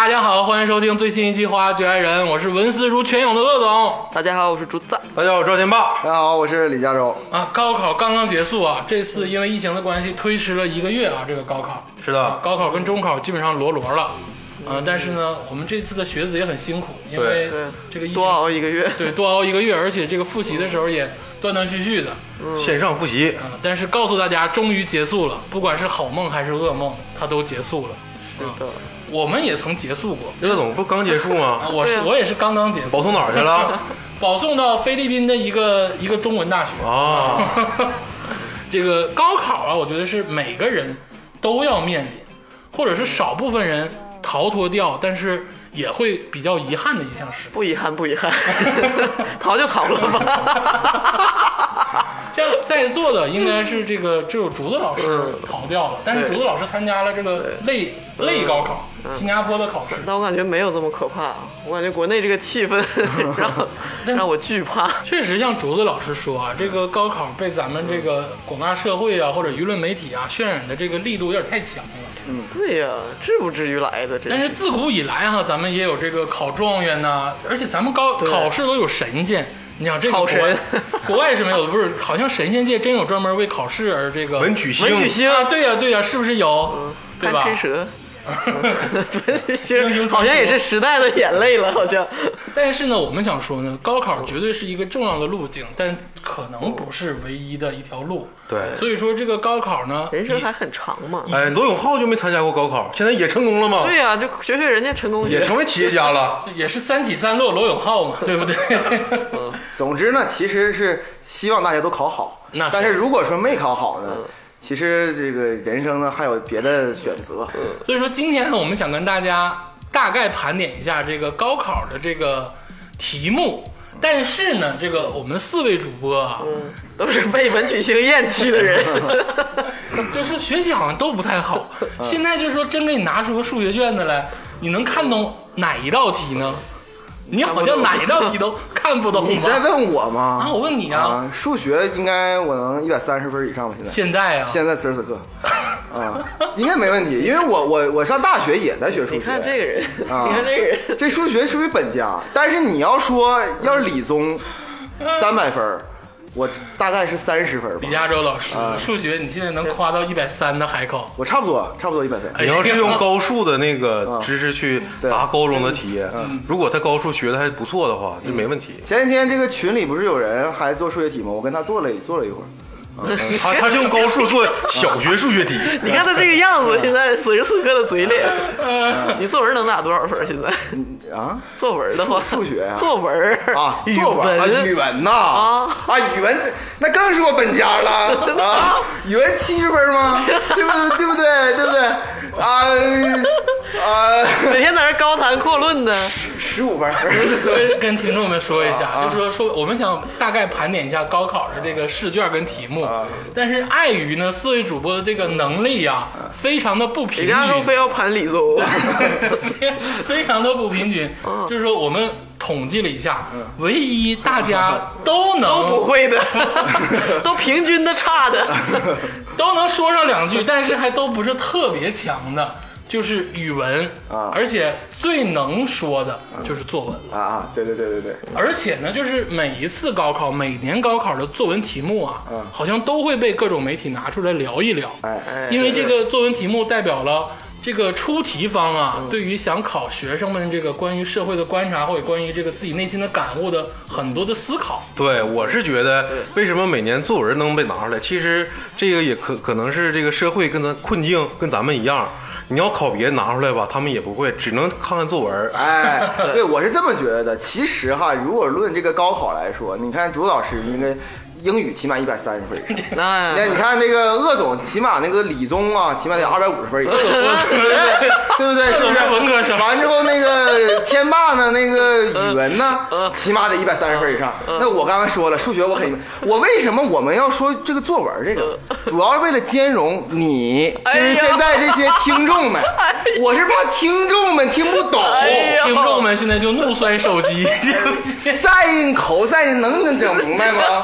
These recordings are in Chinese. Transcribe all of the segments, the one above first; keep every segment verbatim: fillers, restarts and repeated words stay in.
大家好，欢迎收听最新一期《花局爱人》，我是文思如泉涌的鄂总。 大家好，我是竹子。 大家好，我是赵天霸。 大家好，我是李佳洲。 啊，高考刚刚结束啊，这次因为疫情的关系推迟了一个月啊，这个高考。 是的， 啊、高考跟中考基本上裸裸了。呃，但是呢，我们这次的学子也很辛苦，因为这个疫情多熬一个月， 对，多熬一个月，而且这个复习的时候也断断续续的， 嗯、线上复习啊、呃。但是告诉大家，终于结束了，不管是好梦还是噩梦，它都结束了。 是的， 嗯、我们也曾结束过。 鄂总不刚结束吗？ 啊、我是、啊、我也是刚刚结束。 保送哪儿去了？ 保送到菲律宾的一个一个中文大学啊。 这个高考啊，我觉得是每个人都要面临，或者是少部分人逃脱掉，但是也会比较遗憾的一项事。 不遗憾，不遗憾，逃就逃了吧。 像在座的应该是这个只有竹子老师逃掉了，嗯、但是竹子老师参加了这个类类高考，嗯、新加坡的考试。 但我感觉没有这么可怕，我感觉国内这个气氛让让我惧怕。 确实，像竹子老师说啊，这个高考被咱们这个广大社会啊或者舆论媒体啊渲染的这个力度有点太强了。 嗯，对呀、啊，至不至于来的。 但是自古以来哈、啊，咱们也有这个考状元呐、啊，而且咱们高考试都有神仙。你想这个考神， 国外是没有的，不是？好像神仙界真有专门为考试而这个文曲星， 文曲星啊，对呀、啊、对呀、啊，是不是有？ 嗯、 对吧？ 贪吃蛇。文曲星好像也是时代的眼泪了，好像。 但是呢，我们想说呢，高考绝对是一个重要的路径，但可能不是唯一的一条路。 对， 所以说这个高考呢， 人生还很长嘛。 哎，罗永浩就没参加过高考，现在也成功了吗？ 对呀、啊，就学学人家成功， 也成为企业家了， 也是三起三落罗永浩嘛，对不对？ 嗯、总之呢，其实是希望大家都考好。 那是但是如果说没考好呢？嗯其实这个人生呢还有别的选择， 所以说今天呢，我们想跟大家大概盘点一下这个高考的这个题目。但是呢，这个我们四位主播啊， 嗯、都是被文曲星厌弃的人， 就是学习好像都不太好。现在就是说，真给你拿出个数学卷子来，你能看懂哪一道题呢？你好像哪一道题都看不懂。 你在问我吗？ 啊，我问你啊。 啊数学应该我能一百三十分以上吧？现在。 现在啊。 现在此时此刻，啊，应该没问题，因为我我我上大学也在学数学。 你看这个人， 啊、 你看这个人， 这数学属于本家，但是你要说要是理综，三百分。我大概是三十分吧。 李佳洲老师，啊、数学你现在能夸到一百三的海口？ 我差不多，差不多一百三。 你要是用高数的那个知识去答高中的题，嗯、如果他高数学的还不错的话，就没问题。 前几天这个群里不是有人还做数学题吗？我跟他做了做了一会儿。 嗯、他他是用高数做小学数学题。 你看他这个样子，现在此时此刻的嘴脸。你作文能打多少分？现在啊， 作文的话， 数学啊， 作文啊， 语文啊，语文呐啊啊，语文那更是我本家了啊！语文七十分吗？对不对？对不对？对不对？啊啊！ 每天在这高谈阔论的， 十五分。 跟跟听众们说一下，就是说说我们想大概盘点一下高考的这个试卷跟题目，但是碍于呢四位主播的这个能力啊，非常的不平均。 人家说非要盘理综， 非常的不平均。就是说我们统计了一下，唯一大家都能都不会的，都平均的差的， 都能说上两句，但是还都不是特别强的。就是语文啊，而且最能说的就是作文啊啊！对对对对对。 而且呢，就是每一次高考，每年高考的作文题目啊， 嗯、 好像都会被各种媒体拿出来聊一聊。 哎哎， 因为这个作文题目代表了这个出题方啊，嗯、对于想考学生们这个关于社会的观察，或者关于这个自己内心的感悟的很多的思考。 对，我是觉得为什么每年作文能被拿出来，其实这个也可可能是这个社会跟咱困境跟咱们一样。你要考别的拿出来吧，他们也不会，只能看看作文。 哎，对，我是这么觉得的。其实哈，如果论这个高考来说，你看朱老师应该英语起码一百三十分以上，那你看那个鄂总起码那个理综啊，起码得二百五十分以上，对不对？对不对？是不是？ 文科生。 完之后那个天霸呢，那个语文呢，起码得一百三十分以上。那我刚刚说了，数学我肯定，我为什么我们要说这个作文这个，主要是为了兼容你，就是现在这些听众们，我是怕听众们听不懂， 听众们现在就怒摔手机， 赛 in 口赛 in 能能整明白吗？光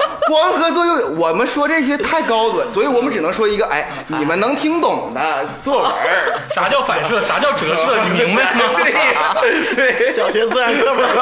光合作用，我们说这些太高端，所以我们只能说一个，哎，你们能听懂的作文。 啥叫反射？啥叫折射？你明白吗？ 对呀，对， 小学自然课本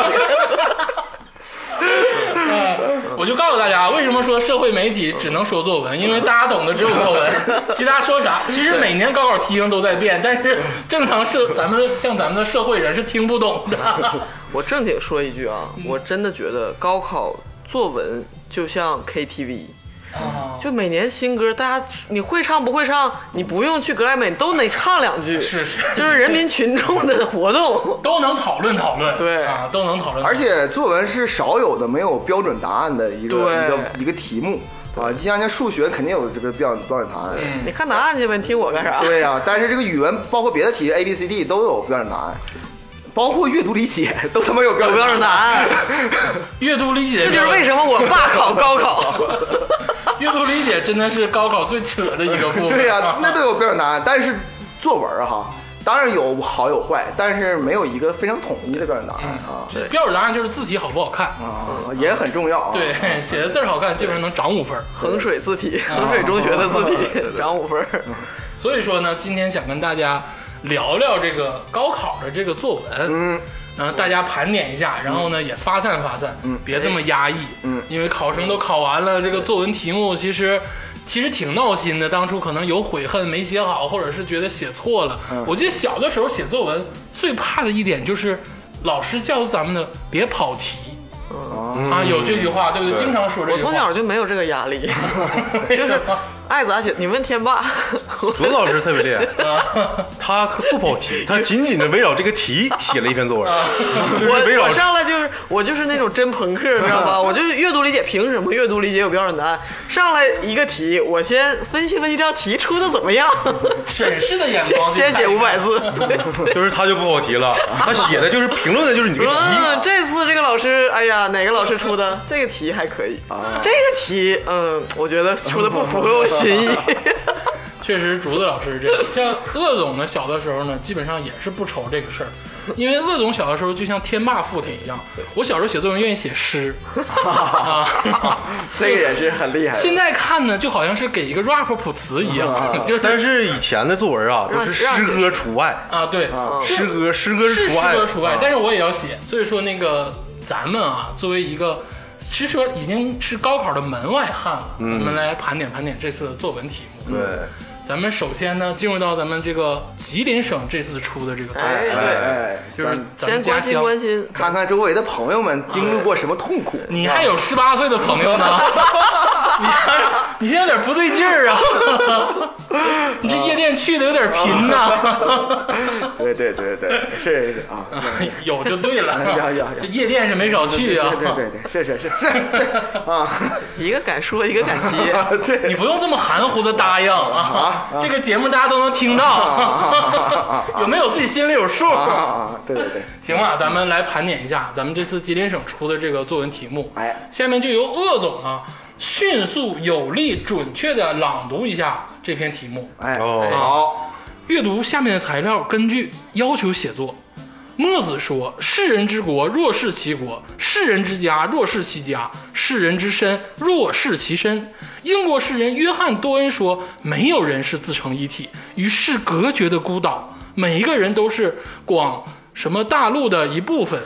我就告诉大家，为什么说社会媒体只能说作文？因为大家懂的只有作文，其他说啥？其实每年高考题型都在变，但是正常社咱们像咱们的社会人是听不懂的。 我正经说一句啊，我真的觉得高考作文就像 K T V。就每年新歌，大家你会唱不会唱，你不用去格莱美，你都得唱两句。 是是， 就是人民群众的活动， 都能讨论讨论。 对啊，都能讨论。 而且作文是少有的没有标准答案的一个一个一个题目啊，你像像数学肯定有这个标标准答案。 嗯， 你看答案去呗，你听我干啥？ 对呀、啊，但是这个语文包括别的题 A B C D 都有标准答案。包括阅读理解都他妈有标准标准答案， 阅读理解这就是为什么我爸考高考。 阅读理解真的是高考最扯的一个部分。 对呀、啊，那都有标准答案，但是作文啊哈，当然有好有坏，但是没有一个非常统一的标准答案啊。 对，标准答案就是字体好不好看啊，也很重要啊。 对，写的字好看，基本上能涨五分。 衡水字体，衡水中学的字体涨五分。 所以说呢，今天想跟大家聊聊这个高考的这个作文， 嗯， 然后大家盘点一下，然后呢也发散发散， 嗯， 别这么压抑， 嗯， 因为考生都考完了，这个作文题目其实其实挺闹心的，当初可能有悔恨没写好，或者是觉得写错了。 嗯， 我记得小的时候写作文最怕的一点就是老师教咱们的别跑题。 嗯、 啊，有这句话，对不对？经常说这句话。 我从小就没有这个压力，就是爱咋写。你问天霸， 竹子老师特别厉害，他不跑题，他仅仅的围绕这个题写了一篇作文。就是围绕我我上来就是我就是那种真朋克，知道吧？我就是阅读理解，凭什么阅读理解有标准答案？上来一个题，我先分析分析这道题出的怎么样， 审视的眼光， 先写五百字。 就是他就不跑题了，他写的就是评论的就是你这个题。 嗯，这次这个老师，哎呀。哪个老师出的？这个题还可以啊。这个题，嗯，我觉得出的不符合我心意。 确实，竹子老师是这样。像鄂总呢，小的时候呢，基本上也是不愁这个事儿，因为鄂总小的时候就像天霸父亲一样。我小时候写作文愿意写诗啊， 这个也是很厉害。 现在看呢，就好像是给一个 rap 谱词一样， 啊、 就是。 但是以前的作文啊，都是诗歌除外啊，对， 啊、诗歌诗歌是除外， 诗歌除外， 啊、 但是我也要写。所以说那个咱们啊，作为一个。其实说已经是高考的门外汉了，嗯、咱们来盘点盘点这次的作文题目。 对， 咱们首先呢，进入到咱们这个吉林省这次出的这个作文， 哎哎， 就是咱们家乡， 关心看看周围的朋友们经历过什么痛苦。 你还有十八岁的朋友呢，你还你现在有点不对劲儿啊，你这夜店去的有点频呐。 对对对对，是是啊， 有就对了， 有有有， 这夜店是没少去啊。 对对对，是是是是啊， 一个敢说，一个敢接。 对， 你不用这么含糊的答应啊，这个节目大家都能听到，有没有自己心里有数？ 啊，对对对， 行吧，咱们来盘点一下咱们这次吉林省出的这个作文题目。 哎， 下面就由鄂总啊迅速有力准确的朗读一下这篇题目。 哎， 哦好， 阅读下面的材料，根据要求写作。墨子说：“世人之国，若是其国；世人之家，若是其家；世人之身，若是其身。”英国诗人约翰·多恩说：“没有人是自成一体，与世隔绝的孤岛，每一个人都是广什么大陆的一部分。”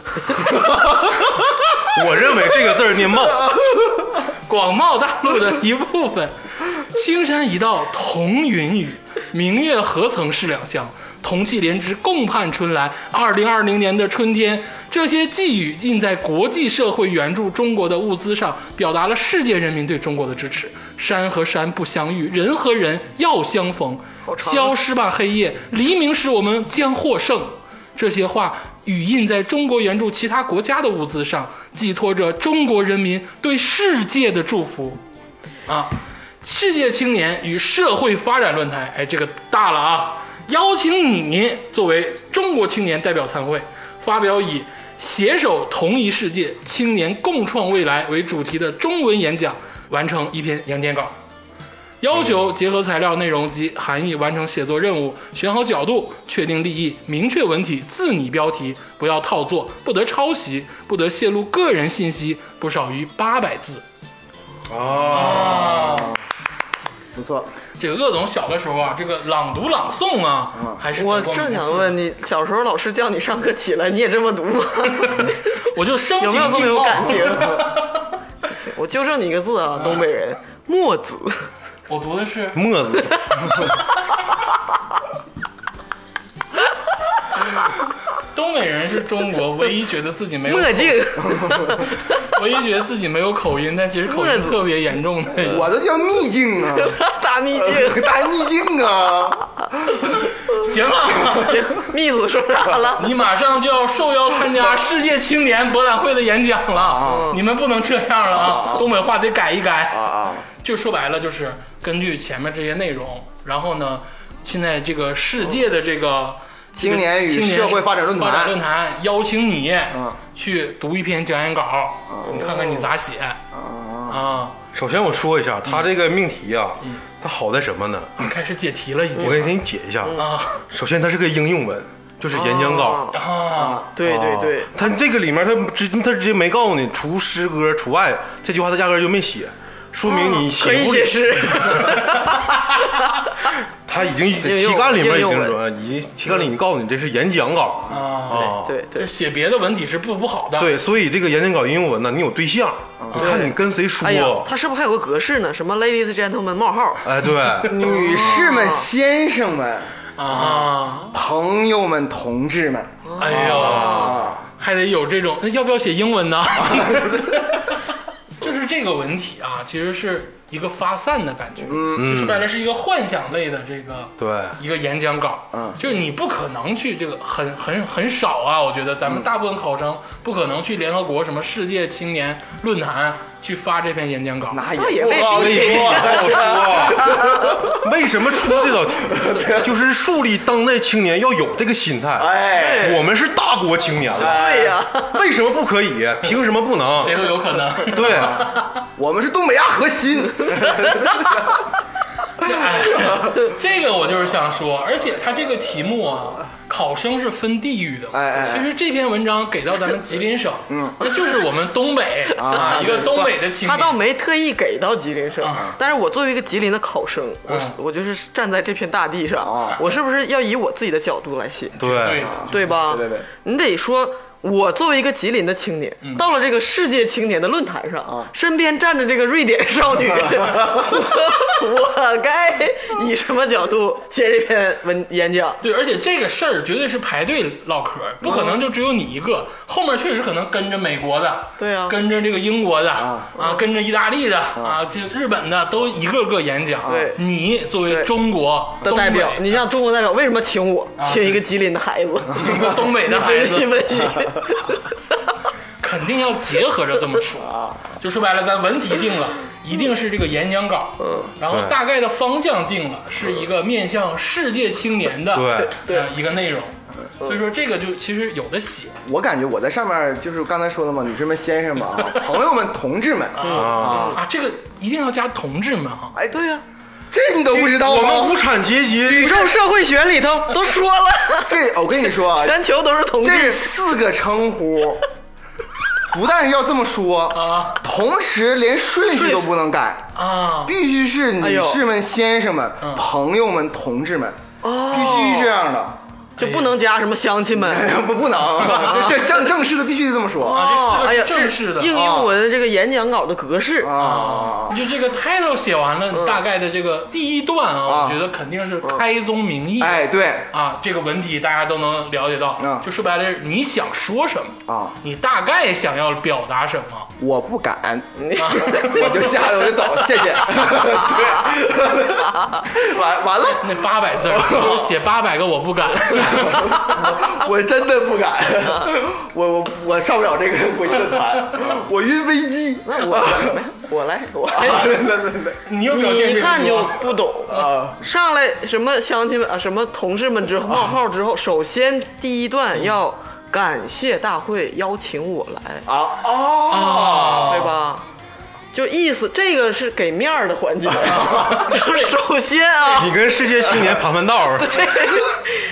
我认为这个字儿念茂， 广袤大陆的一部分。青山一道同云雨，明月何曾是两乡？同气连枝，共盼春来。二零二零年的春天，这些寄语印在国际社会援助中国的物资上，表达了世界人民对中国的支持。山和山不相遇，人和人要相逢。消失吧黑夜，黎明时我们将获胜。这些话语印在中国援助其他国家的物资上，寄托着中国人民对世界的祝福。啊，世界青年与社会发展论坛，哎，这个大了啊！邀请你作为中国青年代表参会，发表以携手同一世界，青年共创未来为主题的中文演讲，完成一篇演讲稿。要求结合材料内容及含义完成写作任务，选好角度，确定立意，明确文体，自拟标题，不要套作，不得抄袭，不得泄露个人信息，不少于八百字。 啊。 不错。 这个鄂总小的时候啊，这个朗读朗诵啊，还是我得过名次正想问你，小时候老师叫你上课起来，你也这么读吗？ 我就生有没有这么有感情？ 情？ 我纠正你一个字啊，东北人，墨子。 我读的是墨子。 东北人是中国唯一觉得自己没有墨镜， 唯一觉得自己没有口音，但其实口音特别严重的。 我都叫秘境啊， 大秘境， 大秘境啊。 行了， 行，密子说啥了？ 你马上就要受邀参加世界青年博览会的演讲了，你们不能这样了啊！东北话得改一改啊啊！ 就说白了，就是根据前面这些内容，然后呢，现在这个世界的这个。 青年与社会发展论坛， 发展论坛邀请你嗯去读一篇讲演稿，你看看你咋写啊？ 首先我说一下，他这个命题啊，它好在什么呢？ 开始解题了已经。 我给你解一下啊。 首先，它是个应用文，就是演讲稿啊。 对对对， 它这个里面它直它直接没告诉你除诗歌除外，这句话他压根就没写。说明你写可以写诗， 他已经题干里面已经说，已经题干里已经告诉你这是演讲稿啊， 对对， 这写别的文体是不不好的。 对，所以这个演讲稿应用文呢，你有对象，你看你跟谁说。 哎呀，他是不是还有个格式呢？什么 ladies gentlemen 冒号？ 哎，对， 女士们、先生们啊， 朋友们、同志们。 哎呀，还得有这种，那要不要写英文呢？就是这个文体啊，其实是一个发散的感觉，嗯，就说白了是一个幻想类的这个对一个演讲稿， 嗯， 就是你不可能去这个很很很少啊，我觉得咱们大部分考生不可能去联合国什么世界青年论坛去发这篇演讲稿， 那也不好说。为什么出这道题？就是树立当代青年要有这个心态。 哎， 我们是大国青年了， 对呀， 为什么不可以？凭什么不能？ 谁都有可能。 对， 我们是东北亚核心。 哎，这个我就是想说，而且他这个题目啊，考生是分地域的。 哎哎， 其实这篇文章给到咱们吉林省，嗯，那就是我们东北啊，一个东北的青年。 他倒没特意给到吉林省，但是我作为一个吉林的考生，我我就是站在这片大地上，我是不是要以我自己的角度来写？ 对， 对吧？ 对对对， 你得说。我作为一个吉林的青年， 嗯、 到了这个世界青年的论坛上，啊、身边站着这个瑞典少女，我, 我该以什么角度写这篇文演讲？ 对，而且这个事儿绝对是排队唠嗑，不可能就只有你一个，后面确实可能跟着美国的， 对啊， 跟着这个英国的啊， 啊跟着意大利的啊，就日本的都一个个演讲。 对， 你作为中国的代表，你像中国代表，为什么请我？ 啊、 请一个吉林的孩子， 请一个东北的孩子。肯定要结合着这么说，就说白了，咱文题定了，一定是这个演讲稿，嗯，然后大概的方向定了，是一个面向世界青年的对呃一个内容，所以说这个就其实有的写。 我感觉我在上面就是刚才说的嘛，女士们、先生们、朋友们、同志们啊啊，这个一定要加同志们哈。 哎， 对呀。 这你都不知道吗？ 我们无产阶级宇宙社会学里头都说了， 这我跟你说啊， 全球都是同志， 这四个称呼，不但是要这么说啊， 同时连顺序都不能改啊， 必须是女士们、先生们、朋友们、同志们，必须这样的。 就不能加什么乡亲们， 哎、不不能，这正正式的必须这么说啊。这四个是正式的， 应用文这个演讲稿的格式啊， 就这个 title 写完了，嗯、大概的这个第一段啊，啊我觉得肯定是开宗明义。 哎，对啊，这个文体大家都能了解到。啊、就说白了，你想说什么啊？ 你大概想要表达什么？ 我不敢，啊、我就下来我就走，谢谢。对，完完了， 那八百字儿，写八百个我不敢。 我真的不敢，我我我上不了这个国际论坛，我晕飞机。 那我我来，我来， 你又表现你一看就不懂啊！上来什么乡亲们啊，什么同志们之后冒号之后，首先第一段要感谢大会邀请我来啊哦， 对吧？就意思，这个是给面儿的环节。就是首先啊， 你跟世界青年盘盘道。 对，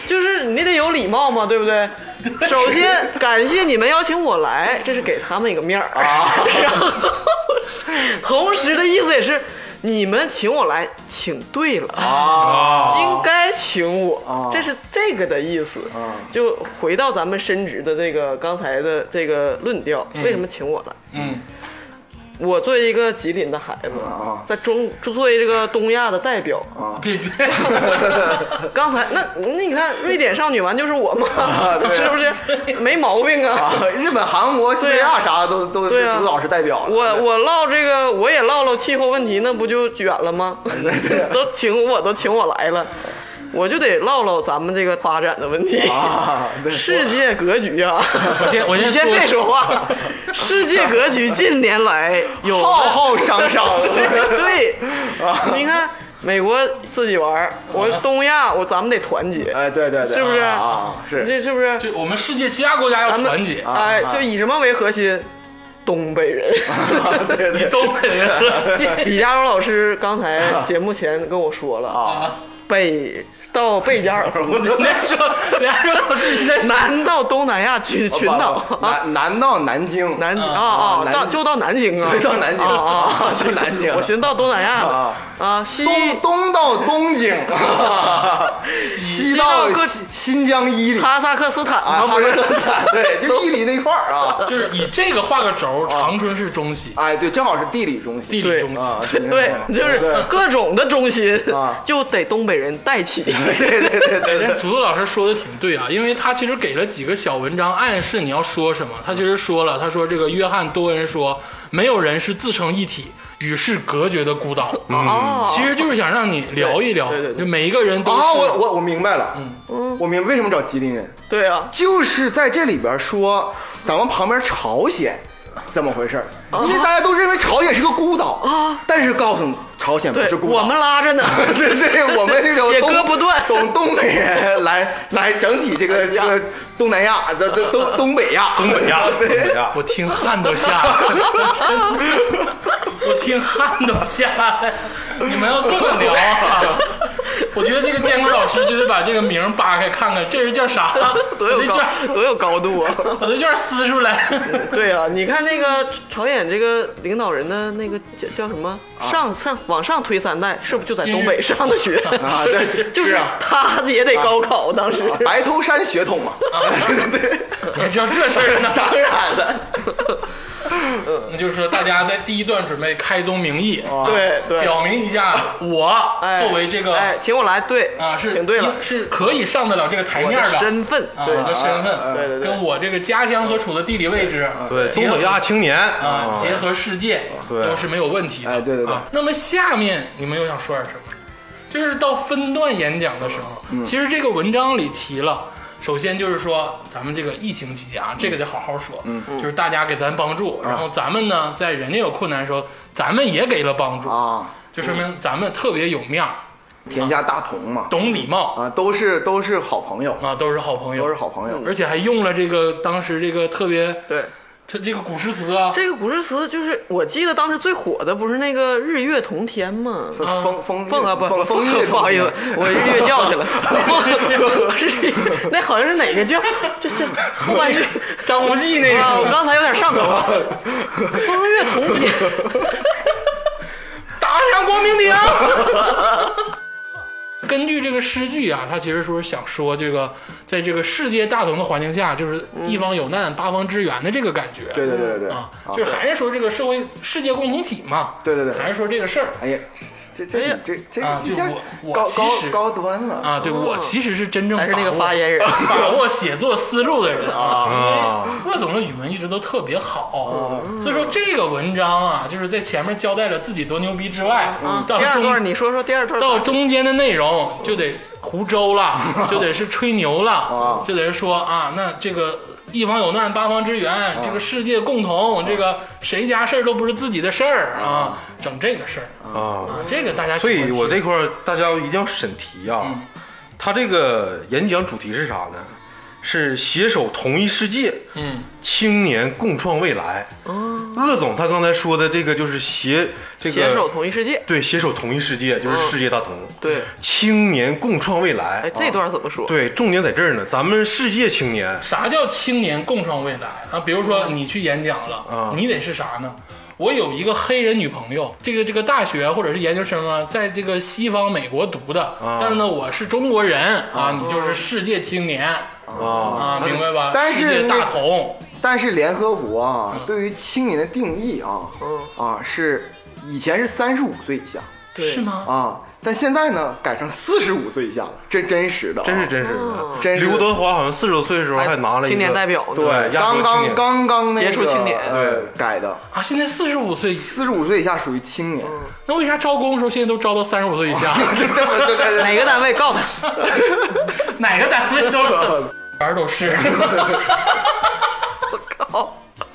就是你得有礼貌嘛，对不对？首先感谢你们邀请我来，这是给他们一个面儿啊。然后同时的意思也是。你们请我来，请对了啊， 应该请我， 啊、 这是这个的意思。 啊、 就回到咱们深植的这个刚才的这个论调， 嗯、 为什么请我来？ 嗯， 我作为一个吉林的孩子， 啊、 在中作为这个东亚的代表， 啊， 别别， 刚才那那你看瑞典少女完就是我嘛， 啊、 是不是没毛病啊？ 啊日本、韩国、西伯利亚啥的都都是主导式代表了。 我我唠这个，我也唠唠气候问题，那不就远了吗？都请我都请我来了。我就得唠唠咱们这个发展的问题啊， 世界格局啊！ 我先我先你先别说话。世界格局近年来有浩浩汤汤， 对对，你看美国自己玩，我东亚我咱们得团结， 哎，对对对， 是不是啊？是， 这是不是？ 就我们世界其他国家要团结， 哎，就以什么为核心？东北人， 对对， 以东北人核心。 李佳柔老师刚才节目前跟我说了啊， 北。到贝加尔湖， 你在说，梁说老师你在南到东南亚群群岛， 南南到南京， 南京啊啊，到就到南京啊， 对，到南京啊啊， 去南京， 我寻思到东南亚了啊，西东东到东京，西到新疆伊犁， 哈萨克斯坦啊， 不是？ 对，就伊犁那块儿啊， 就是以这个画个轴，长春是中西， 哎，对，正好是地理中心， 地理中心， 对，就是各种的中心啊， 就得东北人带起。 对对对对， 但竹子老师说的挺对啊，因为他其实给了几个小文章暗示你要说什么。他其实说了，他说这个约翰多恩说，没有人是自成一体与世隔绝的孤岛。 哦， 其实就是想让你聊一聊， 对对对， 就每一个人都是。 啊，我我我明白了， 嗯嗯， 我明白为什么找吉林人。 对啊， 就是在这里边说咱们旁边朝鲜怎么回事，因为大家都认为朝鲜是个孤岛啊， 但是告诉你。朝鲜不是孤岛， 我们拉着呢。 对对，我们这种也割不断， 懂东北人来来整体这个这个东南亚的东东东北亚， 东北亚，东北亚， 我听汗都下来了，我听汗都下来。你们要这么聊啊？我觉得这个监管老师就得把这个名扒开看看，这人叫啥？ 多有高，多有高度啊！ 把这卷撕出来。 对啊，你看那个朝鲜这个领导人的那个叫叫什么？上上往上推三代，是不是就在东北上的学？ 啊，对， 就是他也得高考，当时白头山血统嘛。对对， 你还知道这事儿呢？ 当然了。 那就是说，大家在第一段准备开宗明义， 对对， 表明一下我作为这个， 哎，请我来，对啊，是请对了， 是可以上得了这个台面的身份， 对我的身份， 对对对， 跟我这个家乡所处的地理位置， 对，东北亚青年啊，结合世界都是没有问题的。 哎，对对对。 那么下面你们又想说点什么？就是到分段演讲的时候，其实这个文章里提了。首先就是说，咱们这个疫情期间啊，这个得好好说， 嗯， 就是大家给咱帮助，然后咱们呢，在人家有困难的时候，咱们也给了帮助啊， 就说明咱们特别有面儿， 天下大同嘛， 懂礼貌啊，都是都是好朋友啊，都是好朋友， 都是好朋友， 而且还用了这个当时这个特别对。 它这个古诗词啊， 这个古诗词就是我记得当时最火的不是那个日月同天吗？ 风风风啊不风风月， 不好意思，我日月教去了。风那好像是哪个教？这这后半句张无忌那个， 我刚才有点上头。风月同天， 打响光明顶。根据这个诗句啊，他其实说想说这个，在这个世界大同的环境下，就是一方有难，八方支援的这个感觉。 对对对对啊，就是还是说这个社会世界共同体嘛。 对对对， 还是说这个事儿。 哎呀，这这这这啊，就我我高其实高端了啊，对我其实是真正还是那个发言人， 把握写作思路的人啊。鄂总的语文一直都特别好，所以说这个文章啊，就是在前面交代了自己多牛逼之外，到中你说说第二段， 到中间的内容就得胡诌了，就得是吹牛了，就得是说啊，那这个一方有难，八方支援，这个世界共同，这个谁家事儿都不是自己的事儿啊，整这个事儿啊，这个大家。 所以我这块大家一定要审题啊，他这个演讲主题是啥呢？是携手同一世界， 嗯， 青年共创未来。 哦， 鄂总他刚才说的这个就是携这个携手统一世界， 对，携手统一世界就是世界大同， 对， 青年共创未来。 哎，这段怎么说？ 对，重点在这儿呢，咱们世界青年。 啥叫青年共创未来啊？比如说你去演讲了， 啊你得是啥呢？我有一个黑人女朋友，这个这个大学或者是研究生啊，在这个西方美国读的， 啊但是呢，我是中国人啊，你就是世界青年啊啊，明白吧？ 但是世界大那同， 但是联合国啊，对于青年的定义啊， 嗯啊是以前是三十五岁以下对是吗？ 啊，但现在呢改成四十五岁以下了，真真实的啊， 真是真是的。 真是刘德华好像四十多岁的时候还拿了一个青年代表呢， 对， 亚洲刚青年刚刚刚那个杰出青年呃改的， 啊，现在四十五岁， 四十五岁以下属于青年， 那为啥招工的时候现在都招到三十五岁以下？ 对对对对哪个单位告他？ 哪个单位都玩都是。 我靠！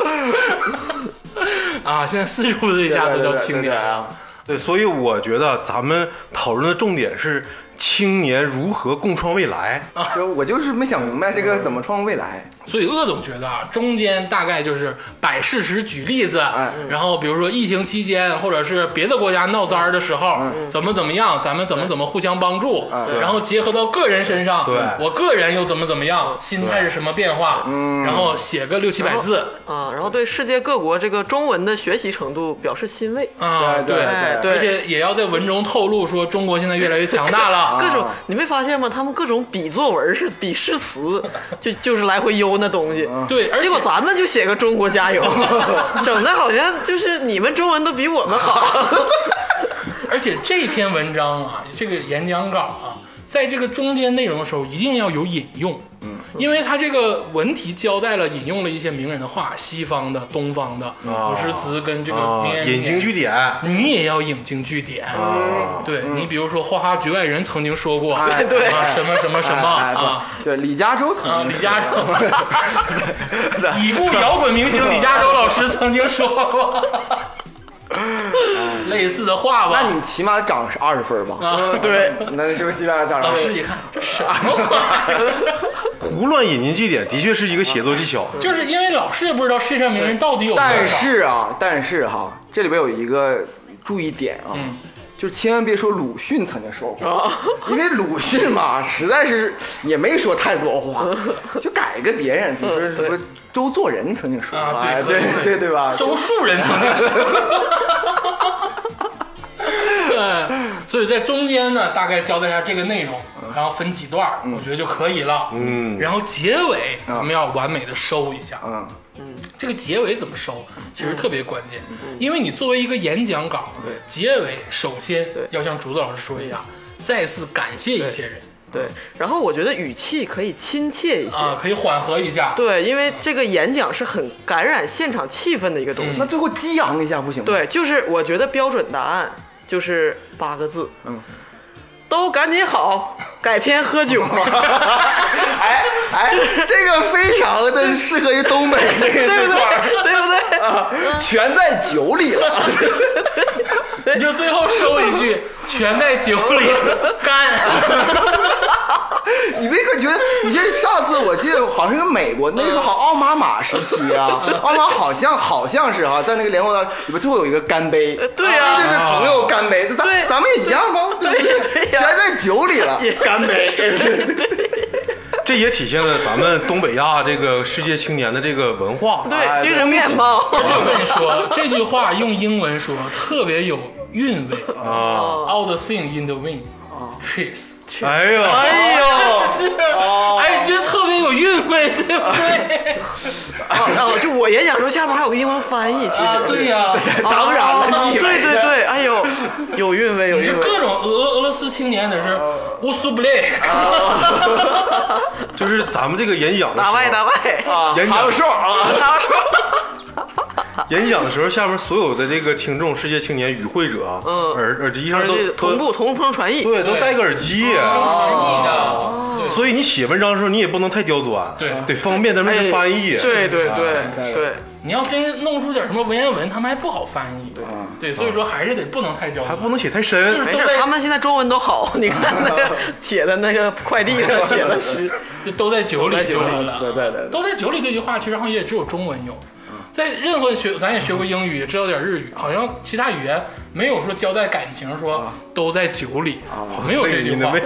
啊，现在四十五岁以下都叫青年啊。 对，所以我觉得咱们讨论的重点是青年如何共创未来。 就我就是没想明白这个怎么创未来。 所以鄂总觉得啊，中间大概就是摆事实举例子， 哎然后比如说疫情期间或者是别的国家闹灾儿的时候，怎么怎么样，咱们怎么怎么互相帮助， 嗯然后结合到个人身上， 对我个人又怎么怎么样，心态是什么变化，然后写个六七百字啊，然后对世界各国这个中文的学习程度表示欣慰。 啊， 对对哎而且也要在文中透露说中国现在越来越强大了。 各种你没发现吗？他们各种比作文是比诗词，就就是来回悠那东西。 对，而且结果咱们就写个中国加油，整的好像就是你们中文都比我们好。 而且这篇文章啊，这个演讲稿啊，在这个中间内容的时候，一定要有引用，嗯，因为它这个文题交代了引用了一些名人的话，西方的、东方的古诗词跟这个啊名言引经据典。 你也要引经据典。 啊对你比如说《花花局外人》曾经说过， 哎对啊，什么什么什么哎哎啊。 不对，李嘉洲曾啊， 经李嘉洲，已故摇滚明星李嘉洲老师曾经说过类似的话吧。 那你起码涨是二十分吧？ 啊， 对， 那是不是起码涨了？ 老师一看这什么玩意儿？ 胡乱引经据典的确是一个写作技巧。 就是因为老师也不知道世上名人到底有多少。 但是啊，但是哈，这里边有一个注意点啊， 嗯就千万别说鲁迅曾经说过，因为鲁迅嘛，实在是也没说太多话，就改个别人，比如说什么周作人曾经说过， 啊对哎，对对对对吧？ 周树人曾经说。对，所以在中间呢，大概交代一下这个内容，然后分几段，我觉得就可以了。 嗯然后结尾咱们要完美的收一下。 嗯， 这个结尾怎么收，其实特别关键，因为你作为一个演讲稿，结尾首先要像竹子老师说一样，再次感谢一些人对，然后我觉得语气可以亲切一些。 啊，可以缓和一下。 对，因为这个演讲是很感染现场气氛的一个东西。 那最后激昂一下不行吗？ 对，就是我觉得标准答案就是八个字， 嗯， 都赶紧好，改天喝酒。 哎哎，这个非常的适合于东北这个对不这块儿对？对不对？ 啊，全在酒里了。 你就最后收一句，全在酒里干。 你没可觉得？你这上次我记得好像是美国那时候好奥巴马时期啊，奥巴马好像好像是哈、在那个联合国里边最后有一个干杯， 对呀对对，朋友干杯，咱对咱们也一样吗？对不对对呀全在酒里了，干杯。 这也体现了咱们东北亚这个世界青年的这个文化。 对，精神面貌。 而且我跟你说，这句话用英文说特别有韵味啊， All the thing in the wind, cheers。 哎呀， 哎呦， 是，哎，这特别有韵味，对不对？ 哦，就我演讲的时候下面还有个英文翻译，其实啊，对呀， 当然了， 哦你以为对对对，哎呦，有韵味，有韵味。 你这各种俄俄罗斯青年得是乌苏布雷， 就是咱们这个演讲的时候， 打外打外， 啊， 演讲还有数啊， 打手。 演讲的时候，下面所有的这个听众、世界青年与会者， 嗯耳耳机上而都且同步同声传译。 对，都戴个耳机。 的，对所以你写文章的时候，你也不能太刁钻， 对得方便咱们哎这翻译。 对对对是对， 你要真弄出点什么文言文，他们还不好翻译。对，所以说还是得不能太刁钻， 还不能写太深。 没事，他们现在中文都好。你看那个写的那个快递上写的诗， 就都在酒里都在酒里就完了。 对对对对都在酒里这句话其实好像也只有中文有。 在任何学，咱也学过英语，也知道点日语，好像其他语言没有说交代感情说都在酒里，没有这句话。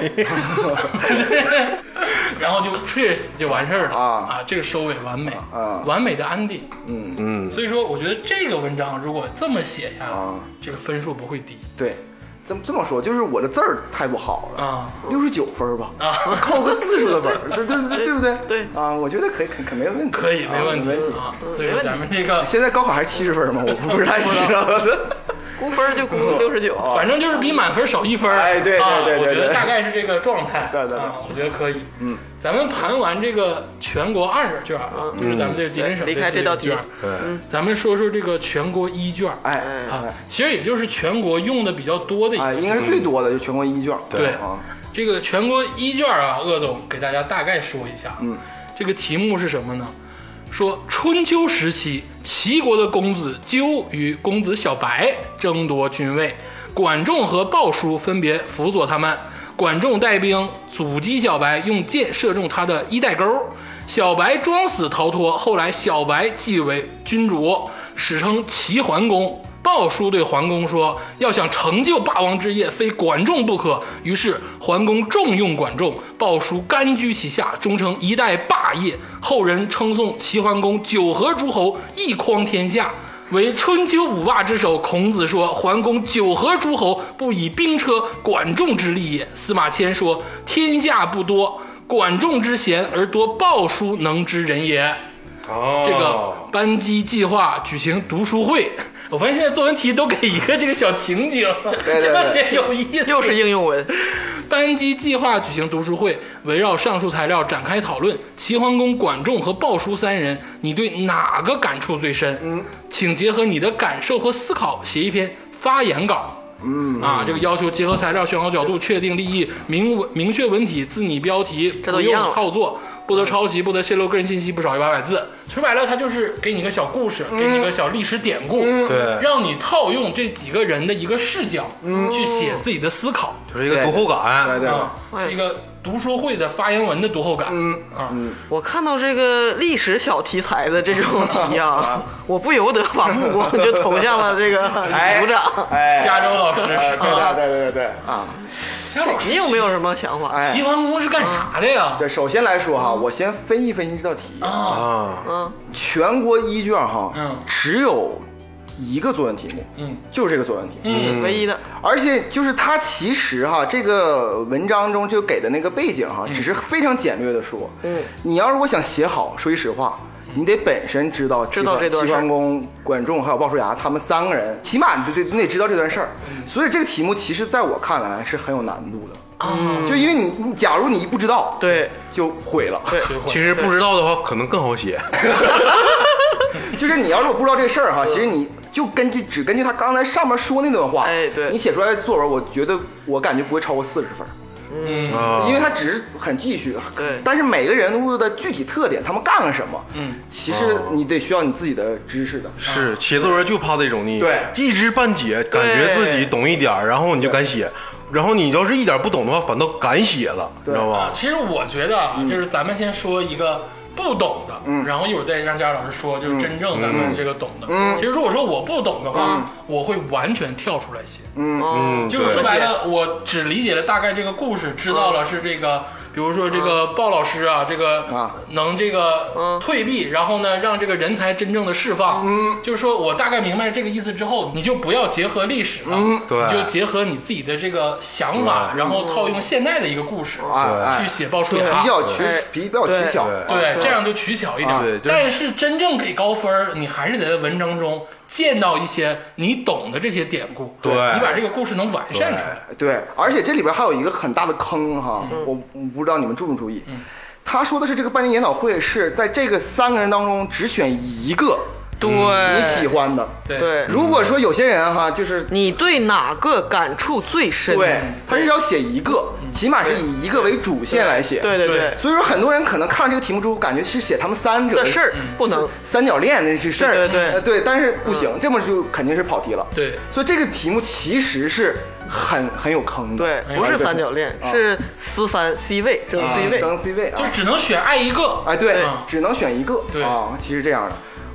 然后就 cheers 就完事儿了啊啊，这个收尾完美， 啊完美的 ending。 嗯嗯， 所以说，我觉得这个文章如果这么写下来， 啊这个分数不会低对，这么这么说，就是我的字儿太不好了啊， 六十九分吧， 啊， 扣个字数的分儿，对对对对不对？ 对啊，我觉得可以，肯肯没问题， 可以，没问题啊没问题。 啊。所以说咱们这个， 现在高考还是七十分吗？我不是太知道的。 估分就估六十九， 反正就是比满分少一分。 哎对对啊， 对对对我觉得大概是这个状态。 对对对啊，我觉得可以。 嗯， 咱们盘完这个全国二十卷啊，就是咱们这个吉林省离开这道题四十卷， 对， 咱们说说这个全国一卷。 哎啊哎， 其实也就是全国用的比较多的一哎， 个。 应该是最多的，就全国一卷。 对啊， 这个全国一卷啊，鄂总给大家大概说一下。 嗯， 这个题目是什么呢？说春秋时期，齐国的公子纠与公子小白争夺君位，管仲和鲍叔分别辅佐他们。管仲带兵阻击小白，用箭射中他的衣带钩，小白装死逃脱。后来小白继为君主，史称齐桓公。鲍叔对桓公说：“要想成就霸王之业，非管仲不可。”于是桓公重用管仲，鲍叔甘居其下，终成一代霸业。后人称颂齐桓公九合诸侯，一匡天下，为春秋五霸之首。孔子说：“桓公九合诸侯，不以兵车，管仲之利也。”司马迁说：“天下不多管仲之贤，而多鲍叔能之人也。” 哦， 这个班机计划举行读书会，我发现现在作文题都给一个这个小情景， 对对特别有意思。 又是应用文。 班机计划举行读书会，围绕上述材料展开讨论。齐桓公、管仲和鲍叔三人，你对哪个感触最深？嗯，请结合你的感受和思考写一篇发言稿。嗯啊，这个要求结合材料，选好角度，确定立意，明文明确文体，字拟标题，不用这都一样了套作，不得抄袭，不得泄露个人信息，不少于八百字。说白了，它就是给你一个小故事，给你一个小历史典故， 对让你套用这几个人的一个视角，去写自己的思考。 就是一个读后感， 对对啊，是一个读书会的发言文的读后感。嗯啊， 我看到这个历史小题材的这种题啊，我不由得把目光就投向了这个组长。 哎， 加州老师哎是吧？ 对对对对对啊！ 加州老师， 你有没有什么想法？ 哎齐桓公是干啥的呀？ 这首先来说哈，我先分析分析这道题。 啊， 啊， 嗯， 全国一卷哈， 嗯只有一个作文题目， 嗯就是这个作文题目。 嗯唯一的。 而且就是它其实哈，这个文章中就给的那个背景哈，只是非常简略的说。 嗯， 你要如果想写好，说句实话，你得本身知道知道这段齐事儿桓公、管仲还有鲍叔牙他们三个人，起码你得你得知道这段事儿。所以这个题目其实在我看来是很有难度的。 啊， 就因为你，你假如你一不知道， 对就毁了。 对， 学会其实不知道的话，可能更好写。 就是你要如果不知道这事儿哈，其实你就根据只根据他刚才上面说那段话， 哎对你写出来的作文，我觉得我感觉不会超过四十分。 嗯啊， 因为它只是很继续， 对但是每个人物的具体特点，他们干了什么， 嗯， 其实你得需要你自己的知识的。 是写作文就怕这种，你对一知半解，感觉自己懂一点儿，然后你就敢写，然后你要是一点不懂的话，反倒敢写了，你对啊知道吧，？ 其实我觉得啊，就是咱们先说一个不懂的， 嗯然后一会儿再让佳老师说，就是真正咱们这个懂的。 嗯其实如果说我不懂的话， 嗯我会完全跳出来写。 嗯嗯， 就是说白了，我只理解了大概这个故事，知道了是这个，比如说这个鲍老师啊，这个啊能这个嗯退避，然后呢让这个人才真正的释放。嗯，就是说我大概明白这个意思之后，你就不要结合历史了， 嗯对你就结合你自己的这个想法，然后套用现在的一个故事哎哎去写鲍叔对牙比。较取哎比比较取巧， 对对， 对这样就取巧一点。 啊对就是但是真正给高分儿，你还是得在文章中见到一些你懂的这些典故， 对你把这个故事能完善出来。 对，而且这里边还有一个很大的坑哈，我我不知道你们注没注意。他说的是这个半年研讨会是在这个三个人当中只选一个对， 你喜欢的。 对对， 如果说有些人哈，就是你对哪个感触最深？ 对，他是要写一个，起码是以一个为主线来写。 对对对所以说很多人可能看了这个题目之后，感觉是写他们三者的事儿不能三角恋的这事儿， 对对对呃对，但是不行，这么就肯定是跑题了。 对所以这个题目其实是很很有坑的。 对，不是三角恋， 啊是私翻 C 位争 C 位。 争 C 位啊， 就只能选爱一个。 哎对对， 只能选一个对啊，其实这样的。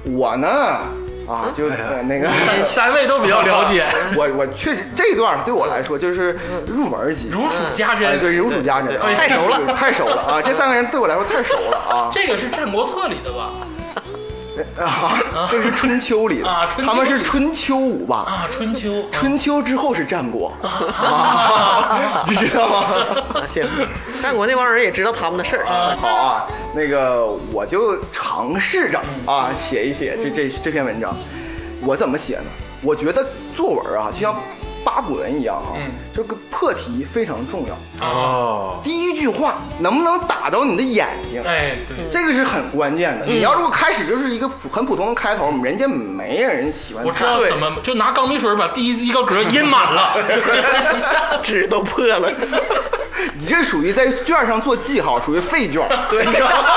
我呢啊就、呃、那个三三位都比较了解， 我我确实这一段对我来说就是入门级， 如数家珍， 哎对，如数家珍， 哎太熟了， 太熟了啊！这三个人对我来说太熟了啊！ 这个是《战国策》里的吧？ 啊，这是春秋里的啊春秋里他们是春秋五吧？ 啊，春秋， 春秋之后是战国啊，你知道吗？ 啊行，战国那帮人也知道他们的事儿。 好啊，那个我就尝试着啊写一写这这这篇文章。我怎么写呢？我觉得作文啊，就像八股文一样哈、啊， 嗯这个破题非常重要。 哦， 第一句话能不能打到你的眼睛？ 哎，对， 这个是很关键的。你要如果开始就是一个很普通的开头，人家没人喜欢看。 我知道怎么就拿钢笔水把第一一个格印满了， 纸都破了。 你这属于在卷上做记号，属于废卷。 对。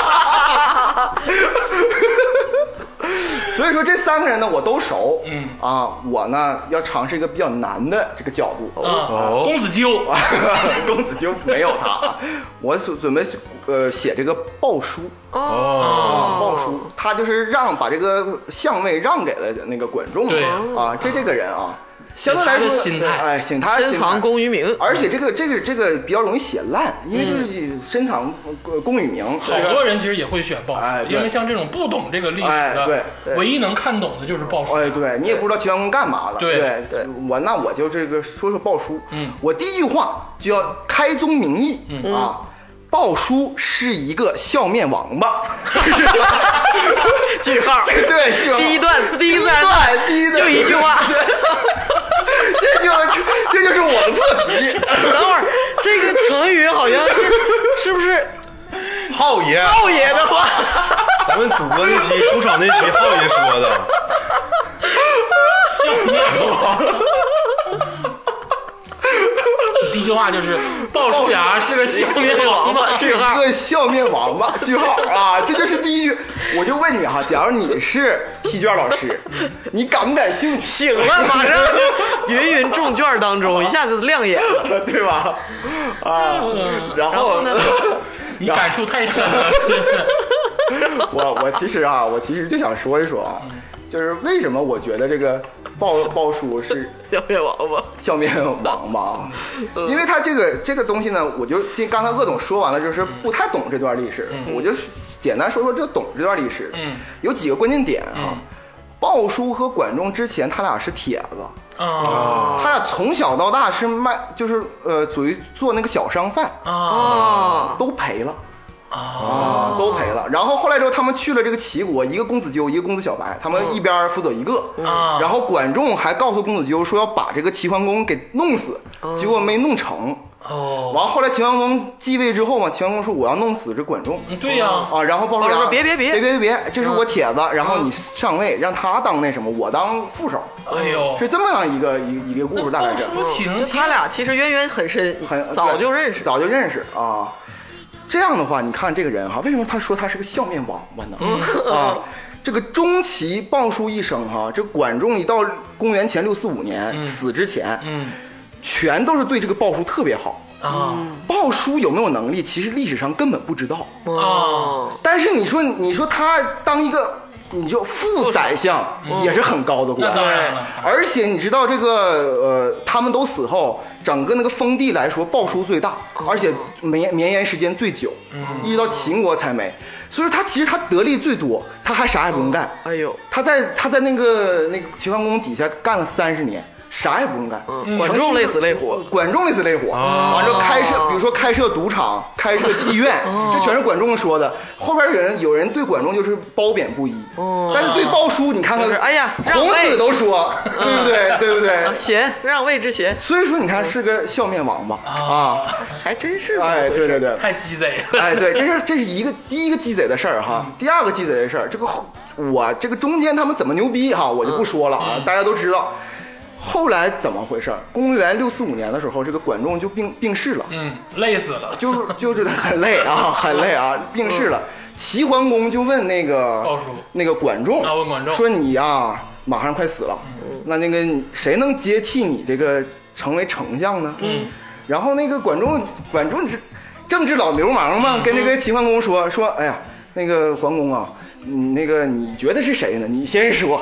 所以说这三个人呢，我都熟。 嗯啊，我呢要尝试一个比较难的这个角度。 啊，公子纠， 公子纠没有他啊，我所准备呃写这个鲍叔。啊，鲍叔他就是让把这个相位让给了那个管仲。 对啊，这这个人啊。相对来说， 心态， 哎，显他深藏功与名， 而且这个这个这个比较容易写烂，因为就是深藏功与名。 好多人其实也会选鲍叔， 哎、 因为像这种不懂这个历史的， 哎、对， 唯一能看懂的就是鲍叔。 哎，对你也不知道齐桓公干嘛了。 对对，对我那我就这个说说鲍叔。 嗯， 我第一句话就要开宗明义、嗯、啊。鲍叔是一个笑面王八， 句号， 对，句号。 第一段，第一段， 第一段， 就一句话， 这就这就是我的破题。 等会儿，这个成语好像是是不是浩爷浩爷的话？ 咱们赌博那期赌场那期浩爷说的， 笑面王。第一句话就是鲍叔牙是个笑面王八， 是一个笑面王八，句号啊，这就是第一句。我就问你哈，假如你是批卷老师，你感不感兴趣？ 醒了，马上芸芸众卷当中一下子亮眼了， 对吧？啊，然后呢？ 你感触太深了。 我我其实啊，我其实就想说一说啊，就是为什么我觉得这个鲍鲍叔是笑面王八， 笑面王八，因为他这个这个东西呢，我就刚才鄂总说完了，就是不太懂这段历史， 嗯、 我就简单说说这懂这段历史。 嗯， 有几个关键点啊。 嗯、 鲍叔和管仲之前，他俩是铁子啊， 他俩从小到大是卖，就是呃，属于做那个小商贩啊， 都赔了。 啊， 都赔了。然后后来之后，他们去了这个齐国，一个公子纠，一个公子小白，他们一边辅佐一个。 啊， 然后管仲还告诉公子纠说要把这个齐桓公给弄死，结果没弄成。 哦， 完后来齐桓公继位之后嘛，齐桓公说我要弄死这管仲。 对呀。 啊，然后鲍叔牙说别别别别别别别，这是我帖子，然后你上位，让他当那什么，我当副手。 哎呦， 是这么样一个一一个故事，大概是。 鲍叔挺， 他俩其实渊源很深， 很早就认识， 早就认识啊。这样的话，你看这个人哈，为什么他说他是个笑面王八呢？ 嗯、 啊，这个终其鲍叔一生哈，这管仲一到公元前六四五年、 嗯、 死之前， 嗯， 全都是对这个鲍叔特别好啊。 鲍叔有没有能力，其实历史上根本不知道啊。 但是你说，你说他当一个。你就副宰相也是很高的官，而且你知道这个呃，他们都死后，整个那个封地来说，鲍叔最大，而且绵绵延时间最久，一直到秦国才没。所以说他其实他得利最多，他还啥也不用干。 哎呦， 他在他在那个那个齐桓公底下干了三十年。啥也不用干， 嗯、管仲累死累活， 管仲累死累活。完了、啊、开设，比如说开设赌场、开设妓院，哦、这全是管仲说的。后边有人有人对管仲就是褒贬不一，哦、但是对鲍叔，你看看， 哎呀， 孔子都说，对不对？对不对？ 贤，让位之贤。 所以说，你看是个笑面王八啊， 还真是。 哎，对对对， 太鸡贼了。 哎，对，这是这是一个第一个鸡贼的事儿哈。第二个鸡贼的事儿，这个我这个中间他们怎么牛逼哈，我就不说了啊，嗯、大家都知道。后来怎么回事？公元六四五年的时候，这个管仲就病病逝了， 嗯，累死了， 就就是很累啊，很累啊，病逝了。齐桓公就问那个鲍叔， 那个管仲， 啊，问管仲说你呀、啊，马上快死了，嗯、那那个谁能接替你这个成为丞相呢？ 嗯， 然后那个管仲，管仲是政治老流氓嘛，嗯、跟这个齐桓公说说，哎呀，那个桓公啊。 你那个你觉得是谁呢？你先说。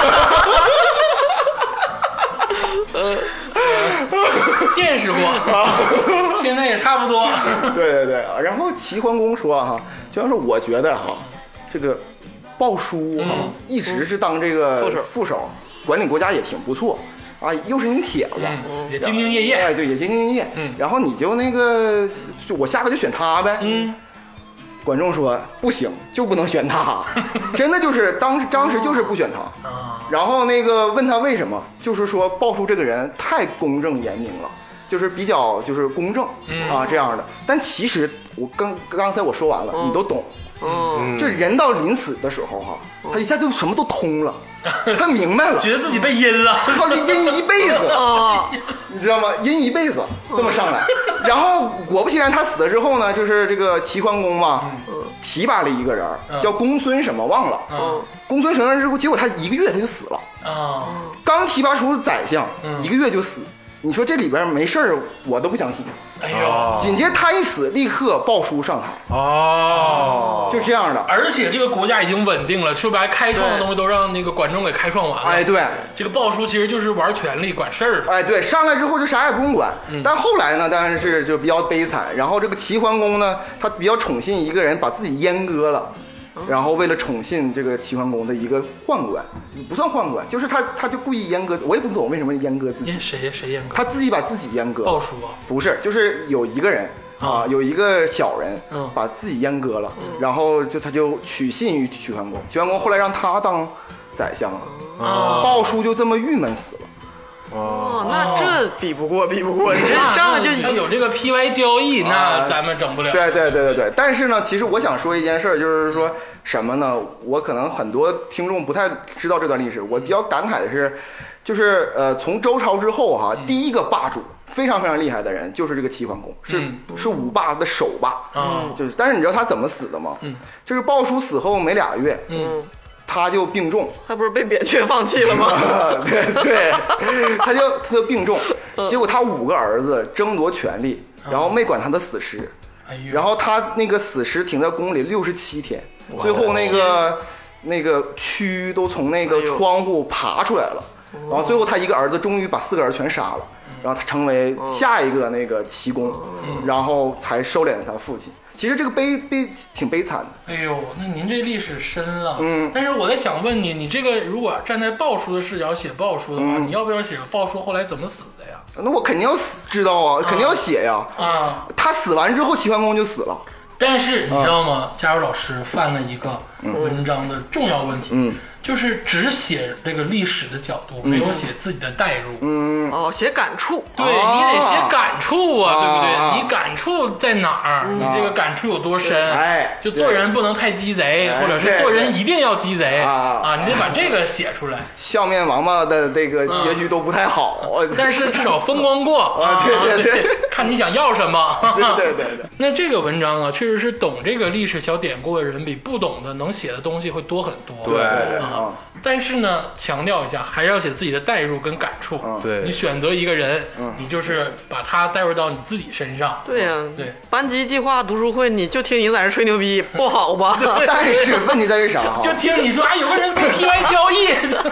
见识过，现在也差不多。 对对对，然后齐桓公说哈，就像是我觉得哈，这个鲍叔哈、嗯、一直是当这个副手， 副手管理国家也挺不错啊，又是你铁子， 嗯、也兢兢业业， 哎对，也兢兢业业。嗯，然后你就那个，就我下回就选他呗。 嗯。 管仲说不行，就不能选他，真的就是当当时就是不选他。然后那个问他为什么，就是说鲍叔这个人太公正严明了，就是比较就是公正啊这样的。但其实我刚刚才我说完了，你都懂。 嗯， 这人到临死的时候哈，他一下就什么都通了，他明白了， 觉得自己被阴了， 靠，阴一辈子，你知道吗？阴一辈子这么上来，然后果不其然，他死了之后呢，就是这个齐桓公嘛，提拔了一个人叫公孙什么忘了，公孙什么之后，结果他一个月他就死了啊，刚提拔出宰相，一个月就死。你说这里边没事儿，我都不相信。 哎呦！ 紧接着他一死，立刻鲍叔上台。 哦， 就这样的。 而且这个国家已经稳定了，说白，开创的东西都让那个管仲给开创完了。 哎，对， 这个鲍叔其实就是玩权力、管事儿的。 哎，对，上来之后就啥也不用管。嗯、但后来呢，当然是就比较悲惨。然后这个齐桓公呢，他比较宠信一个人，把自己阉割了。然后为了宠信这个齐桓公的一个宦官，不算宦官，就是他，他就故意阉割，我也不懂为什么阉割自己。 谁谁阉割？ 他自己把自己阉割。 鲍叔啊？不是，就是有一个人啊，有一个小人， 嗯， 把自己阉割了，嗯、然后就他就取信于齐桓公，齐桓公后来让他当宰相了， 哦、 鲍叔就这么郁闷死了。 哦，那这比不过，比不过，你这上来就要有这个 P Y 交易，那咱们整不了。 对对对对对，但是呢，其实我想说一件事儿，就是说什么呢？我可能很多听众不太知道这段历史，我比较感慨的是，就是呃，从周朝之后哈，第一个霸主非常非常厉害的人就是这个齐桓公，是、嗯、是五霸的首霸， 嗯， 就是，但是你知道他怎么死的吗？ 嗯， 就是鲍叔死后没俩月， 嗯。 他就病重， 他不是被扁鹊放弃了吗？ 对对，他就他就病重，结果他五个儿子争夺权力，然后没管他的死尸，然后他那个死尸停在宫里六十七天，最后那个那个蛆都从那个窗户爬出来了，然后最后他一个儿子终于把四个儿子全杀了，然后他成为下一个那个齐公，然后才收敛他父亲。其实这个悲悲挺悲惨的。 哎呦，那您这历史深了。 嗯， 但是我在想问你，你这个如果站在鲍叔的视角写鲍叔的话， 嗯、 你要不要写鲍叔后来怎么死的呀？ 那我肯定要知道啊，肯定要写呀。 啊， 他死完之后，齐桓公就死了。 但是你知道吗？佳茹老师犯了一个文章的重要问题， 嗯， 就是只写这个历史的角度，嗯、没有写自己的代入。 嗯， 哦，写感触。 对、哦、你得写感触啊， 啊对不对？ 啊你感触在哪儿？嗯、你这个感触有多深？ 哎， 就做人不能太鸡贼，或者是做人一定要鸡贼啊啊！你得把这个写出来。 笑面王八的这个结局都不太好， 嗯、但是至少风光过啊！对对对， 对看你想要什么。 对对对对。 那这个文章啊，确实是懂这个历史小典故的人比不懂的能写的东西会多很多。 对对对啊。但是呢，强调一下，还是要写自己的代入跟感触。 嗯、 对， 你选择一个人， 嗯、 你就是把他带入到你自己身上。 对呀、 啊，对。 班级计划读书会，你就听你在这吹牛逼，不好吧？ 但是问题在于啥？ 就听你说，哎，有个人做 P Y 交易。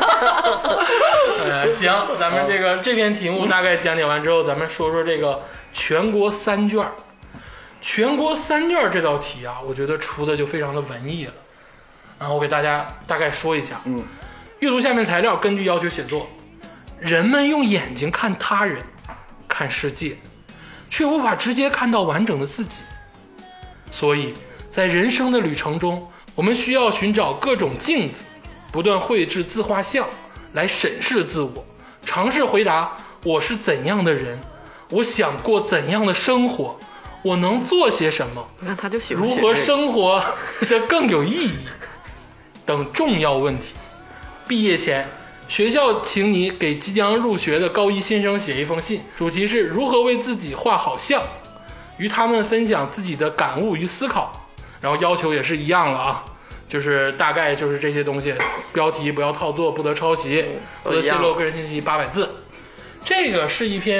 呃，行，咱们这个这篇题目大概讲解完之后，咱们说说这个全国三卷。全国三卷这道题啊，我觉得出的就非常的文艺了。然后我给大家大概说一下， 嗯， 阅读下面材料，根据要求写作。人们用眼睛看他人，看世界，却无法直接看到完整的自己。所以在人生的旅程中，我们需要寻找各种镜子，不断绘制自画像来审视自我，尝试回答我是怎样的人，我想过怎样的生活，我能做些什么， 那他就喜欢如何生活的更有意义等重要问题。毕业前，学校请你给即将入学的高一新生写一封信，主题是如何为自己画好像，与他们分享自己的感悟与思考。然后要求也是一样了啊，就是大概就是这些东西，标题不要套作，不得抄袭，不得泄露个人信息，八百字。这个是一篇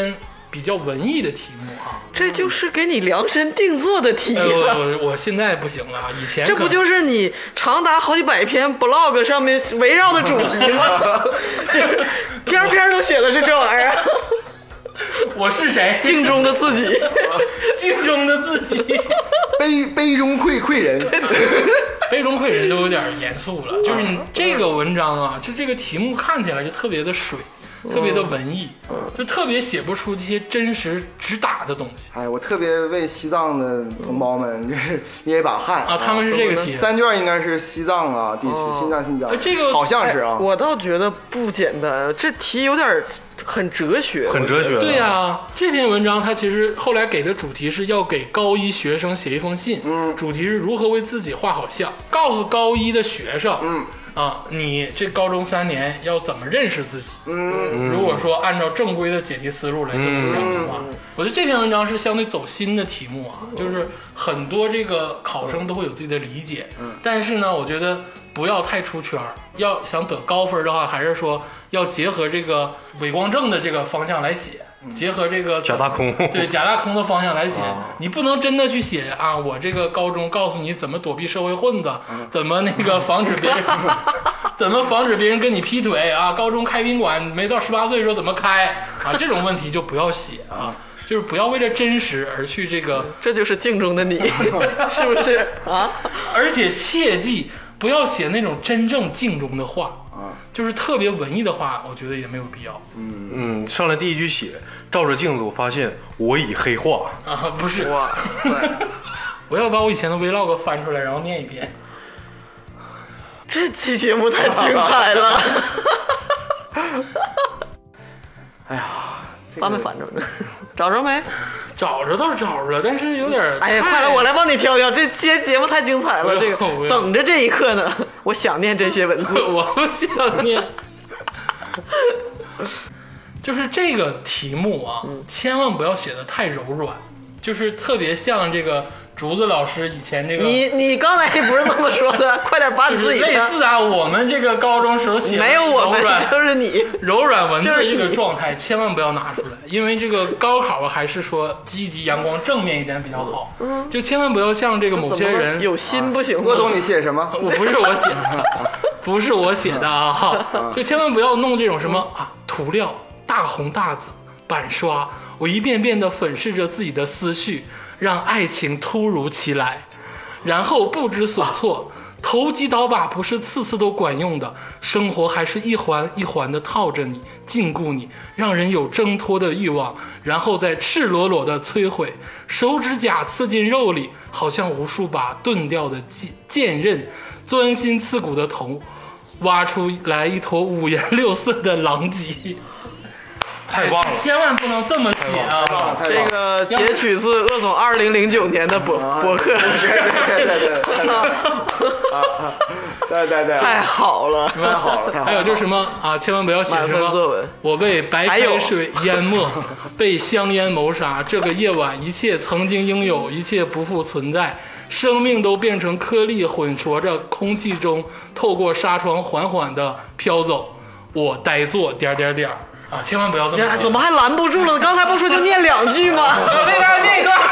比较文艺的题目啊。 这就是给你量身定做的题哎， 啊！ 我我我现在不行了，以前可这不就是你长达好几百篇 blog 上面围绕的主题吗？就是篇篇都写的是这玩意儿， 我是谁？ 镜中的自己。 镜中的自己。 杯杯中窥窥人， 杯中窥人都有点严肃了，就是你这个文章啊，就这个题目看起来就特别的水，特别的文艺，就特别写不出这些真实直打的东西哎，我特别为西藏的同胞们就是捏一把汗啊。他们是这个题， 三卷应该是西藏啊地区， 哦新疆、新疆呃，这个好像是啊。 我倒觉得不简单，这题有点很哲学， 很哲学的。 对呀、啊，这篇文章它其实后来给的主题是要给高一学生写一封信，嗯，主题是如何为自己画好像，告诉高一的学生，嗯。啊，你这高中三年要怎么认识自己？嗯，如果说按照正规的解题思路来这么想的话，嗯、我觉得这篇文章是相对走心的题目啊，就是很多这个考生都会有自己的理解，嗯、但是呢，我觉得不要太出圈，要想得高分的话，还是说要结合这个伪光正的这个方向来写。结合这个假大空， 对假大空的方向来写，啊、你不能真的去写啊！我这个高中告诉你怎么躲避社会混子，嗯、怎么那个防止别人，怎么防止别人跟你劈腿啊！高中开宾馆没到十八岁的时候怎么开啊？这种问题就不要写啊！就是不要为了真实而去这个， 这就是镜中的你，是不是啊？ 而且切记不要写那种真正镜中的话。就是特别文艺的话，我觉得也没有必要。 嗯嗯，上来第一句写，照着镜子，我发现我已黑化啊，不是， 哇我要把我以前的 vlog 翻出来，然后念一遍。 这期节目太精彩了。 哎呀， 这个、翻没翻着呢？找着没？ 找着倒是找着了，但是有点…… 哎呀，快来，我来帮你挑挑。这节节目太精彩了，这个等着这一刻呢。我想念这些文字， 我不想念。就是这个题目啊，嗯、千万不要写的太柔软，就是特别像这个竹子老师以前这个。 你你刚才不是这么说的，快点把你自己类似啊，我们这个高中时候写的没有我们，就是你柔软文字这个状态，千万不要拿出来，因为这个高考啊，还是说积极、阳光、正面一点比较好。嗯，就千万不要像这个某些人有心不行。 鄂总，你写什么？ 我不是我写的，不是我写的啊！就千万不要弄这种什么啊涂料、大红大紫、板刷，我一遍遍地粉饰着自己的思绪，让爱情突如其来，然后不知所措。投机倒把不是次次都管用的，生活还是一环一环的套着你，禁锢你，让人有挣脱的欲望，然后再赤裸裸的摧毁。手指甲刺进肉里，好像无数把钝掉的剑刃，钻心刺骨的头，挖出来一坨五颜六色的狼藉。 太棒了！ 千万不能这么写啊！ 这个截取自鄂总二零零九年的博博客， 对对对对对，啊对对对， 太好了， 太好了，太好了。 还有就是什么啊？千万不要写什么我被白开水淹没，被香烟谋杀。这个夜晚，一切曾经应有，一切不复存在，生命都变成颗粒，混浊着空气中，透过纱窗缓缓地飘走。我呆坐点点点。啊，千万不要这么写！ 怎么还拦不住了？刚才不说就念两句吗？ 我那边念一段，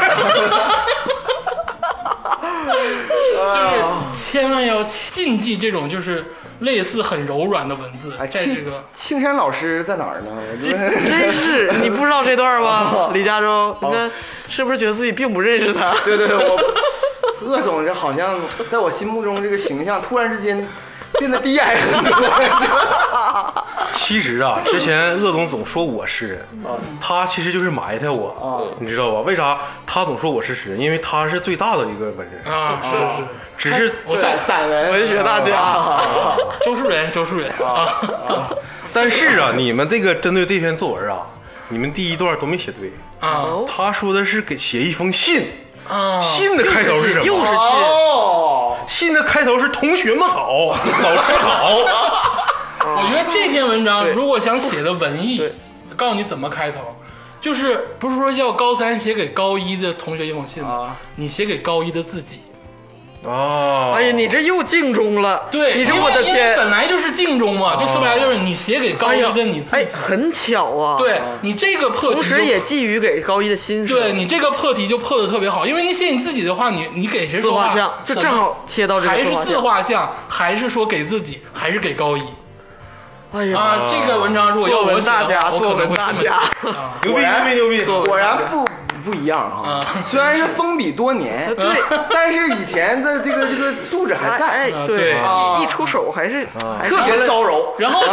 就是千万要禁忌这种就是类似很柔软的文字。 哎， 在这个青山老师在哪儿呢？ 真是你不知道这段吗？李嘉洲，你看是不是觉得自己并不认识他？ 对对对，我鄂总这好像在我心目中这个形象突然之间变得低矮很多。 其实啊，之前鄂总总说我诗人，他其实就是埋汰我，你知道吧？为啥他总说我是诗人？因为他是最大的一个文人啊，是是， 只是散散文文学大家， 周树人，周树人啊。 但是啊，你们这个针对这篇作文啊，你们第一段都没写对啊。 他说的是给写一封信啊， 信的开头是什么？ 又是信。 哦， 信的开头是同学们好，老师好。 我觉得这篇文章如果想写的文艺，告诉你怎么开头，就是不是说要高三写给高一的同学一封信吗？啊、你写给高一的自己， 哦， 哎呀，你这又敬中了， 对， 你说因为因为我的天， 本来就是敬中嘛，就说白了就是你写给高一哎呀的你自哎， 己， 很巧啊，， 对你这个破题就同时也寄予给高一的新生， 对你这个破题就破的特别好，因为你写你自己的话，你你给谁自说话画像就正好贴到这个还是自自画像， 画像，还是说给自己，还是给高一哎呀， 啊？这个文章如果要我写的话，我可能会这么写啊。 牛逼牛逼牛逼！ 果然不不一样啊！虽然是封笔多年， 对， 但是以前的这个这个素质还哎在， 哎， 对啊一一出手还是还是特别骚柔。 然后，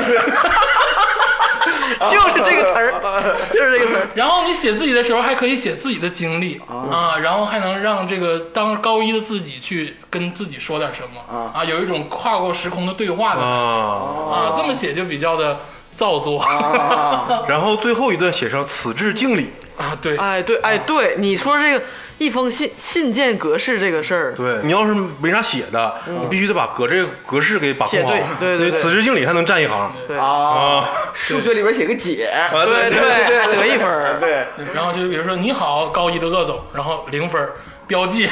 就是这个词儿，就是这个词儿。 然后你写自己的时候，还可以写自己的经历啊，然后还能让这个当高一的自己去跟自己说点什么啊，有一种跨过时空的对话的感觉啊， 啊，这么写就比较的造作啊， 然后最后一段写上此致敬礼。 啊，对， 哎，对，哎，对，你说这个一封信信件格式这个事儿， 对你要是没啥写的，你必须得把格这个格式给把控好。 写对对对对此致敬礼还能占一行。 对啊，数学里边写个解， 啊， 对对对，得一分儿， 对， 然后就比如说你好，高一的鄂总，然后零分标记，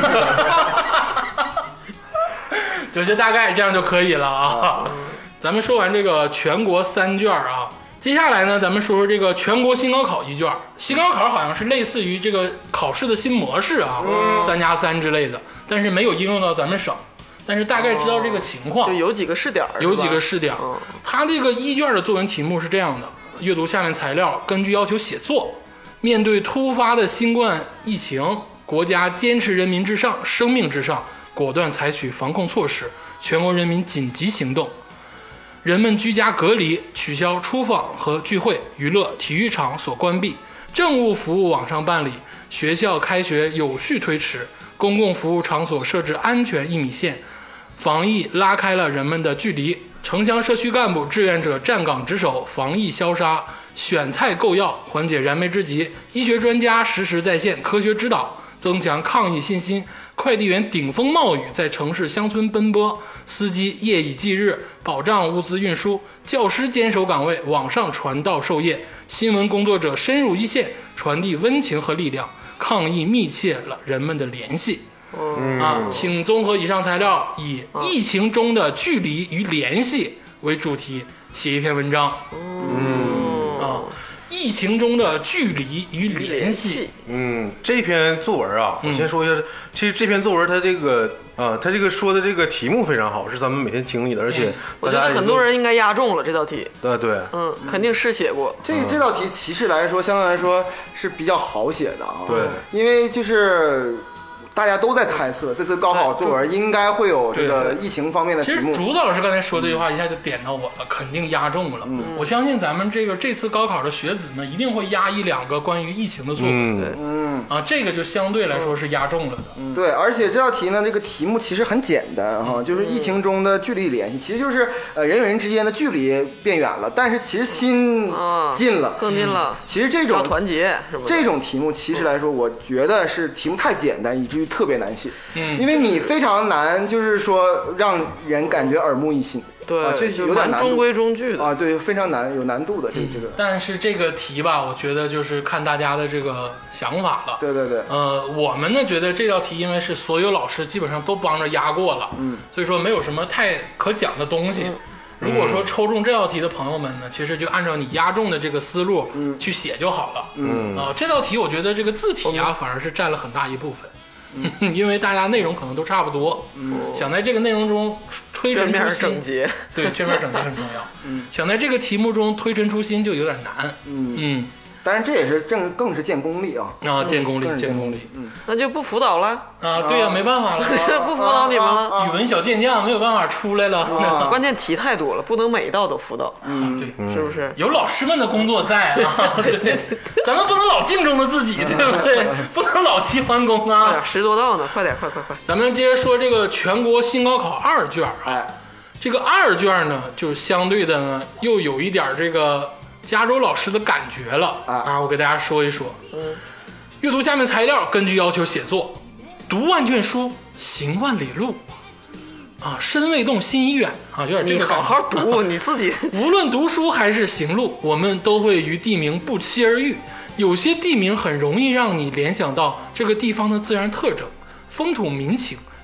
就是大概这样就可以了啊。咱们说完这个全国三卷啊。接下来呢，咱们说说这个全国新高考一卷。新高考好像是类似于这个考试的新模式啊，三加三之类的，但是没有应用到咱们省，但是大概知道这个情况， 就有几个试点儿， 有几个试试点。它这个一卷的作文题目是这样的：阅读下面材料，根据要求写作。面对突发的新冠疫情，国家坚持人民至上、生命至上，果断采取防控措施，全国人民紧急行动。人们居家隔离，取消出访和聚会，娱乐体育场所关闭，政务服务网上办理，学校开学有序推迟，公共服务场所设置安全一米线，防疫拉开了人们的距离。城乡社区干部、志愿者站岗值守，防疫消杀，选菜购药，缓解燃眉之急。医学专家实时在线科学指导，增强抗疫信心。快递员顶风冒雨在城市乡村奔波，司机夜以继日保障物资运输，教师坚守岗位，网上传道授业，新闻工作者深入一线，传递温情和力量。抗疫密切了人们的联系。 嗯啊，请综合以上材料，以疫情中的距离与联系为主题写一篇文章。 嗯啊，疫情中的距离与联系。 嗯，这篇作文啊，我先说一下，其实这篇作文它这个啊，它这个说的这个题目非常好，是咱们每天经历的，而且我觉得很多人应该押中了这道题。 啊，对， 嗯，肯定是写过。 这这道题其实来说，相对来说是比较好写的啊。 对， 因为就是大家都在猜测这次高考作文应该会有这个疫情方面的其实题目。 竹子老师刚才说这句话一下就点到我了，肯定押中了。我相信咱们这个这次高考的学子们一定会押一两个关于疫情的作文。 嗯嗯， 啊，这个就相对来说是押中了的。 对，而且这道题呢，这个题目其实很简单哈，就是疫情中的距离联系，其实就是呃人与人之间的距离变远了，但是其实心啊近了， 更近了。 其实这要种团结是吧？ 这种题目其实来说，我觉得是题目太简单，以至于特别难写。 嗯因为你非常难，就是说让人感觉耳目一新。 对， 啊，这就有点难度蛮中规中矩的。 啊，对，非常难，有难度的这个这个。 但是这个题吧，我觉得就是看大家的这个想法了。 对对对， 呃，我们呢觉得这道题因为是所有老师基本上都帮着压过了， 嗯， 所以说没有什么太可讲的东西。如果说抽中这道题的朋友们呢，其实就按照你押中的这个思路去写就好了。 嗯啊、这道题我觉得这个字体啊，反而是占了很大一部分。因为大家内容可能都差不多，想在这个内容中推陈卷面出新， 整洁。 对，卷面整洁很重要。想在这个题目中推陈出新就有点难。 嗯， 嗯， 当然这也是正更是见功力啊。 啊，见功力， 更是见功力。 嗯， 那就不辅导了， 啊，对呀、没办法了， 不辅导你们了。 啊语文小健将没有办法出来了。 啊关键题太多了，不能每一道都辅导， 啊，对， 是不是？ 有老师们的工作在啊，对，咱们不能老敬重着自己，对不对？不能老齐桓公啊快点，。十多道呢，快点，快快快！ 咱们接着说这个全国新高考二卷啊， 哎， 这个二卷呢，就相对的呢，又有一点这个加州老师的感觉了啊啊，我给大家说一说。嗯，阅读下面材料，根据要求写作，读万卷书，行万里路。啊，身未动，心已远啊，有点这你个感好觉。 好读，你自己无论读书还是行路，我们都会与地名不期而遇。有些地名很容易让你联想到这个地方的自然特征、风土民情、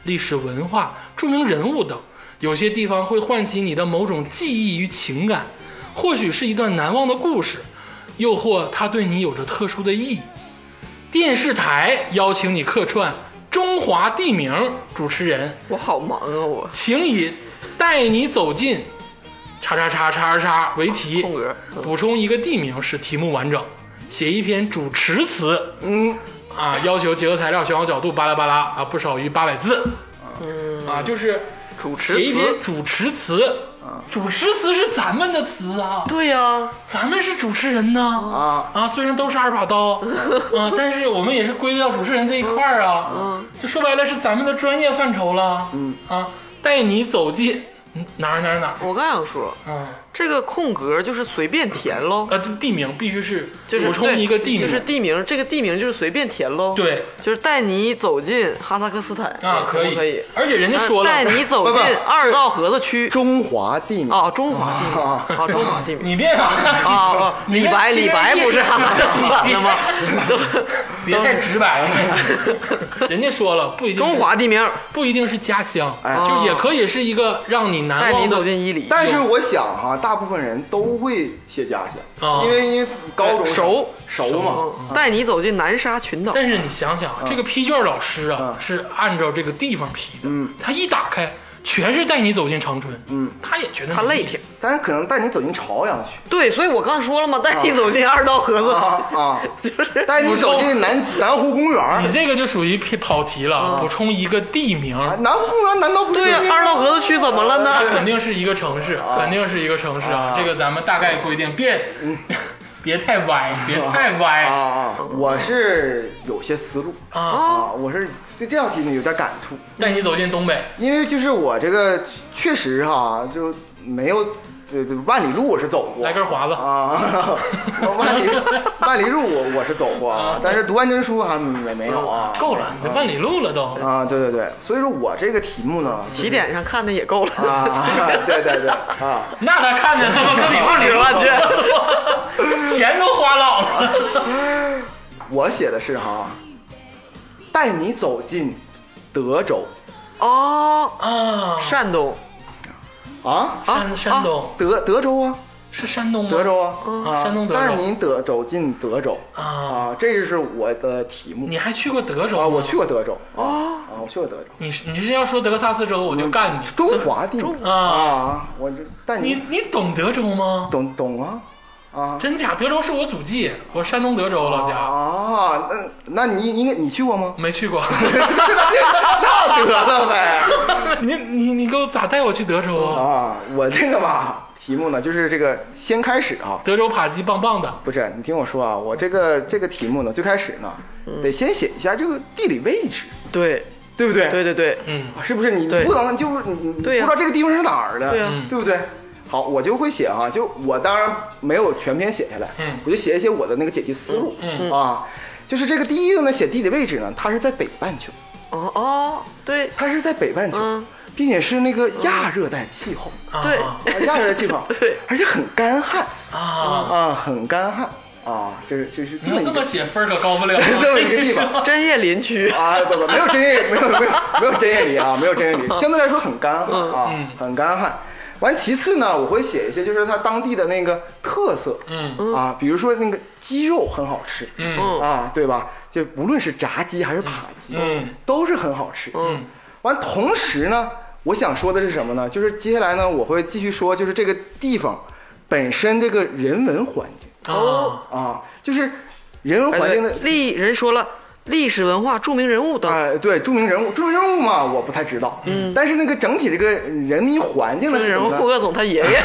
历史文化、著名人物等。有些地方会唤起你的某种记忆与情感，或许是一段难忘的故事，又或它对你有着特殊的意义。电视台邀请你客串中华地名主持人， 我好忙啊我。 请以带你走进叉叉叉叉叉为题， 空格补充一个地名使题目完整，写一篇主持词， 嗯啊，要求结合材料、选好角度，巴拉巴拉啊，不少于八百字， 嗯啊，就是主持写一篇词， 主持词，主持词是咱们的词啊， 对呀、 咱们是主持人呢， 啊， 啊，虽然都是二把刀，啊，但是我们也是归到主持人这一块儿啊， 嗯， 就说白了是咱们的专业范畴了， 嗯啊，带你走进嗯哪儿哪儿哪儿， 我刚想说， 啊， 这个空格就是随便填喽， 呃，这地名必须是就是补充一个地名， 就是地名，这个地名就是随便填喽，， 对就是带你走进哈萨克斯坦啊，可以可以， 而且人家说了， 带你走进不不二道河子区中华地名啊，中华地名啊啊，中华地名。 你别啊啊啊！李白，李白不是哈萨克斯坦的吗？都别太直白了。人家说了，不一定是中华地名， 不一定是家乡， 哎就也可以是一个让你难带你忘的走进伊犁。 但是我想哈，大部分人都会写家乡， 啊因为因为高中熟熟嘛， 嗯带你走进南沙群岛。 但是你想想，这个批卷老师啊， 嗯是按照这个地方批的， 嗯， 他一打开全是带你走进长春， 嗯， 他也觉得他累挺没意思但是可能带你走进朝阳去对，所以我刚说了嘛，带你走进二道河子啊区， 啊， 就是带你走进南南湖公园。 你这个就属于偏跑题了，补充一个地名， 啊南湖公园难道不是对呀、 地名吗二道河子区怎么了呢？ 那肯定是一个城市，肯定是一个城市啊，这个咱们大概规定，别别太歪，别太啊歪啊！我是有些思路啊！ 啊，我是对这道题呢有点感触， 带你走进东北， 因为就是我这个确实哈就没有这这万里路我是走过， 来根华子啊，万里万里路我我是走过啊，但是读万卷书还没没有啊， 够了，你这万里路了都。 啊，对对对，所以说我这个题目呢， 起点上看的也够了。 啊，对对对啊， 那他看着他妈跟你不止万卷， 钱都花老了。 我写的是哈，带你走进德州哦， 啊， 山东啊， 山山东德德州啊， 是山东吗？ 德州啊， 啊，山东德带州你德走进德州啊。 啊，这就是我的题目你还去过德州啊， 吗我去过德州啊啊，我去过德州， 你是你是要说德克萨斯州，我就干你。 中华地名啊啊，我这带你你懂德州吗？ 懂懂啊啊真假？德州是我祖籍，我山东德州老家， 啊，那那你应该你去过吗？ 没去过。 那得了呗你你你给我咋带我去德州啊？ 啊，我这个吧题目呢就是这个先开始啊， 德州扒鸡棒棒的。 不是你听我说啊，我这个这个题目呢最开始呢得先写一下这个地理位置， 对对不对？ 对对对， 嗯是不是你你对不能就是你你不对呀知道这个地方是哪儿的， 对呀嗯对不对？好，我就会写哈，就我当然没有全篇写下来， 嗯我就写一些我的那个解题思路， 嗯啊，就是这个第一个呢，写地理位置呢，它是在北半球， 哦哦，对它是在北半球， 嗯并且是那个亚热带气候， 啊对啊亚热带气候， 对， 而且很干旱啊！ 啊，很干旱啊，就是就是你要这么这么一个写分儿可高不了。 这么一个地方。 针叶林区， 啊，不不，没有针叶，没有没有没有针叶梨啊，没有针叶梨，相对来说很干旱啊， 嗯很干旱。完，其次呢，我会写一些就是它当地的那个特色嗯啊，比如说那个鸡肉很好吃嗯啊，对吧？就不论是炸鸡还是扒鸡， 嗯都是很好吃。 嗯完，同时呢，我想说的是什么呢？就是接下来呢，我会继续说，就是这个地方本身这个人文环境啊啊，就是人文环境的历人说了历史文化著名人物等， 哎，对，著名人物，著名人物嘛，我不太知道。嗯，但是那个整体这个人民环境呢著名人物是什么呢？ 霍克总他爷爷，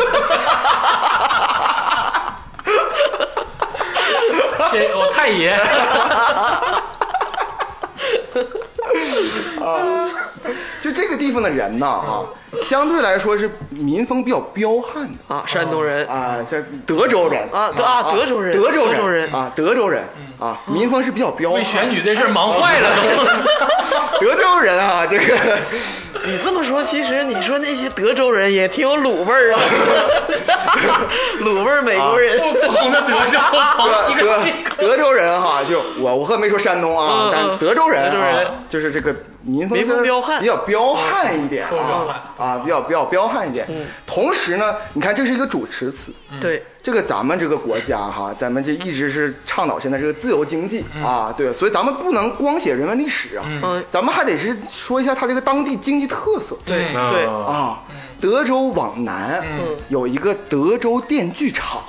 谢我太爷。 就这个地方的人呐啊，相对来说是民风比较彪悍的啊，山东人， 啊，这德州人啊德啊德州人德州德州人啊，德州人啊，民风是比较彪为悍。 选举这事儿忙坏了都。 德州人啊，这个你这么说，其实你说那些德州人也挺有鲁味儿啊，鲁味儿美国人， 不不同的德州，同一个德性格。 德州人哈，就我我可没说山东啊， 嗯嗯但德州人德州人啊，就是这个民风民风彪悍比较彪悍一点嗯彪悍啊啊，比较比较彪悍一点。 嗯同时呢，你看这是一个主词词， 对， 这个咱们这个国家哈，咱们这一直是倡导现在这个自由经济啊，对，所以咱们不能光写人文历史啊， 嗯， 咱们还得是说一下它这个当地经济特色。 对嗯对， 啊啊，德州往南嗯有一个德州电锯厂，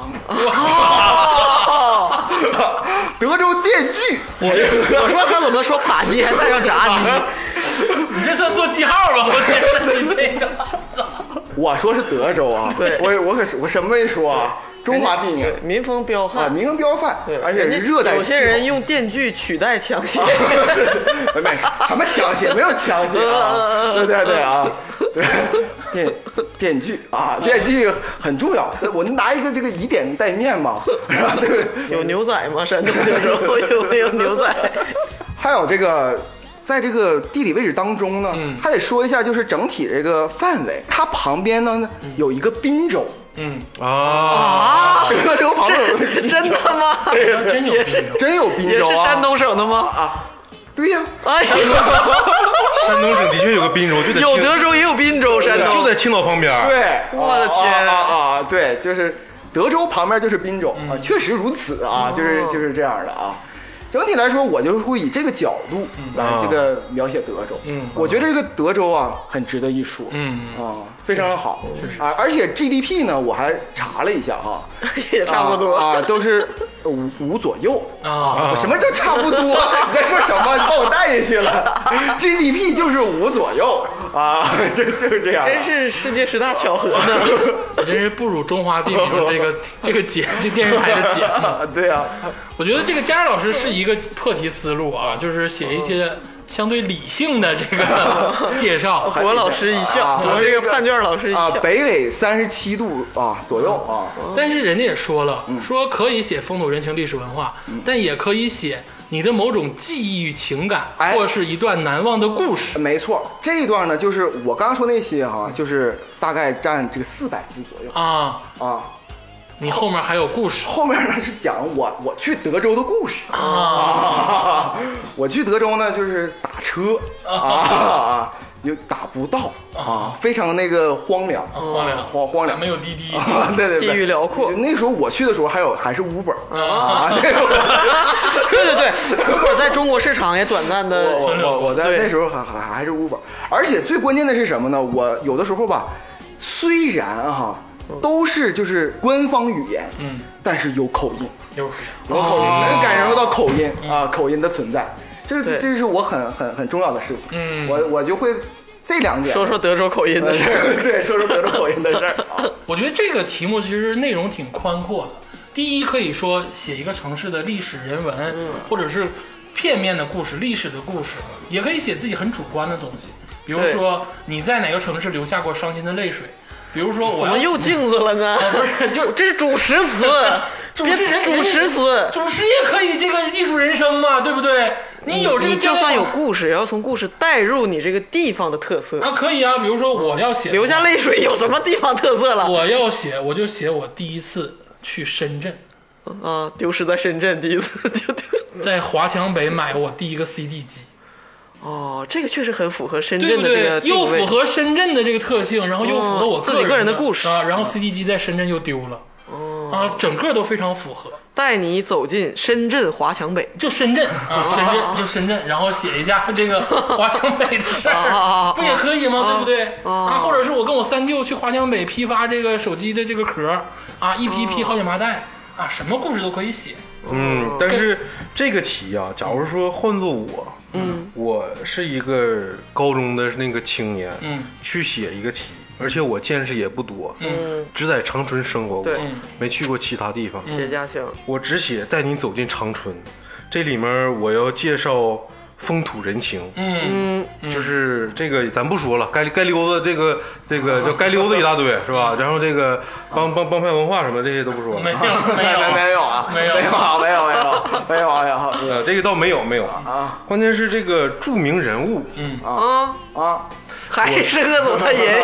哦， 德州电锯， 我说他怎么说扒鸡还带上炸鸡？ 你这算做记号吧？我觉得你那个， 我说是德州啊， 对我我可是我什么没说啊，中华地名对，民风彪啊， 悍。 民风彪悍对，， 而且是人家热带气候。 有些人用电锯取代枪械。 没没什么枪械，没有枪械啊，对对对啊，对，电电锯啊，电锯很重要。我拿一个这个以点带面嘛，是吧？对。 有牛仔吗？山东德州有没有牛仔？ 还有这个，在这个地理位置当中呢， 嗯还得说一下，就是整体这个范围，它旁边呢有一个滨州， 嗯， 啊， 啊， 德州旁边有个滨州真的吗？ 真有这种。 真有滨也州啊？ 是山东省的吗？ 啊？对呀、 哎呀， 山东省的确有个滨州，就在有青德州也有滨州，山东就在青岛旁边。 对， 我的天啊啊啊！对，就是德州旁边就是滨州啊，确实如此啊，就是就是这样的啊。整体来说，我就会以这个角度来这个描写德州。 嗯我觉得这个德州啊，很值得一说。 嗯啊，非常好啊！而且 G D P 呢，我还查了一下哈， 也差不多。 啊，啊都是五五左右啊什么叫差不多？你在说什么？你把我带进去了。G D P 就是五左右啊，就就是这样。 真是世界十大巧合呢。 我真是不辱中华地名这个这个节这电视台的节目。 啊，对呀、 我觉得这个佳儿老师是一个破题思路啊，就是写一些相对理性的这个介绍。 博老师一笑， 啊我这个判卷老师一啊， 笑。 北纬三十七度啊左右啊， 但是人家也说了，说可以写风土人情历史文化，但也可以写你的某种记忆与情感， 哎或是一段难忘的故事。 没错，这一段呢就是我刚刚说那些哈、就是大概占这个四百字左右啊， 啊。 你后面还有故事后面呢是讲我我去德州的故事啊啊，我去德州呢就是打车啊啊，就打不到啊，非常那个荒凉， 荒凉荒荒凉， 没有滴滴啊，对对对， 地域辽阔那时候我去的时候还有还是 Uber 啊，对对对对，我在中国市场也短暂的我我我我在对那时候还还还是 Uber，而且最关键的是什么呢？我有的时候吧，虽然哈都是就是官方语言， 嗯， 但是有口音， 有有口音，能感受到口音啊，口音的存在，这对这是我很很很重要的事情。 嗯我我就会这两点说说德州口音的事儿。 呃对，说说德州口音的事儿啊。 我觉得这个题目其实内容挺宽阔的。第一，可以说写一个城市的历史人文，或者是片面的故事、历史的故事，也可以写自己很主观的东西。比如说你在哪个城市留下过伤心的泪水，比如说我要怎么又镜子了呢？ 啊不是就这是主持词， 主持人别主持词。 主持也可以这个艺术人生嘛，对不对？你有这个你就算有教故事，也要从故事带入你这个地方的特色。 啊，可以啊。比如说我要写流下泪水有什么地方特色了？ 我要写我就写我第一次去深圳， 啊，丢失在深圳第一次就丢。 在华强北买我第一个 C D 机。 哦，这个确实很符合深对不圳的这个对？又定位符合深圳的这个特性，然后又符合我自己个人的的故事啊。然后 C D 机在深圳又丢了，啊，整个都非常符合。 带你走进深圳华强北。 就深圳啊，深圳就深圳，然后写一下这个华强北的事啊啊啊儿，不也可以吗？对不对？ 啊啊，或者是我跟我三舅去华强北批发这个手机的这个壳啊，一批批好几麻袋啊，什么故事都可以写。 嗯，但是这个题啊，假如说换做我，嗯，我是一个高中的那个青年， 嗯， 去写一个题，而且我见识也不多， 嗯， 只在长春生活过对， 没去过其他地方， 写家乡。 我只写带你走进长春，这里面我要介绍风土人情， 嗯， 嗯， 就是这个咱不说了，该该溜达这个这个叫该溜达一大堆是吧？然后这个帮帮帮派文化什么这些都不说了， 没有没有没有啊， 没有没有啊，没有没有没有啊，没有啊呃，这个倒没有没有啊， 关键是这个著名人物， 嗯啊， 啊， 还是鄂总他爷爷。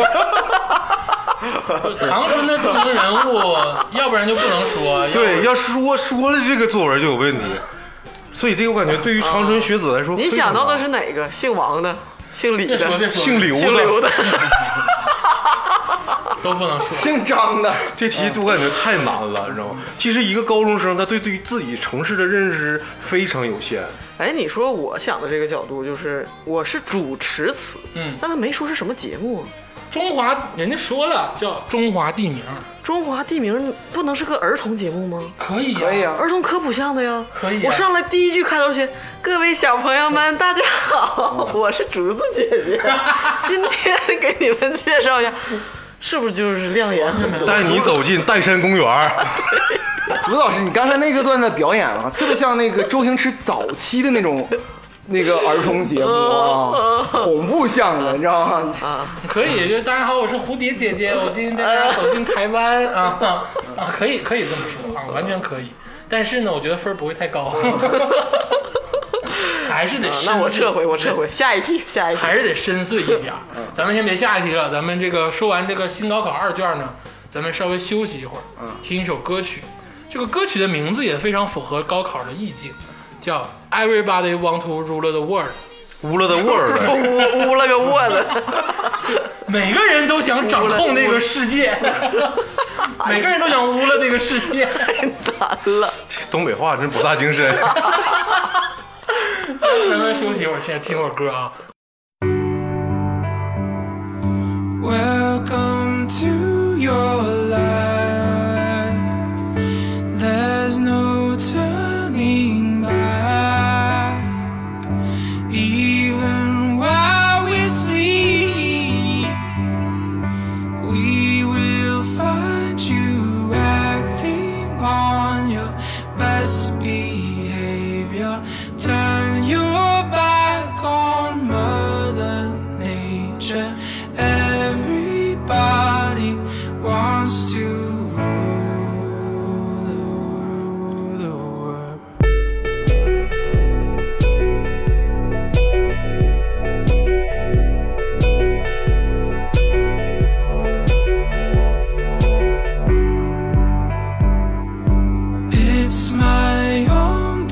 长春的著名人物，要不然就不能说。要不对，要说说了这个作文就有问题。 所以这个我感觉对于长春学子来说， 你想到的是哪个？姓王的，姓李的， 别说别说姓刘姓刘的， 都不能说。 姓张的， 这题我感觉太难了，你知道吗？其实一个高中生，他对对于自己城市的认识非常有限。 哎，你说我想的这个角度就是，我是主持词， 嗯但他没说是什么节目啊。 中华人家说了叫中华地名， 中华地名不能是个儿童节目吗？ 可以呀、 可以啊。 儿童科普项的呀， 可以啊我上来第一句开头就各位小朋友们，大家好，我是竹子姐姐，今天给你们介绍一下，是不是就是亮眼很多？ 带你走进岱山公园。 竹子老师，你刚才那个段的表演啊，特别像那个周星驰早期的那种那个儿童节目啊，恐怖向的，你知道吗？ 啊， 可以，就大家好，我是蝴蝶姐姐，我今天带大家走进台湾啊啊，可以可以这么说啊，完全可以。但是呢，我觉得分儿不会太高，还是得啊深邃那我撤回，我撤回，下一题，下一题。 还是得深邃一点儿。咱们先别下一题了，咱们这个说完这个新高考二卷呢，咱们稍微休息一会儿，听一首歌曲。这个歌曲的名字也非常符合高考的意境，叫 Everybody Want to Rule the World。 污了的味儿呗。 呜呜了个窝子， 每个人都想掌控这个世界，每个人都想污了这个世界。 难了。 东北话真博大精深。 行，咱们休息一会儿，先听会儿歌啊。 Welcome to your life. There's no turning back. Even while we sleep, we will find you acting on your best behavior. Turn your back on Mother Nature. Everybody wants to rule the world, the world. It's my own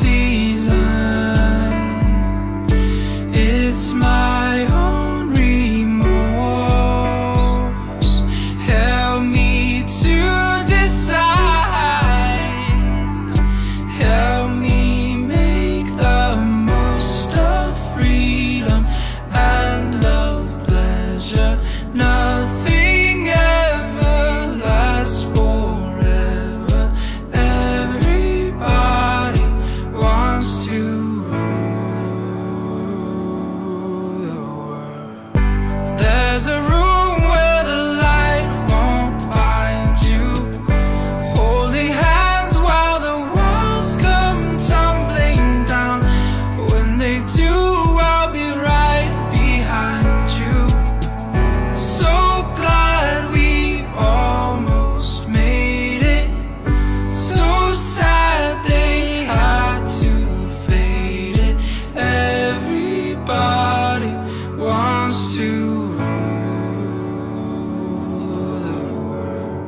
design. It's my own remorse. Help me to decide. Help me make the most of freedom and of pleasure. Nothing ever lasts forever. Everybody wants to rule the world. There's a room where the light won't find you. Holding hands while the walls come tumbling down. When they do, I'll be right behind you. So glad we've almost made it. So sad they had to fade it. Everybody wants to rule the world.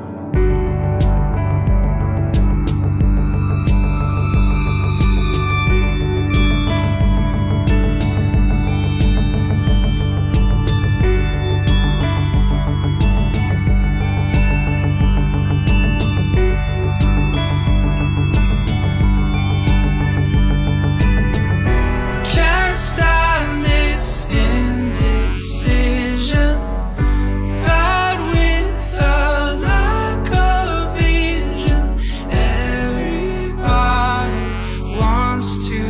Can't stand this indecision. Bad with a lack of vision. Everybody wants to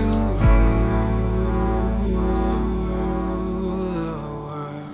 rule the world.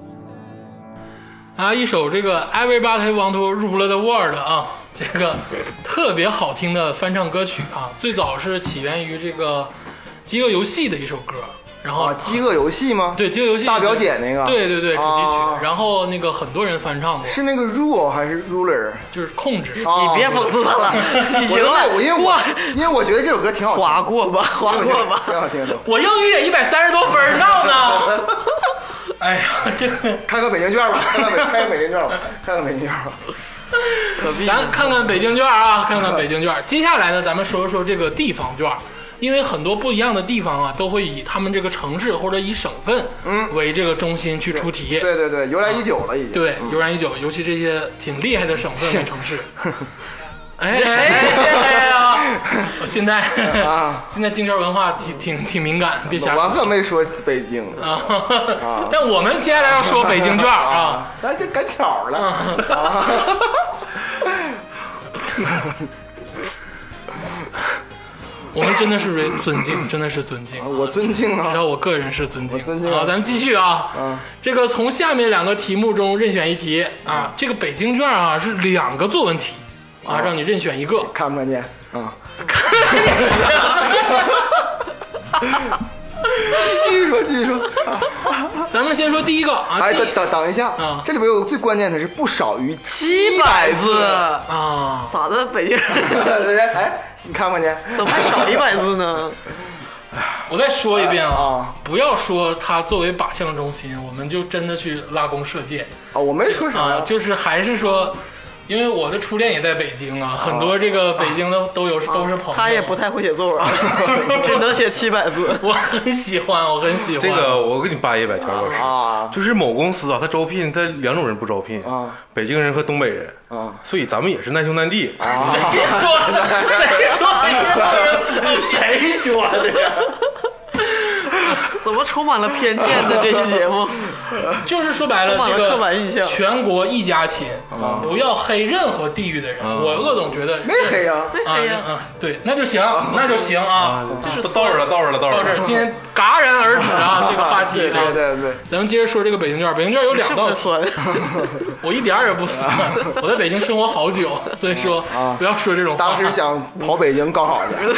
啊，一首这个 Everybody Want to Rule the World 啊，这个特别好听的翻唱歌曲啊，最早是起源于这个饥饿游戏的一首歌，然后、 啊，饥饿游戏吗？ 对饥饿游戏大表姐那个， 对对对主题曲， 啊然后那个很多人翻唱过， 是那个 rule 还是 ruler？ 就是控制。 啊， 你别讽刺他了，你我行了， 我因为过我因为我觉得这首歌挺好听， 划过吧，划挺好听过吧。 挺好听的。 我英语也一百三十多分儿，闹呢。哎呀，这个看看北京卷吧，看看北看看北京卷吧，看看北京卷吧。 何必呢？ 咱看看北京卷啊，看看北京卷。接下来呢，咱们说一说这个地方卷。 因为很多不一样的地方啊，都会以他们这个城市或者以省份嗯为这个中心去出题。 对对对，由来已久了已经。 对，悠然已久，尤其这些挺厉害的省份和城市。哎哎哎呀！我现在啊现在京圈文化挺挺挺敏感，别瞎我说可没说北京啊。但我们接下来要说北京卷啊， 咱就赶巧了。啊我们真的是尊敬，真的是尊敬。 我尊敬至啊， 少我个人是尊敬。 我尊敬好，咱们继续啊。 嗯这个从下面两个题目中任选一题啊。这个北京卷啊是两个作文题啊，让你任选一个。 看不看见啊？继续说，继续说。 咱们先说第一个啊。 哎， 第等等等一下啊这里边有个最关键的是不少于七百百字， 啊， 咋的？北京人哎，你看不看见？ 怎么还少一百字呢？ 我再说一遍啊啊， 不要说它作为靶向中心，我们就真的去拉弓射箭啊，我没说啥啊， 呀。 就是还是说。因为我的初恋也在北京啊，很多这个北京的都有都是朋友。 他也不太会写作文，只能写七百字。 我很喜欢，我很喜欢这个我给你掰一掰，乔老师啊就是某公司啊，他招聘他两种人不招聘啊， 北京人和东北人啊， 所以咱们也是难兄难弟谁说的？谁说的？ 谁说的呀？ 怎么充满了偏见的这期节目？ 就是说白了， 充满了这个刻板印象全国一家亲，不要黑任何地域的人。我鄂总觉得没黑呀。 啊黑呀啊，对，那就行，那就行啊啊，， 就是到这儿了，到这儿了，到这到这儿， 儿了。 今天戛然而止啊，这个话题。 对对对对， 咱们接着说这个北京卷，北京卷有两是不道是酸？ 我一点儿也不酸，我在北京生活好久，所以说啊不要说这种话。 当时想跑北京高考去。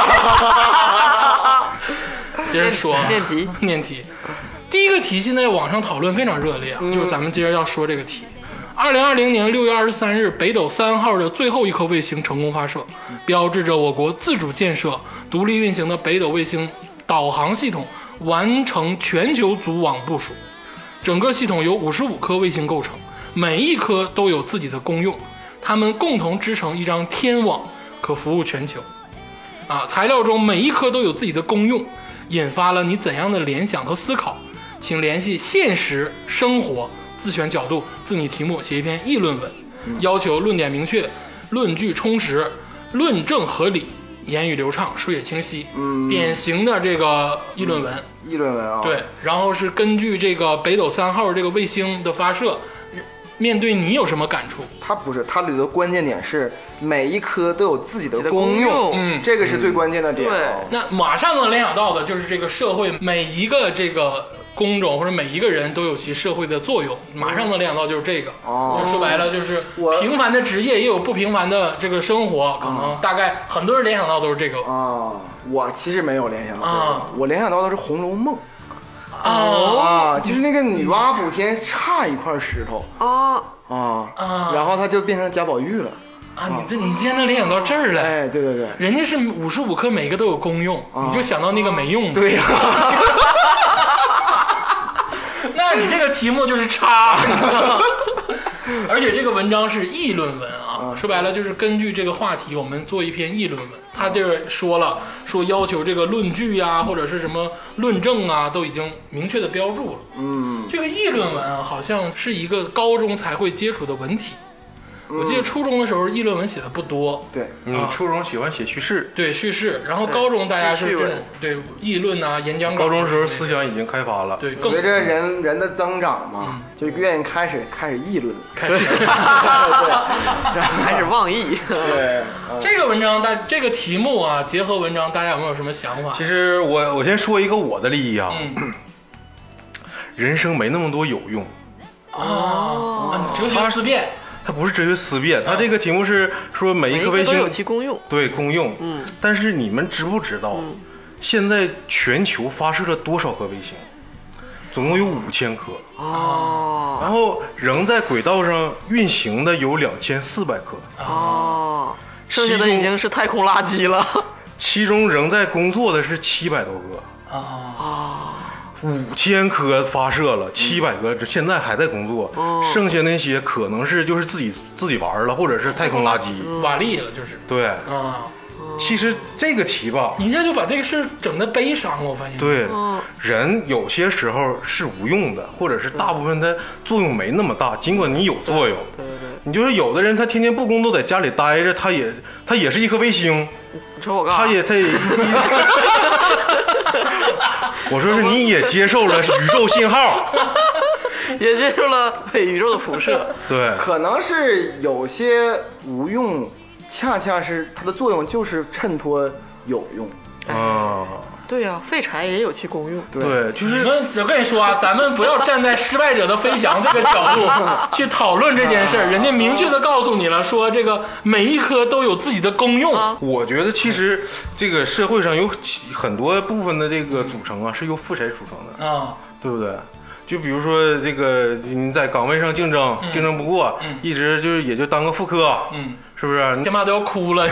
接着说啊念题， 念题。第一个题现在网上讨论非常热烈啊，就是咱们接着要说这个题。二零二零年六月二十三日，北斗三号的最后一颗卫星成功发射，标志着我国自主建设、独立运行的北斗卫星导航系统完成全球组网部署。整个系统由五十五颗卫星构成，每一颗都有自己的功用，它们共同织成一张天网，可服务全球。啊，材料中每一颗都有自己的功用，引发了你怎样的联想和思考？请联系现实生活，自选角度，自拟题目，写一篇议论文，要求论点明确，论据充实，论证合理，言语流畅，书写清晰。 嗯典型的这个议论文。 议论文啊。 对，然后是根据这个北斗三号这个卫星的发射，面对你有什么感触？ 它不是，它里头关键点是每一颗都有自己的自己的功用， 功用嗯这个是最关键的点啊。 那马上能联想到的就是这个社会每一个这个工种或者每一个人都有其社会的作用，马上能联想到就是这个。 哦就说白了就是我平凡的职业也有不平凡的这个生活，可能大概很多人联想到都是这个。 啊，我其实没有联想到这个啊我联想到的是《红楼梦》 哦啊，就是那个女娲补天差一块石头啊， 啊， 啊然后她就变成贾宝玉了。 啊，你这你竟然能联想到这儿来？ 哎，对对对， 人家是五十五颗，每个都有功用，你就想到那个没用的。 对呀、 那你这个题目就是差，你知道吗？而且这个文章是议论文啊，说白了就是根据这个话题，我们做一篇议论文。他这儿说了，说要求这个论据呀、或者是什么论证啊，都已经明确的标注了。 嗯， 这个议论文啊，好像是一个高中才会接触的文体。我记得初中的时候议论文写的不多， 对， 嗯，初中喜欢写叙事， 对叙事，然后高中大家是趣味这种对议论啊、演讲稿。 高中时候思想已经开发了。 对更随着人人的增长嘛，就愿意开始开始议论了。 开始。 开始妄议。 对， 这个文章大这个题目啊，结合文章，大家有没有什么想法？ 其实我我先说一个我的利益啊， 嗯人生没那么多有用， 啊，啊哲学思辨。 它不是哲学思辨，它这个题目是说每一每一颗卫星个都有其功用。 对功用， 嗯， 但是你们知不知道，现在全球发射了多少颗卫星？总共有五千颗， 哦然后仍在轨道上运行的有两千四百颗， 哦，剩下的已经是太空垃圾了。 其中仍在工作的是七百多个。 啊， 五千颗发射了，七百个这现在还在工作， 哦剩下那些可能是就是自己自己玩了，或者是太空垃圾。 瓦砾了就是对， 啊， 其实这个题吧， 一下就把这个事儿整的悲伤，我发现。 对嗯， 人有些时候是无用的，或者是大部分它作用没那么大，尽管你有作用。 对对对， 你就是有的人他天天不工作在家里待着，他也他也是一颗卫星， 你瞅我干啥？ 他也他也。我说是你也接受了宇宙信号， 也接受了被宇宙的辐射。 对， 可能是有些无用，恰恰是它的作用就是衬托有用。 啊， 对呀、废柴也有其功用。 对，就是你们，我跟你说啊，咱们不要站在失败者的飞翔这个角度去讨论这件事儿。人家明确的告诉你了，说这个每一颗都有自己的功用。 啊我觉得其实这个社会上有很多部分的这个组成啊，是由负谁组成的， 啊， 对不对？就比如说这个你在岗位上竞争，竞争不过，一直就是也就当个副科， 嗯， 是不是？ 天妈都要哭了。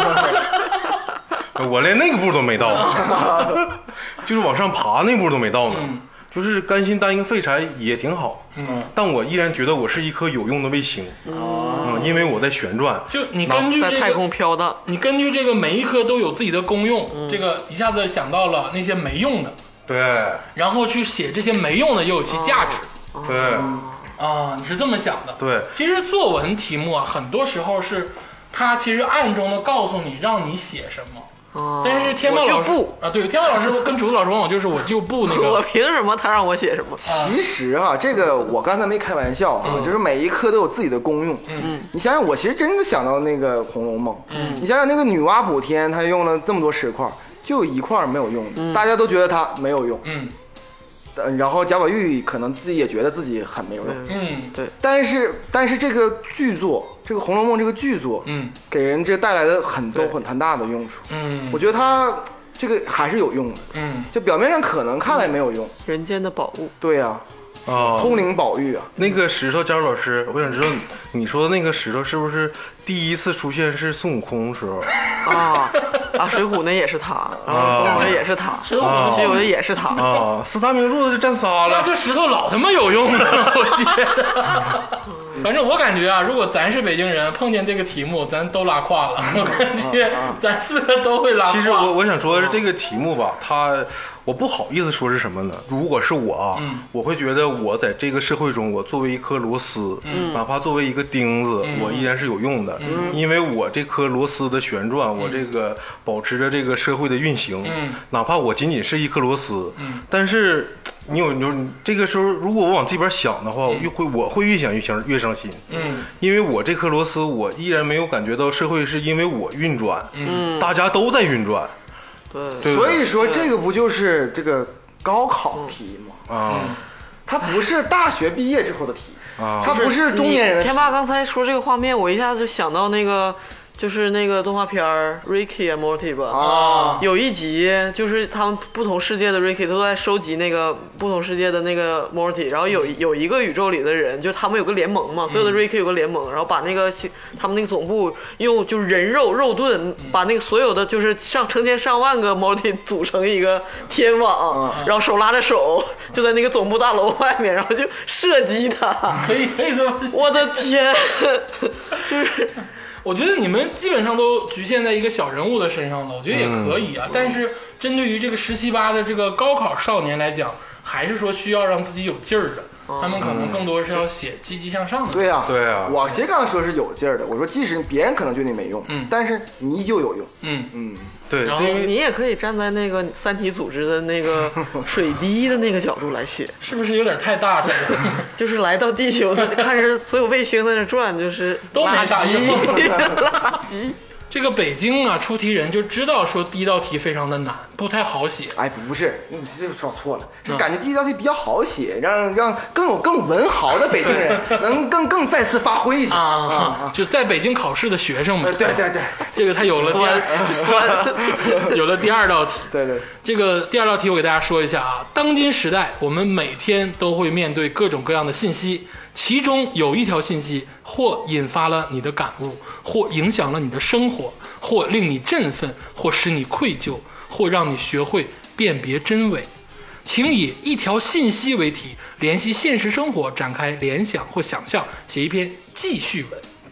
我连那个步都没到，就是往上爬那步都没到呢。 嗯就是甘心当一个废柴也挺好， 嗯， 但我依然觉得我是一颗有用的卫星，嗯，因为我在旋转。 就你根据这在太空个， 飘荡。 你根据这个每一颗都有自己的功用，这个一下子想到了那些没用的， 对然后去写这些没用的又有其价值。 对啊，你是这么想的？ 对， 其实作文题目啊，很多时候是它其实暗中的告诉你让你写什么。 啊但是天道老师我就不， 啊，对，天道老师跟竹子老师往往就是我就不那我个， 凭什么他让我写什么？ 其实啊，这个我刚才没开玩笑啊，就是每一科都有自己的功用。 嗯， 你想想，我其实真的想到那个《红楼梦》。嗯，你想想那个女娲补天，她用了这么多石块，就有一块没有用的，大家都觉得它没有用。 嗯呃然后贾宝玉可能自己也觉得自己很没有用。 嗯对， 但是但是这个剧作，这个《红楼梦》这个剧作， 嗯给人这带来了很多对很很大的用处。 嗯我觉得它这个还是有用的， 嗯， 就表面上可能看来没有用， 人间的宝物。 对呀、 啊， 通灵宝玉啊， 那个石头，佳茹老师，我想知道你说的那个石头是不是第一次出现是孙悟空的时候？ 啊啊！水浒那也是他，然后凤凰也是他， 水浒啊西游的也是他。 啊，四大名著就占仨那了。 这石头老他妈有用了，我觉得。反正我感觉啊，如果咱是北京人，碰见这个题目，咱都拉胯了。我感觉咱四个都会拉胯。 其实我我想说的是这个题目吧，它我不好意思说是什么呢？如果是我啊， 嗯我会觉得我在这个社会中，我作为一颗螺丝， 嗯哪怕作为一个钉子，我依然是有用的，因为我这颗螺丝的旋转，我这个保持着这个社会的运行， 嗯哪怕我仅仅是一颗螺丝， 嗯但是你有你有这个时候，如果我往这边想的话，我越会我会越想越想越伤心， 嗯因为我这颗螺丝，我依然没有感觉到社会是因为我运转， 嗯， 大家都在运转， 对， 对所以说这个不就是这个高考题吗？ 啊它不是大学毕业之后的题， 啊它不是中年人的题天。霸刚才说这个画面，我一下子就想到那个，就是那个动画片儿《Ricky and Morty》吧。 啊， 有一集就是他们不同世界的 Ricky 都在收集那个不同世界的那个 Morty，然后有有一个宇宙里的人，就他们有个联盟嘛，所有的 Ricky 有个联盟，然后把那个他们那个总部用就是人肉肉盾，把那个所有的就是上成千上万个 Morty 组成一个天网，然后手拉着手就在那个总部大楼外面，然后就射击他。 可以可以这么去我的天，就是我觉得你们基本上都局限在一个小人物的身上了，我觉得也可以啊。但是针对于这个十七八的这个高考少年来讲，还是说需要让自己有劲儿的。他们可能更多是要写积极向上的。 对呀、 对啊我其实刚才说是有劲儿的，我说即使别人可能觉得你没用， 嗯但是你依旧有用。 嗯， 嗯， 对， 然后因为你也可以站在那个三体组织的那个水滴的那个角度来写， 是不是有点太大这个？ 就是来到地球的，看着所有卫星在那转，就是都没啥垃圾用垃圾。 这个北京啊，出题人就知道说第一道题非常的难，不太好写。 哎，不是，你这个说错了， 嗯是感觉第一道题比较好写，让让更有更文豪的北京人能更更再次发挥一下啊，就在北京考试的学生呃们， 对对对这个他有了第二，有了第二道题。 对对， 这个第二道题我给大家说一下啊，当今时代我们每天都会面对各种各样的信息，其中有一条信息或引发了你的感悟，或影响了你的生活，或令你振奋，或使你愧疚，或让你学会辨别真伪。请以一条信息为题，联系现实生活，展开联想或想象，写一篇记叙文。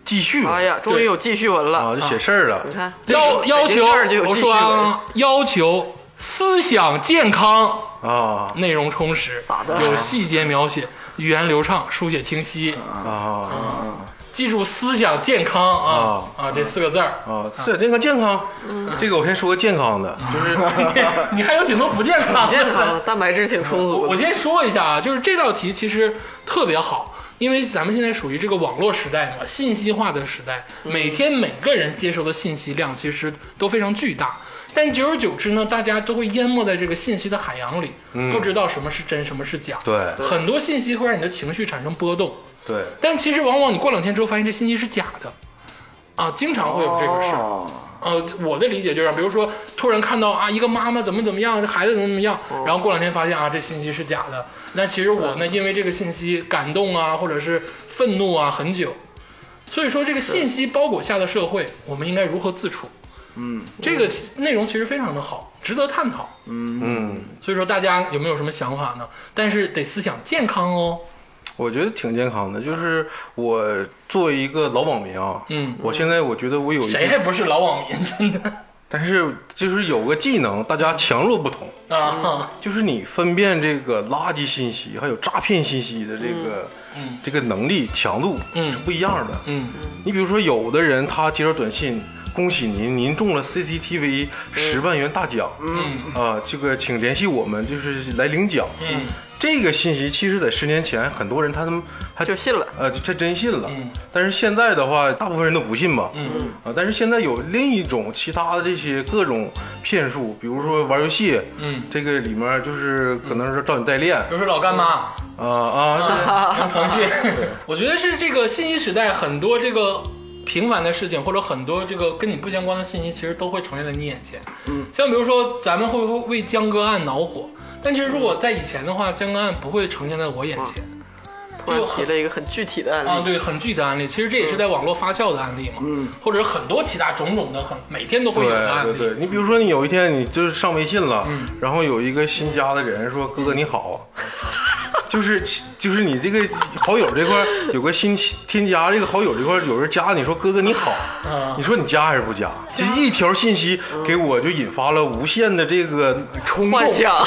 记叙哎呀，终于有记叙文了啊，就写事儿了。 你看， 要要求我就有记叙文说啊，要求思想健康， 啊内容充实咋的， 有细节描写，语言流畅，书写清晰。 啊记住思想健康啊啊这四个字儿。 啊！是健康健康，这个我先说个健康的，就是你还有挺多不健康的。 健康，蛋白质挺充足的。 我先说一下啊，就是这道题其实特别好，因为咱们现在属于这个网络时代嘛，信息化的时代，每天每个人接收的信息量其实都非常巨大。但久而久之呢，大家都会淹没在这个信息的海洋里，不知道什么是真，什么是假。 对很多信息会让你的情绪产生波动， 对但其实往往你过两天之后发现这信息是假的，啊，经常会有这个事儿。 哦呃，我的理解就是，比如说突然看到啊，一个妈妈怎么怎么样，孩子怎么怎么样，然后过两天发现啊，这信息是假的。那其实我呢，因为这个信息感动啊，或者是愤怒啊，很久。所以说，这个信息包裹下的社会，我们应该如何自处？ 嗯这个内容其实非常的好，值得探讨。 嗯， 所以说，大家有没有什么想法呢？但是得思想健康哦。 我觉得挺健康的。就是我作为一个老网民啊， 嗯我现在我觉得我有一谁还不是老网民？真的但是就是有个技能，大家强弱不同。 啊， 就是你分辨这个垃圾信息还有诈骗信息的这个、 嗯这个能力强度嗯是不一样的。 嗯你比如说，有的人他接到短信，恭喜您，您中了 C C T V 十万元大奖， 嗯啊，这个请联系我们，就是来领奖。 嗯这个信息其实在十年前，很多人他们还就信了。 呃，这真信了。 嗯但是现在的话，大部分人都不信吧。 嗯啊，但是现在有另一种其他的这些各种骗术，比如说玩游戏， 嗯， 这个里面就是可能是找你代练， 比如说老干妈。 啊啊， 像腾讯，我觉得是这个信息时代很多这个平凡的事情，或者很多这个跟你不相关的信息，其实都会呈现在你眼前。嗯，像比如说咱们会不会为江歌案恼火？但其实如果在以前的话，江歌案不会呈现在我眼前。 突然提了一个很具体的案例。 啊，对，很具体的案例，其实这也是在网络发酵的案例嘛，嗯，或者很多其他种种的很每天都会有的案例。 对对对，你比如说你有一天你就是上微信了， 嗯然后有一个新加的人说哥哥你好，就是就是你这个好友这块有个新添加这个好友这块有人加你说哥哥你好， 嗯你说你加还是不加？这一条信息给我就引发了无限的这个冲动幻。想，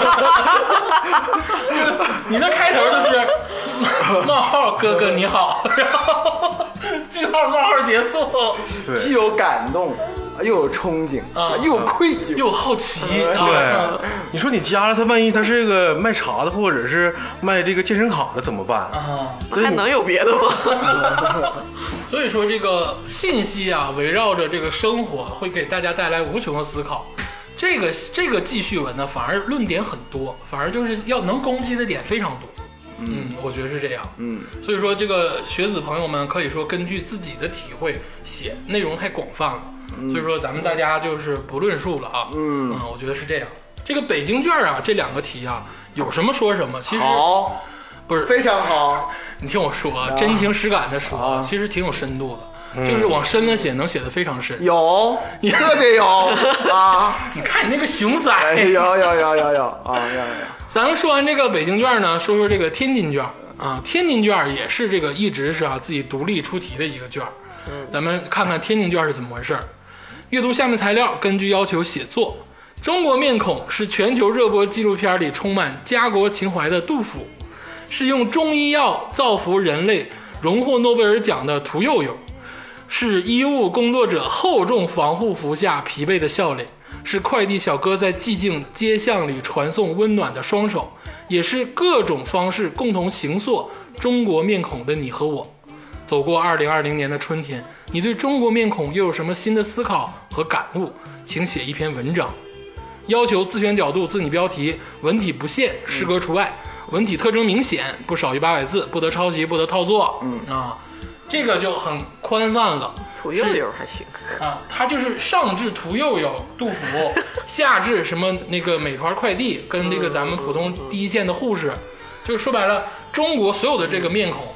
你的开头就是冒号哥哥你好，然后句号冒号结束， 对既有感动，又有憧憬， 啊又有愧疚。 又好奇， 对啊， 你说你加了他，万一他是个卖茶的，或者是卖这个健身卡的，怎么办？ 啊， 那还能有别的吗？ 所以说这个信息啊，围绕着这个生活，会给大家带来无穷的思考。这个这个记叙文呢，反而论点很多，反而就是要能攻击的点非常多。嗯，我觉得是这样。 嗯， 所以说这个学子朋友们可以说根据自己的体会写，内容太广泛了。所以说咱们大家就是不论述了啊。 嗯啊，我觉得是这样。这个北京卷啊，这两个题啊，有什么说什么。其实好， 不是， 非常好。 你听我说啊，真情实感的说啊，其实挺有深度的，就是往深了写，能写得非常深。 有，特别有啊！ 你看你那个熊仔， 哎，有有有有有啊，有有。 咱们说完这个北京卷呢，说说这个天津卷啊。天津卷也是这个一直是啊自己独立出题的一个卷。嗯，咱们看看天津卷是怎么回事。阅读下面材料，根据要求写作。中国面孔是全球热播纪录片里充满家国情怀的杜甫，是用中医药造福人类、荣获诺贝尔奖的屠呦呦，是医务工作者厚重防护服下疲惫的笑脸，是快递小哥在寂静街巷里传送温暖的双手，也是各种方式共同形塑中国面孔的你和我。走过二零二零年的春天，你对中国面孔又有什么新的思考和感悟？请写一篇文章。要求自选角度、自拟标题，文体不限，诗歌除外，文体特征明显，不少于八百字，不得抄袭，不得套作。嗯啊，这个就很宽泛了。 屠呦呦还行啊，他就是上至屠呦呦、杜甫，下至什么那个美团快递，跟这个咱们普通第一线的护士，就是说白了，中国所有的这个面孔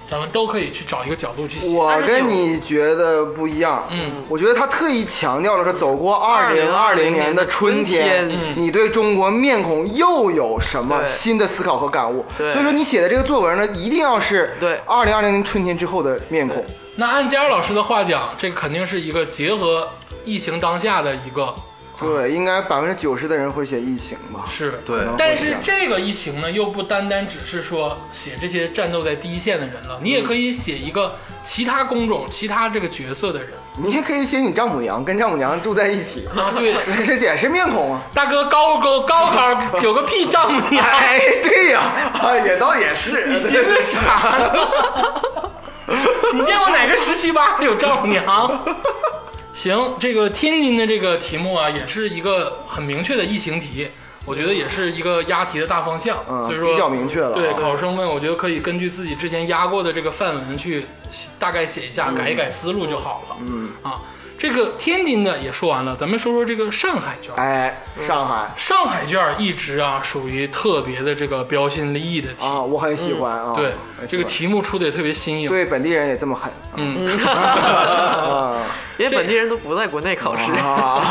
咱们都可以去找一个角度去写。 我跟你觉得不一样， 嗯， 我觉得他特意强调了说，走过二零二零年的春天， 嗯你对中国面孔又有什么对新的思考和感悟？ 对所以说你写的这个作文呢，一定要是对二零二零年春天之后的面孔。 那按佳老师的话讲，这个肯定是一个结合疫情当下的一个对，应该百分之九十的人会写疫情吧？ 是对但是这个疫情呢，又不单单只是说写这些战斗在第一线的人了，你也可以写一个其他工种、其他这个角色的人你也可以写你丈母娘跟丈母娘住在一起， 啊。对， 这也是面孔啊。 大哥高高高考有个屁丈母娘， 哎，对呀、啊，也倒也是。 你寻思啥呢？你见过哪个十七八有丈母娘？行，这个天津的这个题目啊，也是一个很明确的疫情题，我觉得也是一个押题的大方向， 嗯所以说比较明确了啊对考生们，我觉得可以根据自己之前押过的这个范文去大概写一下，改一改思路就好了。嗯啊，这个天津的也说完了，咱们说说这个上海卷。 哎，上海上海卷一直啊属于特别的这个标新立异的题， 啊，我很喜欢啊。 对很喜欢这个题目出的也特别新颖。 对本地人也这么狠嗯， 啊因为本地人都不在国内考试。 啊！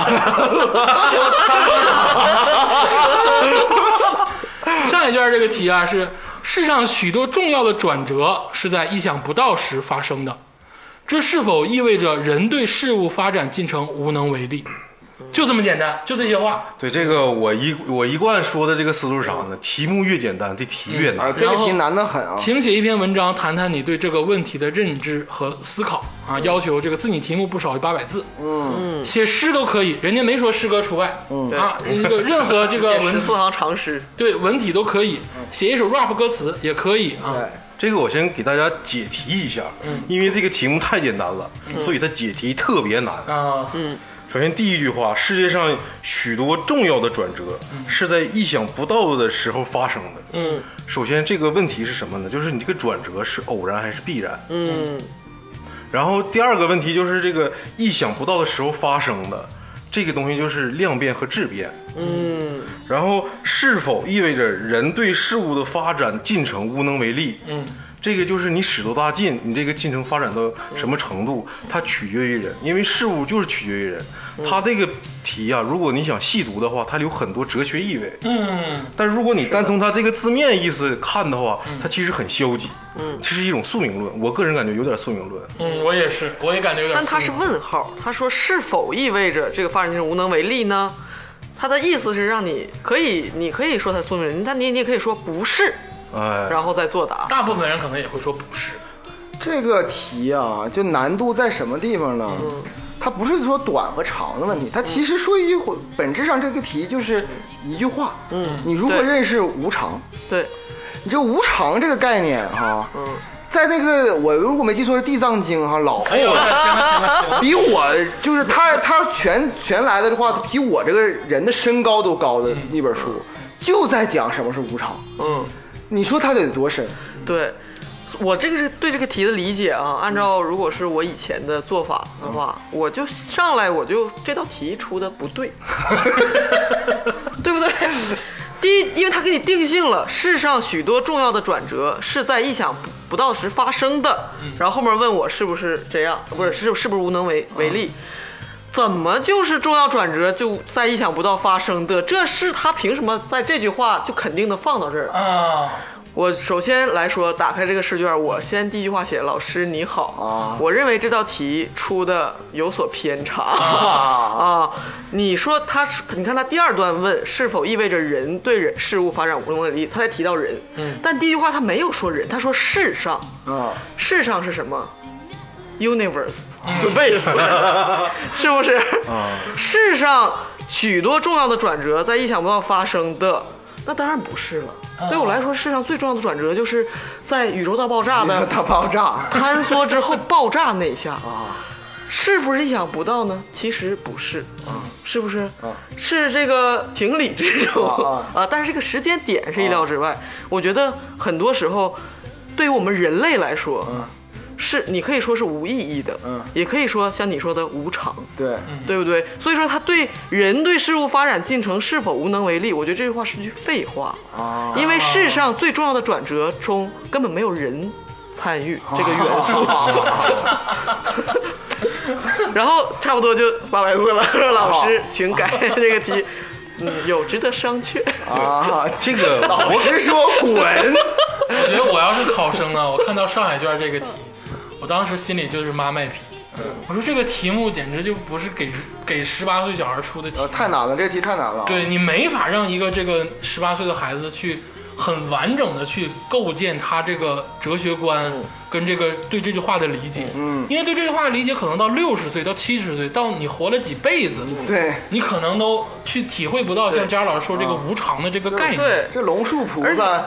上海卷这个题啊是世上许多重要的转折是在意想不到时发生的，这是否意味着人对事物发展进程无能为力？就这么简单，就这些话。 对这个我一我一贯说的这个思路是啥呢？题目越简单，这题越难。 啊，这个题难得很啊！ 请写一篇文章，谈谈你对这个问题的认知和思考啊。要求这个自拟题目不少于八百字。 嗯， 写诗都可以，人家没说诗歌除外。 嗯啊，这个任何这个文写十四行长诗， 对文体都可以，写一首 rap 歌词也可以啊。 对， 这个我先给大家解题一下，因为这个题目太简单了，所以它解题特别难。 啊， 首先第一句话，世界上许多重要的转折是在意想不到的时候发生的。 嗯首先这个问题是什么呢？就是你这个转折是偶然还是必然？ 嗯然后第二个问题就是这个意想不到的时候发生的这个东西就是量变和质变。 嗯然后是否意味着人对事物的发展进程无能为力？ 嗯， 这个就是你使多大劲，你这个进程发展到什么程度，它取决于人，因为事物就是取决于人。它这个题啊，如果你想细读的话，它有很多哲学意味。 嗯， 但如果你单从它这个字面意思看的话，它其实很消极。嗯，这是一种宿命论，我个人感觉有点宿命论。 嗯，我也是，我也感觉有点。 但他是问号，他说是否意味着这个发展进程无能为力呢？他的意思是让你可以，你可以说他宿命论，但你你也可以说不是， 哎， 然后再作答。 大部分人可能也会说不是。 这个题啊，就难度在什么地方呢？它不是说短和长的问题，它其实说一句话，本质上这个题就是一句话。 嗯你如何对认识无常？ 对， 你这无常这个概念哈， 嗯在那个我如果没记错是《地藏经》哈，老后哎呦，行了行了行了， 比我就是他他全全来的话，比我这个人的身高都高的一本书，就在讲什么是无常。 嗯， 你说他得多深？ 对。我这个是对这个题的理解啊，按照如果是我以前的做法的话，我就上来我就这道题出的不对，对不对？第一，因为他给你定性了世上许多重要的转折是在意想不到时发生的，然后后面问我是不是这样，不是是是不是无能为为力。怎么就是重要转折就在意想不到发生的？这是他凭什么在这句话就肯定的放到这儿？ 啊， 我首先来说，打开这个试卷，我先第一句话写“老师你好”， 啊我认为这道题出的有所偏差啊啊。你说他，你看他第二段问是否意味着人对人事物发展无能为力，他才提到人， 嗯， 但第一句话他没有说人，他说世上， 啊， 世上是什么？Universe space，是不是？ 啊， 世上许多重要的转折在意想不到发生的，那当然不是了。对我来说，世上最重要的转折就是在宇宙大爆炸你说的它爆炸坍缩之后爆炸那一下， 啊是不是意想不到呢？其实不是，是不是？ 啊是这个情理之中啊啊，但是这个时间点是意料之外。我觉得很多时候，对于我们人类来说，是你可以说是无意义的， 嗯也可以说像你说的无常。 对， 对不对？所以说他对人对事物发展进程是否无能为力，我觉得这句话是句废话啊因为世上最重要的转折中根本没有人参与这个元素。然后差不多就八百字了，说老师请改这个题，嗯，有值得商榷。 啊， 这个老师说滚， 我觉得我要是考生啊，我看到上海卷这个题，我当时心里就是妈卖批。我说这个题目简直就不是给给十八岁小孩出的题呃，，太难了，这个题太难了。 对你没法让一个这个十八岁的孩子去很完整的去构建他这个哲学观跟这个对这句话的理解， 嗯因为对这句话的理解可能到六十岁到七十岁，到你活了几辈子， 对， 你可能都去体会不到像佳老师说这个无常的这个概念。 对这龙树菩萨，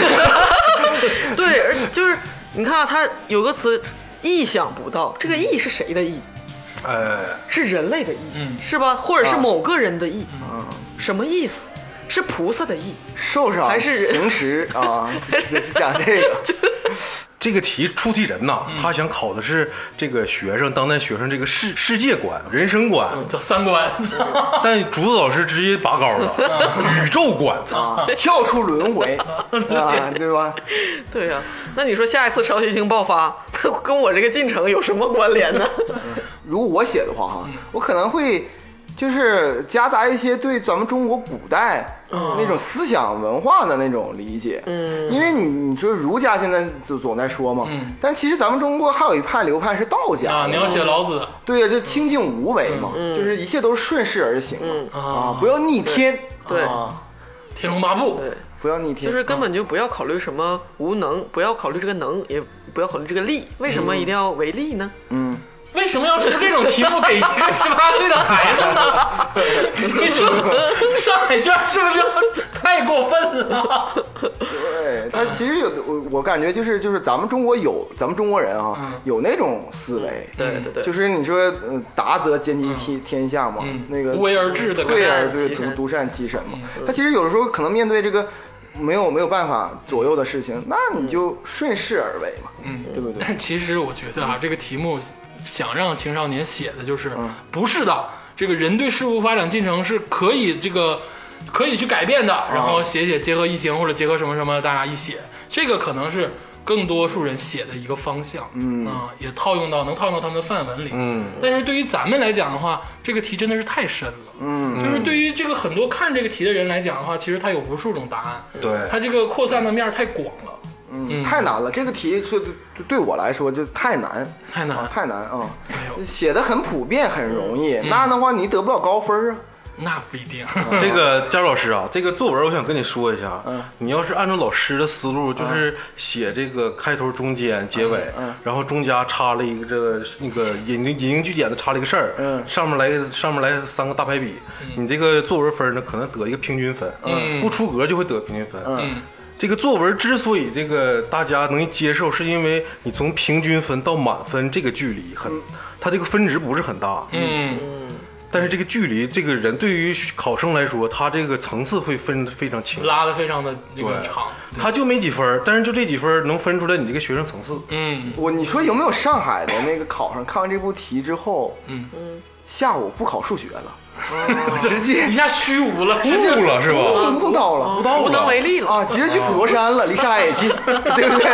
对，而就是你看啊，它有个词意想不到，这个意是谁的意？ 呃， 是人类的意， 嗯是吧？或者是啊某个人的意， 嗯什么意思？是菩萨的意， 受伤还是人行识啊，就是讲这个。 这个题出题人呐，他想考的是这个学生当代学生这个世世界观、人生观， 叫三观， 但竹子老师直接拔高了，宇宙观。 啊，跳出轮回啊，对吧？ 对呀、那你说下一次朝鲜星爆发，跟我这个进程有什么关联呢？ 如果我写的话哈，我可能会就是夹杂一些对咱们中国古代那种思想文化的那种理解。 嗯， 因为你你说儒家现在就总在说嘛， 嗯但其实咱们中国还有一派流派是道家啊， 的你要写老子对呀，就清静无为嘛， 嗯就是一切都是顺势而行嘛， 嗯啊，不要逆天， 对啊，天龙八部， 对， 不要逆天， 就是根本就不要考虑什么无能，不要考虑这个能，也不要考虑这个力，为什么一定要为力呢？ 嗯， 为什么要出这种题目给一个十八岁的孩子呢？你说上海卷是不是很太过分了？ 对，他其实有我我感觉就是就是咱们中国有咱们中国人啊， 嗯有那种思维， 对对对， 就是你说嗯达则兼济天天下嘛， 嗯那个无为而治的对而对独善其身独独善其身嘛，他其实有的时候可能面对这个没有没有办法左右的事情，那你就顺势而为嘛， 嗯， 对不对？ 但其实我觉得啊，这个题目想让青少年写的就是嗯不是的，这个人对事物发展进程是可以这个可以去改变的，然后写写结合疫情或者结合什么什么，大家一写，这个可能是更多数人写的一个方向， 嗯啊，也套用到能套用到他们的范文里， 嗯， 但是对于咱们来讲的话，这个题真的是太深了。 嗯， 就是对于这个很多看这个题的人来讲的话，其实它有无数种答案， 对， 它这个扩散的面儿太广了， 嗯，太难了，这个题是对对我来说就太难， 太难啊，太难啊， 哎呦， 写的很普遍，很容易，那样的话你得不了高分啊。 那不一定。 这个佳茹老师啊，这个作文我想跟你说一下， 嗯你要是按照老师的思路，就是写这个开头、中间、结尾， 嗯然后中间插了一个这个那个引引经据典的插了一个事儿， 嗯上面来上面来三个大排比，你这个作文分呢可能得一个平均分， 嗯不出格就会得平均分。 嗯这个作文之所以这个大家能接受，是因为你从平均分到满分这个距离很，它这个分值不是很大， 嗯但是这个距离，这个人对于考生来说，他这个层次会分得非常清， 拉的非常的那个对长。 他就没几分儿，但是就这几分儿能分出来你这个学生层次。 嗯我你说有没有上海的那个考生看完这部题之后， 嗯， 下午不考数学了，直接一下虚无了， 悟了是吧？ 悟到了， 悟到了无能为力了。 啊，直接去普陀山了，离上海也近，对不对？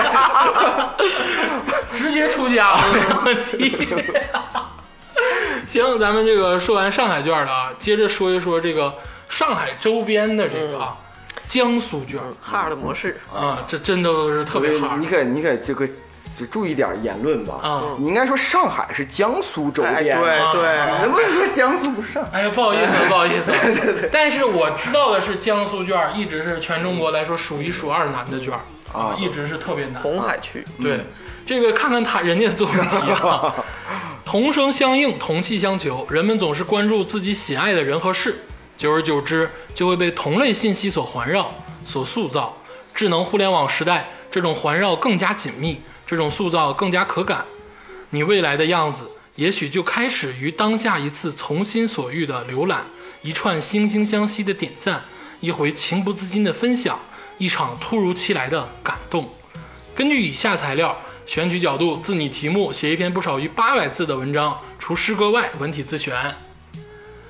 直接出家了，没问题。行，咱们这个说完上海卷了啊，接着说一说这个上海周边的这个啊，江苏卷哈尔的模式， 啊，这真的都是特别哈尔你可你可这个就注意点言论吧。 啊。 你应该说上海是江苏周哎， 边， 对啊对， 能不能说江苏不是上海？ 哎呀，不好意思，不好意思。但是我知道的是，江苏卷一直是全中国来说数一数二难的卷啊，一直是特别难。 红海区， 对，这个看看他人家的作文题啊，同声相应，同气相求，人们总是关注自己喜爱的人和事，久而久之就会被同类信息所环绕、所塑造。智能互联网时代，这种环绕更加紧密，这种塑造更加可感。你未来的样子，也许就开始于当下一次从心所欲的浏览，一串惺惺相惜的点赞，一回情不自禁的分享，一场突如其来的感动。根据以下材料，选取角度，自拟题目，写一篇不少于八百字的文章，除诗歌外，文体自选。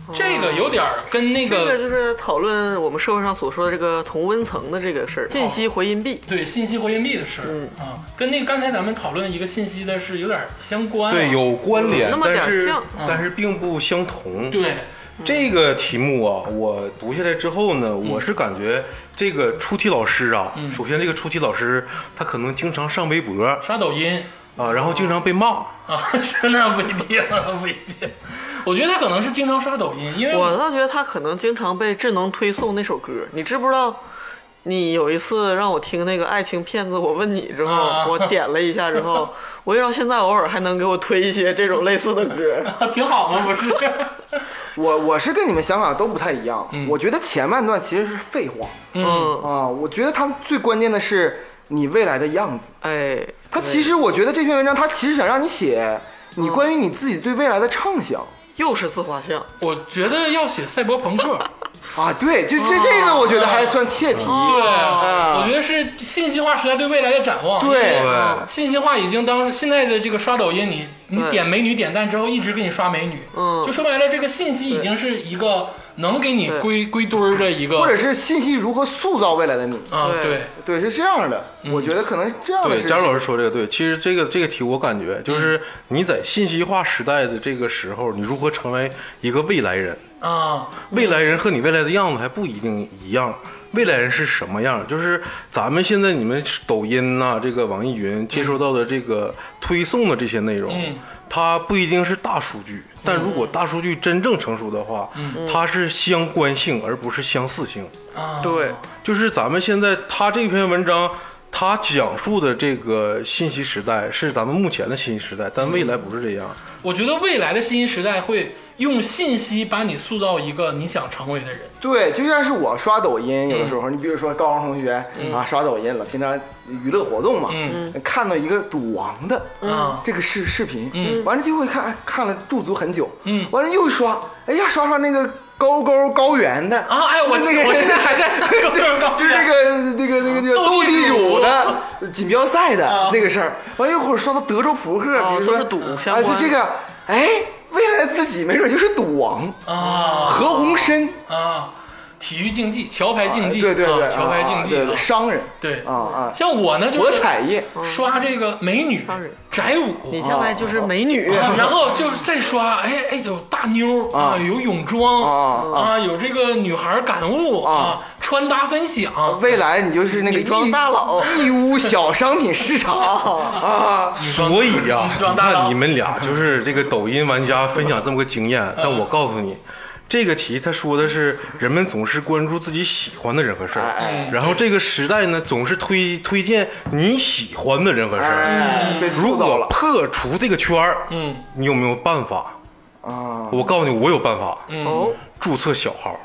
这个有点儿跟那这个个就是讨论我们社会上所说的这个同温层的这个事儿，信息回音壁。 对信息回音壁的事儿、 嗯啊，跟那个刚才咱们讨论一个信息的是有点相关、啊。 对，有关联， 有那么点但是像但是并不相同。 对。 这个题目啊，我读下来之后呢，我是感觉这个出题老师啊， 嗯首先这个出题老师他可能经常上微博刷抖音啊，然后经常被骂。 啊，那不一定，不一定。我觉得他可能是经常刷抖音，因为我倒觉得他可能经常被智能推送那首歌。你知不知道？你有一次让我听那个爱情骗子，我问你之后， 啊我点了一下之后，我一直到现在偶尔还能给我推一些这种类似的歌。 挺好嘛，不是？ 我我是跟你们想法都不太一样， 嗯我觉得前半段其实是废话嗯， 啊，我觉得它最关键的是你未来的样子。 哎， 它其实我觉得这篇文章，它其实想让你写你关于你自己对未来的畅想又是自画像。 我觉得要写赛博朋克。 啊，对，就这这个我觉得还算切题。 对， 啊我觉得是信息化时代对未来的展望。 对因为信息化已经当现在的这个刷抖音，你你对点美女点赞之后，一直给你刷美女。 嗯就说白了，这个信息已经是一个能给你归归堆儿的一个， 或者是信息如何塑造未来的你。 啊， 对对， 对，是这样的，我觉得可能是这样的对， 事情。 佳茹老师说这个对，其实这个这个题我感觉就是你在信息化时代的这个时候，你如何成为一个未来人？ 啊， 未来人和你未来的样子还不一定一样。未来人是什么样？就是咱们现在你们抖音呐、这个网易云接收到的这个推送的这些内容， 嗯它不一定是大数据，但如果大数据真正成熟的话，它是相关性而不是相似性。 啊， 对， 就是咱们现在他这篇文章，他讲述的这个信息时代是咱们目前的信息时代，但未来不是这样。 我觉得未来的信息时代会用信息把你塑造一个你想成为的人。 对，就像是我刷抖音，有的时候，你比如说高中同学啊，刷抖音了，平常娱乐活动嘛， 嗯看到一个赌王的啊这个视视频， 嗯完了结果一看，哎看了驻足很久， 嗯完了又刷，哎呀，刷刷那个高高高原的啊，哎，我那个我现在还在就是那个那个那个那个斗地主的锦标赛啊的这个事儿，完一会儿刷到德州扑克， 哦比如说都是赌相啊， 关就这个，哎，未来自己没准就是赌王， 啊， 何鸿燊。 啊，体育竞技、桥牌竞技， 对对对， 啊桥牌竞技， 啊对对啊商人， 对啊啊， 像我呢，就博是彩业， 刷这个美女商人、 宅舞， 你将来就是美女。 啊然后就再刷，哎哎，有大妞啊有泳装啊啊，有这个女孩感悟啊，穿搭分享， 未来你就是那个女装义大佬义乌小商品市场啊， 所以呀、 女装你大佬看你们俩就是这个抖音玩家分享这么个经验，但我告诉你。这个题他说的是人们总是关注自己喜欢的人和事儿， 哎然后这个时代呢总是推推荐你喜欢的人和事儿。 哎，被如果塑造了破除这个圈儿， 嗯， 你有没有办法？ 啊， 我告诉你，我有办法。 哦， 注册小号，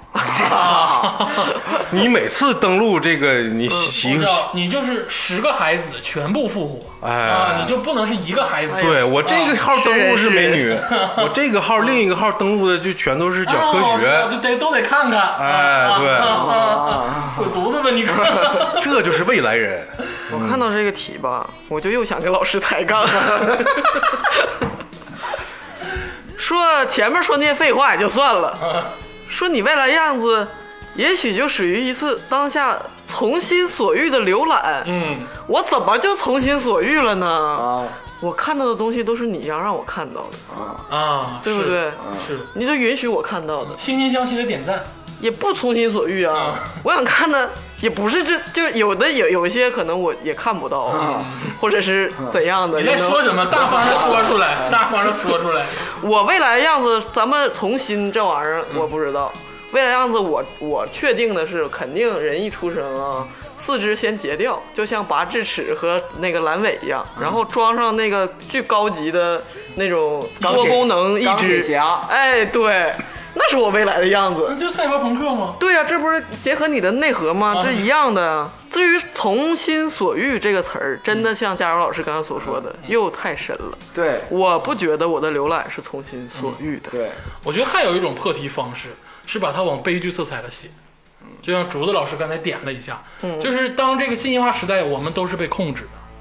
你每次登录这个你媳妇我知，道你就是十个孩子全部复活， 哎啊，你就不能是一个孩子， 对我这个号登录是美女是， 我这个号另一个号登录的就全都是讲科啊我知道学， 就得都得看看， 哎对啊啊啊滚犊子吧你！ 这就是未来人。 我看到这个题吧，我就又想跟老师抬杠。说前面说那些废话也就算了，说你未来样子，也许就属于一次当下从心所欲的浏览。 嗯， 我怎么就从心所欲了呢？ 啊我看到的东西都是你想让我看到的， 啊，是对不对？ 是， 你就允许我看到的， 惺惺相惜的点赞， 也不从心所欲啊。 啊我想看的也不是这，就是有的有有一些可能我也看不到，或者是怎样的。 你在说什么？大方的说出来，大方的说出来。 我未来的样子，咱们从心这玩意儿我不知道。未来样子我我确定的是，肯定人一出生啊，四肢先截掉，就像拔智齿和那个阑尾一样，然后装上那个巨高级的那种多功能义钢铁肢。 侠哎，对，那是我未来的样子那。就赛博朋克吗？ 对呀、这不是结合你的内核吗？ 啊这一样的呀。至于“从心所欲”这个词儿，真的像佳茹老师刚刚所说的，又太深了。 对我不觉得我的浏览是从心所欲的。 对， 我觉得还有一种破题方式是把它往悲剧色彩了写，就像竹子老师刚才点了一下，就是当这个信息化时代，我们都是被控制的，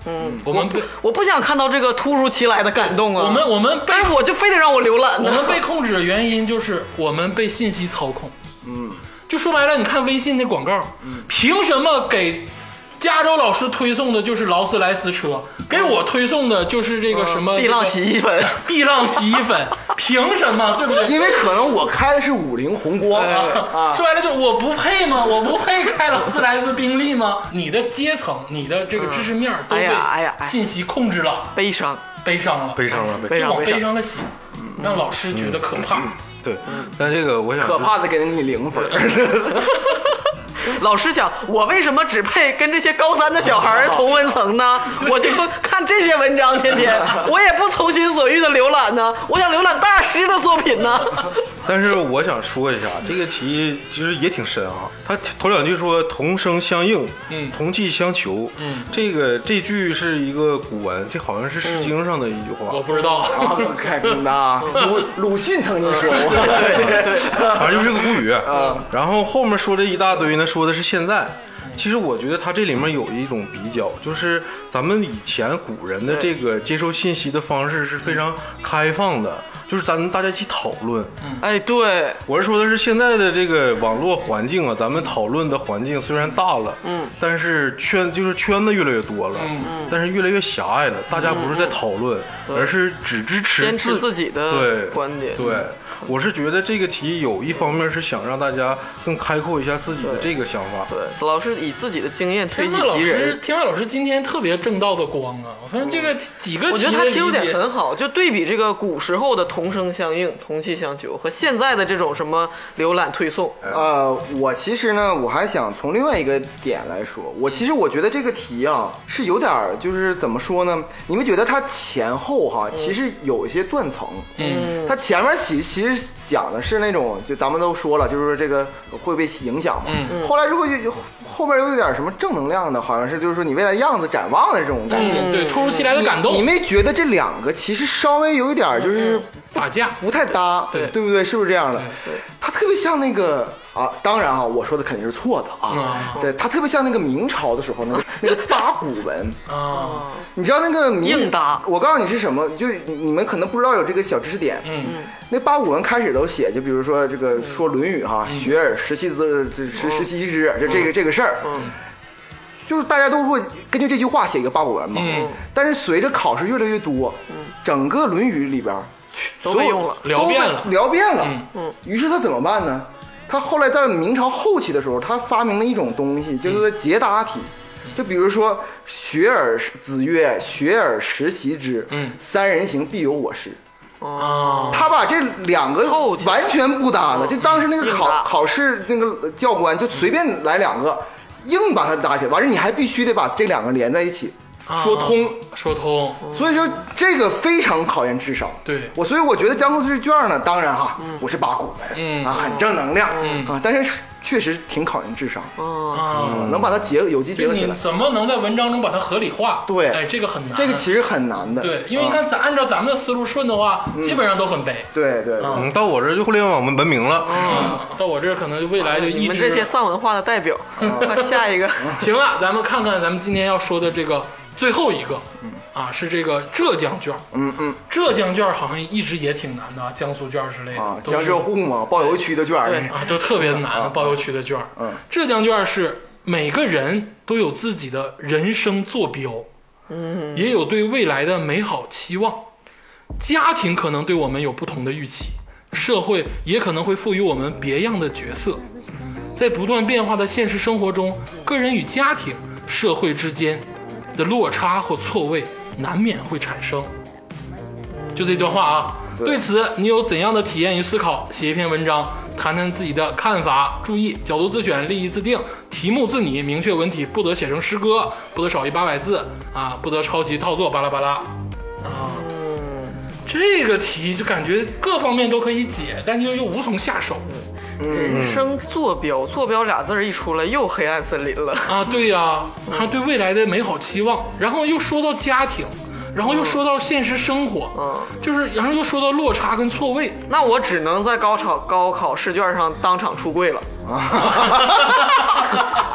嗯， 我们被我不想看到这个突如其来的感动啊！ 我们我们被但是我就非得让我浏览呢。 我们被控制的原因就是我们被信息操控。 嗯， 就说白了，你看微信那广告，凭什么给加州老师推送的就是劳斯莱斯车，给我推送的就是这个什么碧浪洗衣粉， 碧浪洗衣粉，凭什么？对不对？ 因为可能我开的是五菱宏光啊， 说白了就是我不配吗？我不配开劳斯莱斯宾利吗？你的阶层、你的这个知识面都哎被呀哎呀哎信息控制了， 悲伤。 悲伤了， 悲伤了，悲就往悲伤悲伤了写，让老师觉得可怕。 对，但这个我想可怕的给了你零分。 老师想，我为什么只配跟这些高三的小孩同温层呢？我就看这些文章，天天我也不从心所欲的浏览呢，我想浏览大师的作品呢。 但是我想说一下，这个题其实也挺深啊。他头两句说同声相应， 嗯同气相求， 嗯， 这个这句是一个古文，这好像是《诗经》上的一句话， 我不知道， 啊，肯定的，鲁鲁迅曾经说过， 反正就是个古语。 啊然后后面说这一大堆呢，说的是现在。其实我觉得它这里面有一种比较，就是咱们以前古人的这个接受信息的方式是非常开放的，就是咱们大家一起讨论。 哎，对， 我是说的是现在的这个网络环境啊，咱们讨论的环境虽然大了， 嗯， 但是圈就是圈子越来越多了， 嗯但是越来越狭隘了。大家不是在讨论，而是只支持坚持自己的对观点。 对，我是觉得这个题有一方面是想让大家更开阔一下自己的这个想法。 对，老师以自己的经验推天霸老师， 己及人。 天霸老师今天特别正道的光啊！我发现这个几个我觉得题的他切入点理解很好，就对比这个古时候的同声相应、同气相求和现在的这种什么浏览推送。 呃，我其实呢，我还想从另外一个点来说，我其实我觉得这个题啊是有点儿，就是怎么说呢？你们觉得它前后哈，其实有一些断层。 嗯， 它前面其其实讲的是那种，就咱们都说了，就是说这个会被影响嘛。 嗯后来之后就后边有一点什么正能量的，好像是就是说你未来样子展望的这种感觉。 嗯，对，突如其来的感动， 你你没觉得这两个其实稍微有一点就是打架， 不太搭， 对对不对？是不是这样的？ 对它特别像那个啊，当然啊，我说的肯定是错的啊。 嗯对，它特别像那个明朝的时候那个那个八股文。 啊， 你知道那个明硬搭我告诉你是什么，就你们可能不知道有这个小知识点。 嗯那八股文开始都写，就比如说这个说《论语》哈，学而时习之，这时时习之，就这个这个事儿。 嗯就是大家都会根据这句话写一个八股文嘛。 嗯但是随着考试越来越多，整个《论语》里边都被用了所有聊遍了都被聊遍了。 嗯嗯于是他怎么办呢？他后来在明朝后期的时候，他发明了一种东西，叫做解答题。就比如说“学而子曰：“学而时习之， 嗯三人行，必有我师。” 啊， 他把这两个凑起来完全不搭的，就当时那个考硬搭考试那个教官就随便来两个，硬把它搭起来，完了你还必须得把这两个连在一起，说通。 啊说通， 所以说这个非常考验智商。 对我，所以我觉得江湖试卷呢，当然哈，不是八股文， 嗯啊，很正能量， 嗯啊，但是确实挺考验智商， 嗯， 啊， 嗯能把它结有机结就合起来， 你怎么能在文章中把它合理化？ 对哎，这个很难， 这个其实很难的。 对，因为你啊看咱按照咱们的思路顺的话，基本上都很背。 对对， 嗯嗯，到我这儿就互联网文明了。 嗯，到我这儿可能就未来就你一直们这些丧文化的代表，快下一个。 行了，咱们看看咱们今天要说的这个最后一个，啊，是这个浙江卷。 嗯嗯浙江卷好像一直也挺难的，江苏卷之类的， 啊，江都是浙沪嘛，包邮区的卷儿对啊，都特别难。包邮区的卷， 嗯， 浙江卷是每个人都有自己的人生坐标，嗯，也有对未来的美好期望。家庭可能对我们有不同的预期，社会也可能会赋予我们别样的角色。在不断变化的现实生活中，个人与家庭、社会之间的落差或错位难免会产生。就这段话啊，对此你有怎样的体验与思考？写一篇文章，谈谈自己的看法。注意，角度自选，立意自定，题目自拟，明确文体，不得写成诗歌，不得少于八百字啊，不得抄袭套作，巴拉巴拉啊。这个题就感觉各方面都可以解，但就又无从下手人生坐标，坐标俩字儿一出来，又黑暗森林了。 啊。对呀、还对未来的美好期望，然后又说到家庭，然后又说到现实生活， 嗯， 就是然后又说到落差跟错位。 那我只能在高考高考试卷上当场出柜了。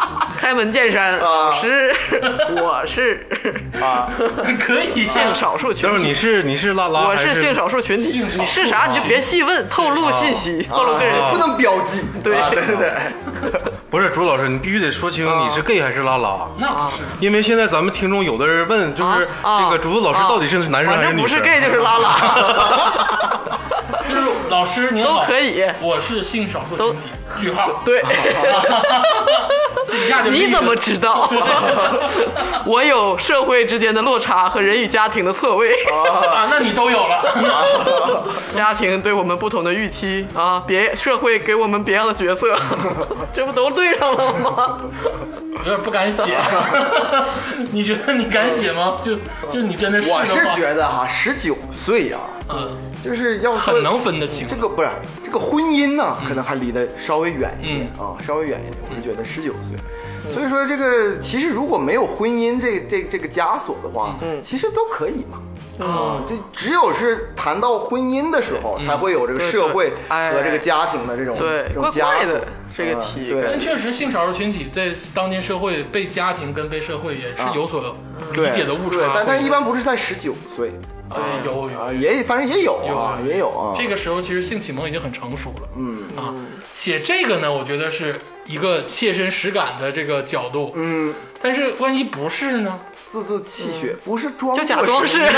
开门见山， 啊是我是啊， 可以性少数群就是体。 你是你是拉拉， 我还是是性少数群体， 性少数你是啥你就别细问，透露信息，透露个人信息。 不能标记。 对啊对对对， 不是朱老师，你必须得说清你是 gay 还是拉拉， 那不是。 因为现在咱们听众有的人问，就是啊这个竹子老师到底是男生反正不是还是女生？ gay 就是拉拉， 就是老师您好， 都可以我是性少数群体。句号。 对。 这一下就你怎么知道？我有社会之间的落差和人与家庭的错位， 啊？那你都有了。 家庭对我们不同的预期啊，别社会给我们别样的角色，这不都对上了吗？ 有点不敢写。你觉得你敢写吗？就就你真的是的话， 我是觉得哈，十九岁啊， 嗯， 就是要说很能分得清。 这个不是这个婚姻呢，可能还离得稍微远一点啊，稍微远一点。我就觉得十九岁，所以说这个其实如果没有婚姻这这这个枷锁的话，嗯，其实都可以嘛。啊，这只有是谈到婚姻的时候，才会有这个社会和这个家庭的这种对这种怪枷锁怪的。这个题嗯对但确实，性少数群体在当今社会被家庭跟被社会也是有所理解的误差。 对，但但一般不是在十九岁。 对有有啊，也反正也有啊， 有也有啊。 这个时候其实性启蒙已经很成熟了。 嗯啊，写这个呢，我觉得是一个切身实感的这个角度。 嗯， 但是万一不是呢？ 字字气血，不是装， 就假装是，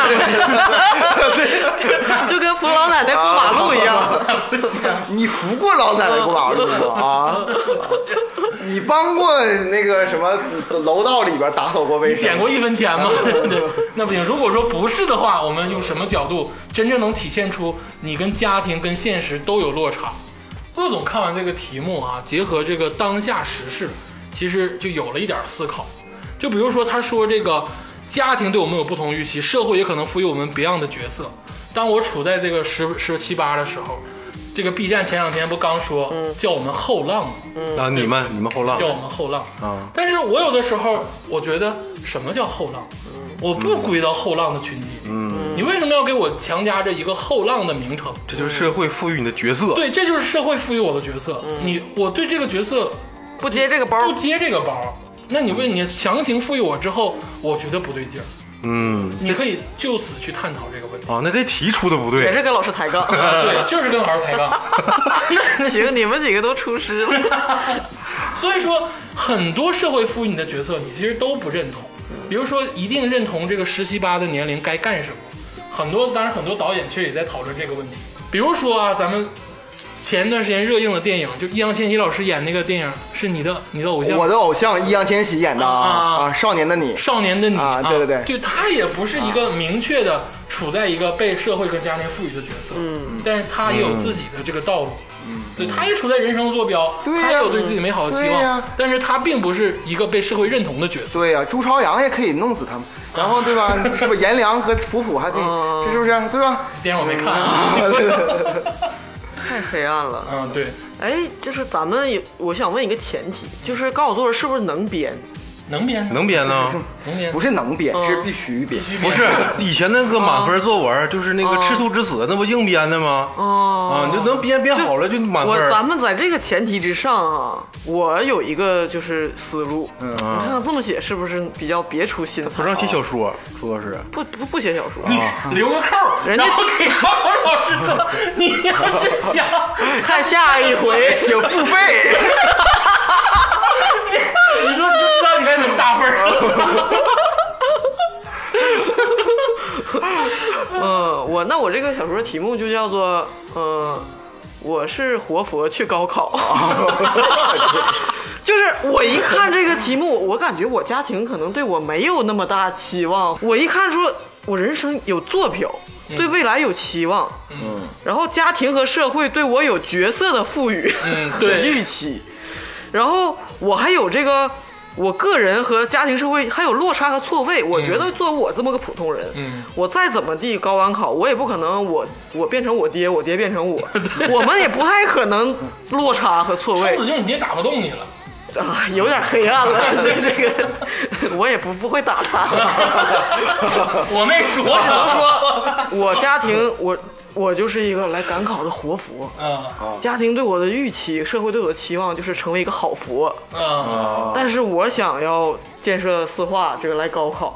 对， 就跟扶老奶奶过马路一样。 不行， 你扶过老奶奶过马路吗？啊，你帮过那个什么楼道里边打扫过卫生？ 捡过一分钱吗？对，那不行。如果说不是的话，我们用什么角度真正能体现出你跟家庭跟现实都有落差？鄂总看完这个题目啊，结合这个当下时事，其实就有了一点思考。就比如说他说这个家庭对我们有不同预期，社会也可能赋予我们别样的角色。当我处在这个十十七八的时候，这个 B 站前两天不刚说、嗯、叫我们后浪吗？ 嗯、啊，你们你们后浪， 叫我们后浪啊。 但是我有的时候我觉得什么叫后浪？我不归到后浪的群体。嗯，你为什么要给我强加着一个后浪的名称？ 这就是社会赋予你的角色。 对，这就是社会赋予我的角色。嗯、你我对这个角色不接这个包， 不接这个包。那你为你强行赋予我之后，我觉得不对劲儿。 嗯， 你可以就此去探讨这个问题啊。那这题出的不对， 也是跟老师抬杠。 啊、对，就是跟老师抬杠。 行，你们几个都出师了。 所以说，很多社会赋予你的角色，你其实都不认同。比如说，一定认同这个十七八的年龄该干什么。很多，当然很多导演其实也在讨论这个问题。比如说啊，咱们。前段时间热映的电影，就易烊千玺老师演那个电影，是你的你的偶像， 我的偶像易烊千玺演的啊啊，少年的你， 少年的你啊，对对对， 就他也不是一个明确的处在一个被社会跟家庭赋予的角色，嗯，但是他也有自己的这个道路，嗯，对，他也处在人生坐标， 对呀， 他也有对自己美好的期望， 呀， 但是他并不是一个被社会认同的角色， 对呀，朱朝阳也可以弄死他们，然后对吧？是不是颜良和普普还可以，这是不是对吧？ 电影我没看啊。 太黑暗了， 嗯，对， 哎，就是咱们也，我想问一个前提，就是高考作文是不是能编？ 能编， 能编呢， 能编， 不是能编， 嗯、 是必须编。 不是以前那个满分作文，就是那个赤兔之死，那不硬编的吗？ 哦、 啊，你就能编编好了就满分。 我咱们在这个前提之上啊，我有一个就是思路，嗯，你看看这么写是不是比较别出心裁？ 不让写小说，主要是不不不写小说， 你留个扣， 人家然后给高考老师怎么？你要是想看下一回， 请付费。 你说你就知道你该怎么打分了。 嗯，我那我这个小说题目就叫做呃，我是活佛去高考。就是我一看这个题目，我感觉我家庭可能对我没有那么大期望。我一看说，我人生有坐标，对未来有期望，嗯，然后家庭和社会对我有角色的赋予， 嗯，对， 预期。然后我还有这个，我个人和家庭社会还有落差和错位。我觉得作为我这么个普通人，嗯，我再怎么地高完考，我也不可能我我变成我爹，我爹变成我，我们也不太可能落差和错位。 抽子就是你爹打不动你了。 啊，有点黑暗了。对这个，我也不不会打他。 我没说， 我只能说，我家庭我。 我就是一个来赶考的活佛。 啊家庭对我的预期，社会对我的期望就是成为一个好佛。 啊， 但是我想要建设四化，这个来高考。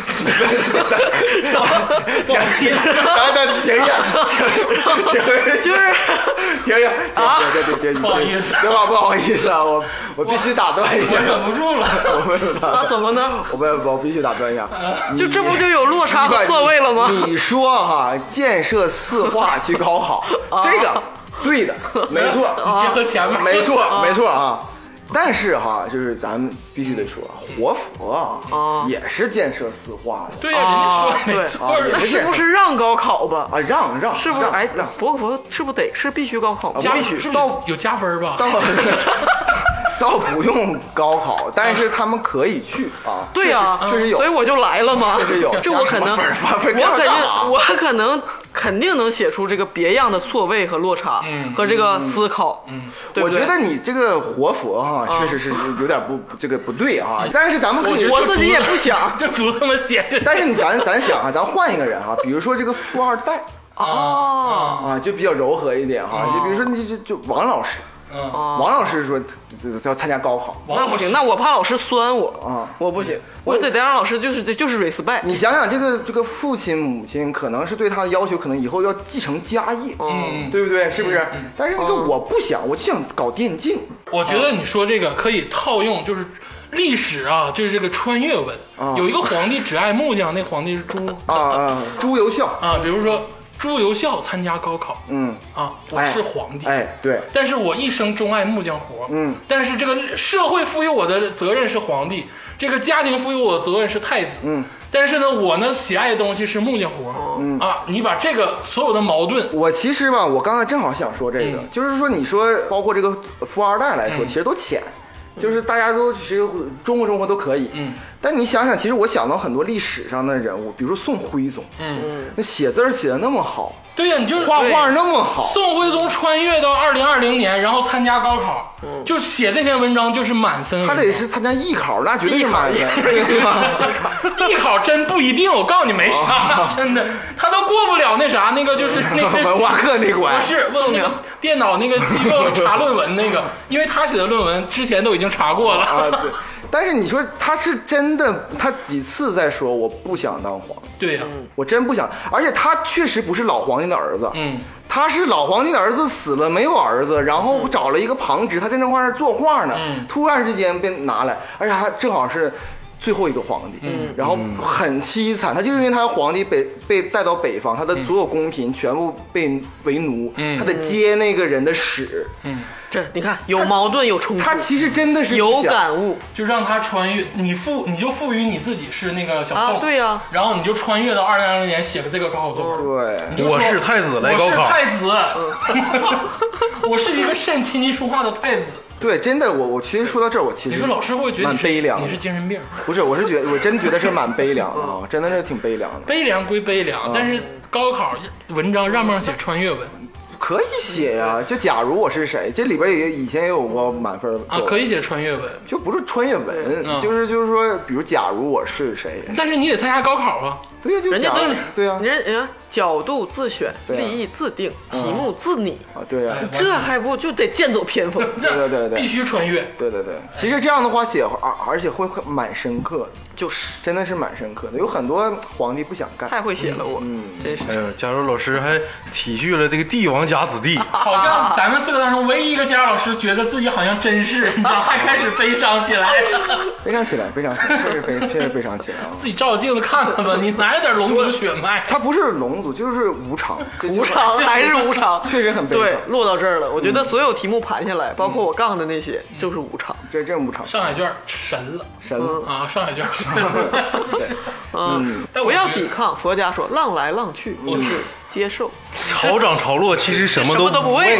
来来停一下，停停就是停一下啊！别别别别， 不好意思别吧，不好意思啊，我我必须打断一我下， 忍不住了。 我没有打啊， 断， 怎么呢？ 我不我必须打断一下， 就这不就有落差和错位了吗？ 你说哈，建设四化去高考，这个对的，没错， 结合前面， 没错，没错啊。但是哈，就是咱们必须得说，活佛啊，也是建设四化的对呀、人家说啊对没错啊那儿。 是不是让高考吧？ 啊，让让让是不是？哎让， 博佛是不是得是必须高考吗？ 加必须是不是有加分吧？ 倒倒不用高考，但是他们可以去啊。 对呀、 确实确实有所以。我就来了嘛。 确实有这我可能， 加什么分儿我肯分儿这样干嘛定，我可能肯定能写出这个别样的错位和落差， 嗯和这个思考，嗯，对不对我觉得你这个活佛哈，确实是有点不这个不对啊。但是咱们可以， 我自己也不想就主这么写就行。 但是你咱咱想啊，咱换一个人哈，比如说这个富二代哦， 啊，就比较柔和一点哈。就比如说你就就王老师， 嗯， 王老师说就要参加高考， 那不行，那我怕老师酸我啊我不行，我得得让老师就是就是 respect， 你想想这个这个父亲母亲可能是对他的要求，可能以后要继承家业， 嗯对不对？是不是？但是那个我不想，我就想搞电竞。 我觉得你说这个可以套用，就是历史啊，就是这个穿越文。 啊有一个皇帝只爱木匠，那皇帝是猪啊啊，朱由校， 啊。比如说朱由校参加高考嗯， 啊，我哎是皇帝。 哎，对， 但是我一生钟爱木匠活， 嗯， 但是这个社会赋予我的责任是皇帝，这个家庭赋予我的责任是太子， 嗯， 但是呢，我呢喜爱的东西是木匠活，嗯啊，你把这个所有的矛盾， 我其实吧，我刚才正好想说这个， 嗯就是说，你说包括这个富二代来说， 嗯其实都浅。就是大家都其实中国中国都可以， 嗯， 但你想想，其实我想到很多历史上的人物，比如说宋徽宗， 嗯， 那写字儿写的那么好， 对呀、你就是画画那么好， 宋徽宗穿越到二零二零年，然后参加高考，就写这篇文章就是满分文章。 他得是参加艺考，那绝对是满分，对对吧？ 艺考真不一定，我告诉你没啥，真的，他都过不了那啥，那个就是那个文化课那关不是问那个电脑那个机构查论文那个，因为他写的论文之前都已经查过了。 啊，对。但是你说他是真的，他几次在说我不想当皇帝， 对呀、 我真不想，而且他确实不是老皇帝的儿子， 嗯， 他是老皇帝的儿子死了没有儿子，然后找了一个旁支，他在那块儿作画呢， 嗯突然之间被拿来，而且他正好是最后一个皇帝，嗯，然后很凄惨，他就是因为他皇帝被被带到北方，他的所有宫嫔全部被为奴， 嗯他得接那个人的屎， 嗯， 这你看有矛盾有冲突， 他其实真的是不有想感悟， 就让他穿越，你赋你就赋予你自己是那个小宋， 啊对呀然后你就穿越到二零二零年写个这个高考作文。 对。 你就说我是太子来高我是考， 太子，我是一个善琴棋书画的太子。 对，真的，我我其实说到这儿，我其实你说老师会不会觉得蛮你是悲凉的你是精神病？ 不是，我是觉得我真觉得是蛮悲凉的啊，真的是挺悲凉的。 悲凉归悲凉，但是高考文章让不让写穿越文可以写呀、就假如我是谁，这里边也以前也有过满分啊？可以写穿越文， 就不是穿越文， 嗯就是就是说，比如假如我是谁， 但是你得参加高考啊。 对呀，就假如人家那对呀， 人人家角度自选， 对啊立意自定，题目自拟， 啊对呀， 哎这还不就得剑走偏锋？ 对对对对必须穿越。 对对对，其实这样的话写，而而且会会蛮深刻的， 就是真的是蛮深刻的，有很多皇帝不想干， 太会写了，我嗯真是哎呦，加州老师还体恤了这个帝王家子弟， 好像咱们四个当中唯一一个家长老师觉得自己好像真是，你知道，还开始悲伤起来， 悲伤起来，悲伤起来，确实悲确实悲伤起来啊。 自己照照镜子看看吧，你哪有点龙族血脉？ 他不是龙族，就是无常，就无常还是无常， 确实很悲伤对，落到这儿了。我觉得所有题目盘下来，包括我杠的那些，就是无常。 这真无常， 上海卷神了神了。 啊！上海卷神了。 对， 嗯， 但我不要觉得抵抗。佛家说，浪来浪去，我是接受， 潮涨潮落，其实什么都什么都不为。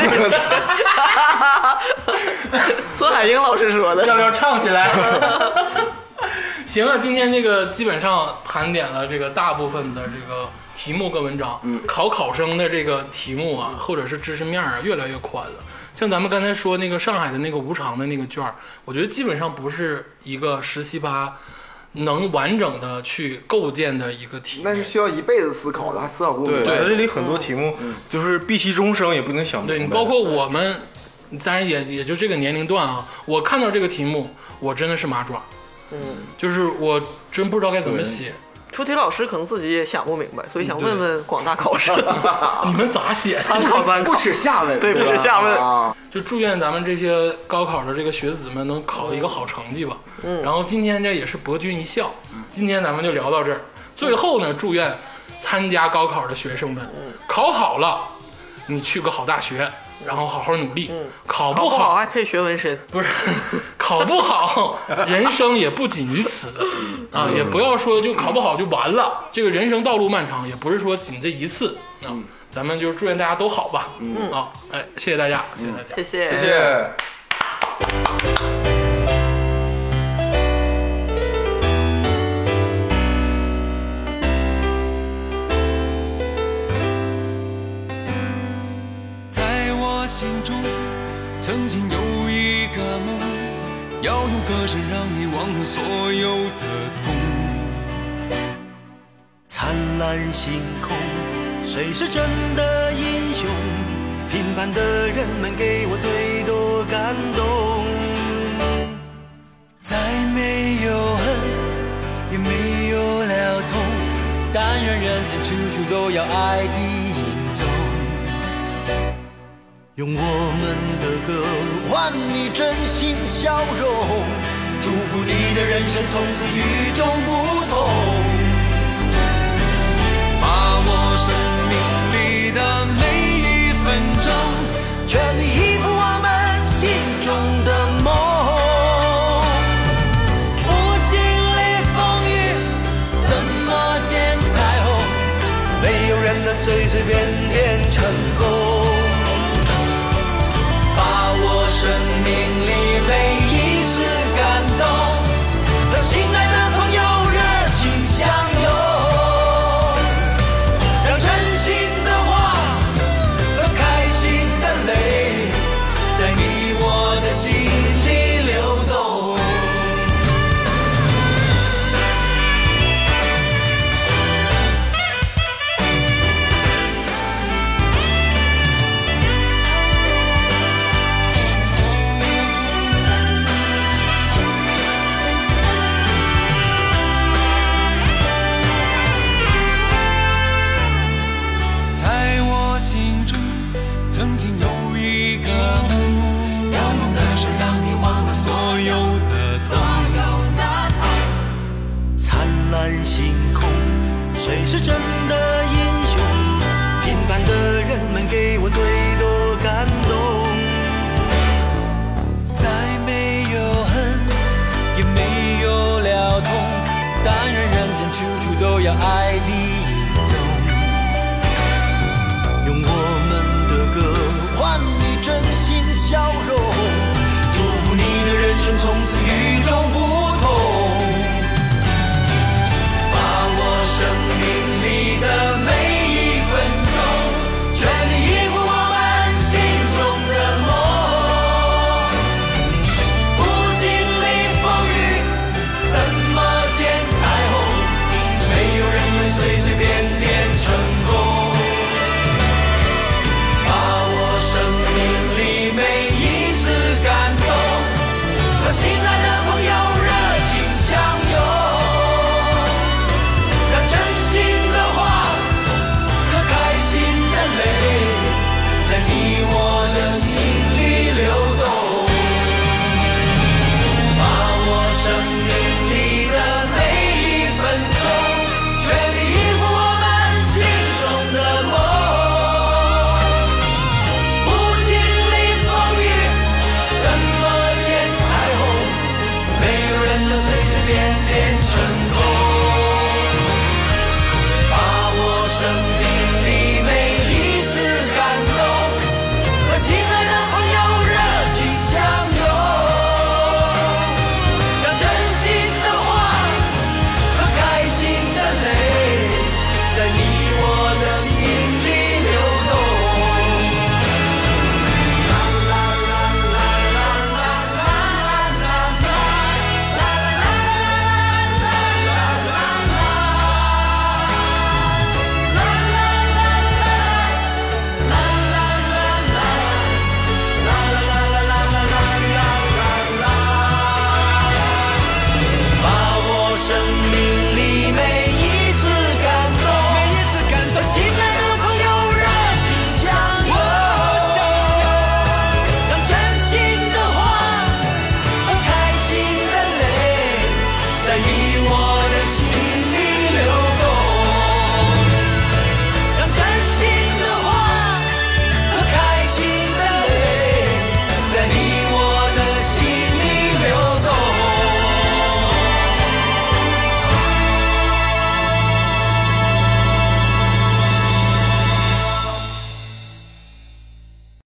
孙海英老师说的。 要不要唱起来？行啊，今天这个基本上盘点了这个大部分的这个题目跟文章，考考生的这个题目啊，或者是知识面啊，越来越宽了。像咱们刚才说那个上海的那个无偿的那个卷儿，我觉得基本上不是一个十七八能完整的去构建的一个题目。 那是需要一辈子思考的，还思考不明对， 白。 它这里很多题目就是毕其终生也不能想明白。 对你包括我们，当然也也就这个年龄段啊，我看到这个题目，我真的是麻爪， 嗯， 就是我真不知道该怎么写。 出题老师可能自己也想不明白，所以想问问广大考生， 你们咋写的？ 参考参考不。耻下问， 对吧不耻下问啊！ 就祝愿咱们这些高考的这个学子们能考一个好成绩吧。 嗯然后今天这也是博君一笑，今天咱们就聊到这儿。最后呢，祝愿参加高考的学生们考好了，你去个好大学，然后好好努力。考考不不好好还可以学纹身， 不是考不好，人生也不仅于此啊，也不要说就考不好就完了。这个人生道路漫长，也不是说仅这一次啊。咱们就祝愿大家都好吧。嗯啊，哎，谢谢大家，谢谢大家。 谢谢。 谢谢。 在我心中，曾经有一个梦，要用歌声让你忘了所有的痛。 灿烂星空，谁是真的英雄？平凡的人们给我最多感动。再没有恨，也没有了痛，但愿人间处处都有爱的影踪。用我们的歌换你真心笑容，祝福你的人生从此与众不同。 把握生命里的每一分钟， 全力以赴我们心中的梦。不经历风雨，怎么见彩虹？没有人能随随便便成功。把握生命里每一次感动，和心爱的朋友热情相拥，让真心的话和开心的泪，在你我的心里流动。 在我心中，曾经有一个梦，要用歌声让你忘了所有的痛。 灿烂星空，谁是真的英雄？平凡的人们给我最多感动。再没有恨，也没有了痛，但愿人间处处都有爱的影踪。用我们的歌换你真心笑容，祝福你的人生从此与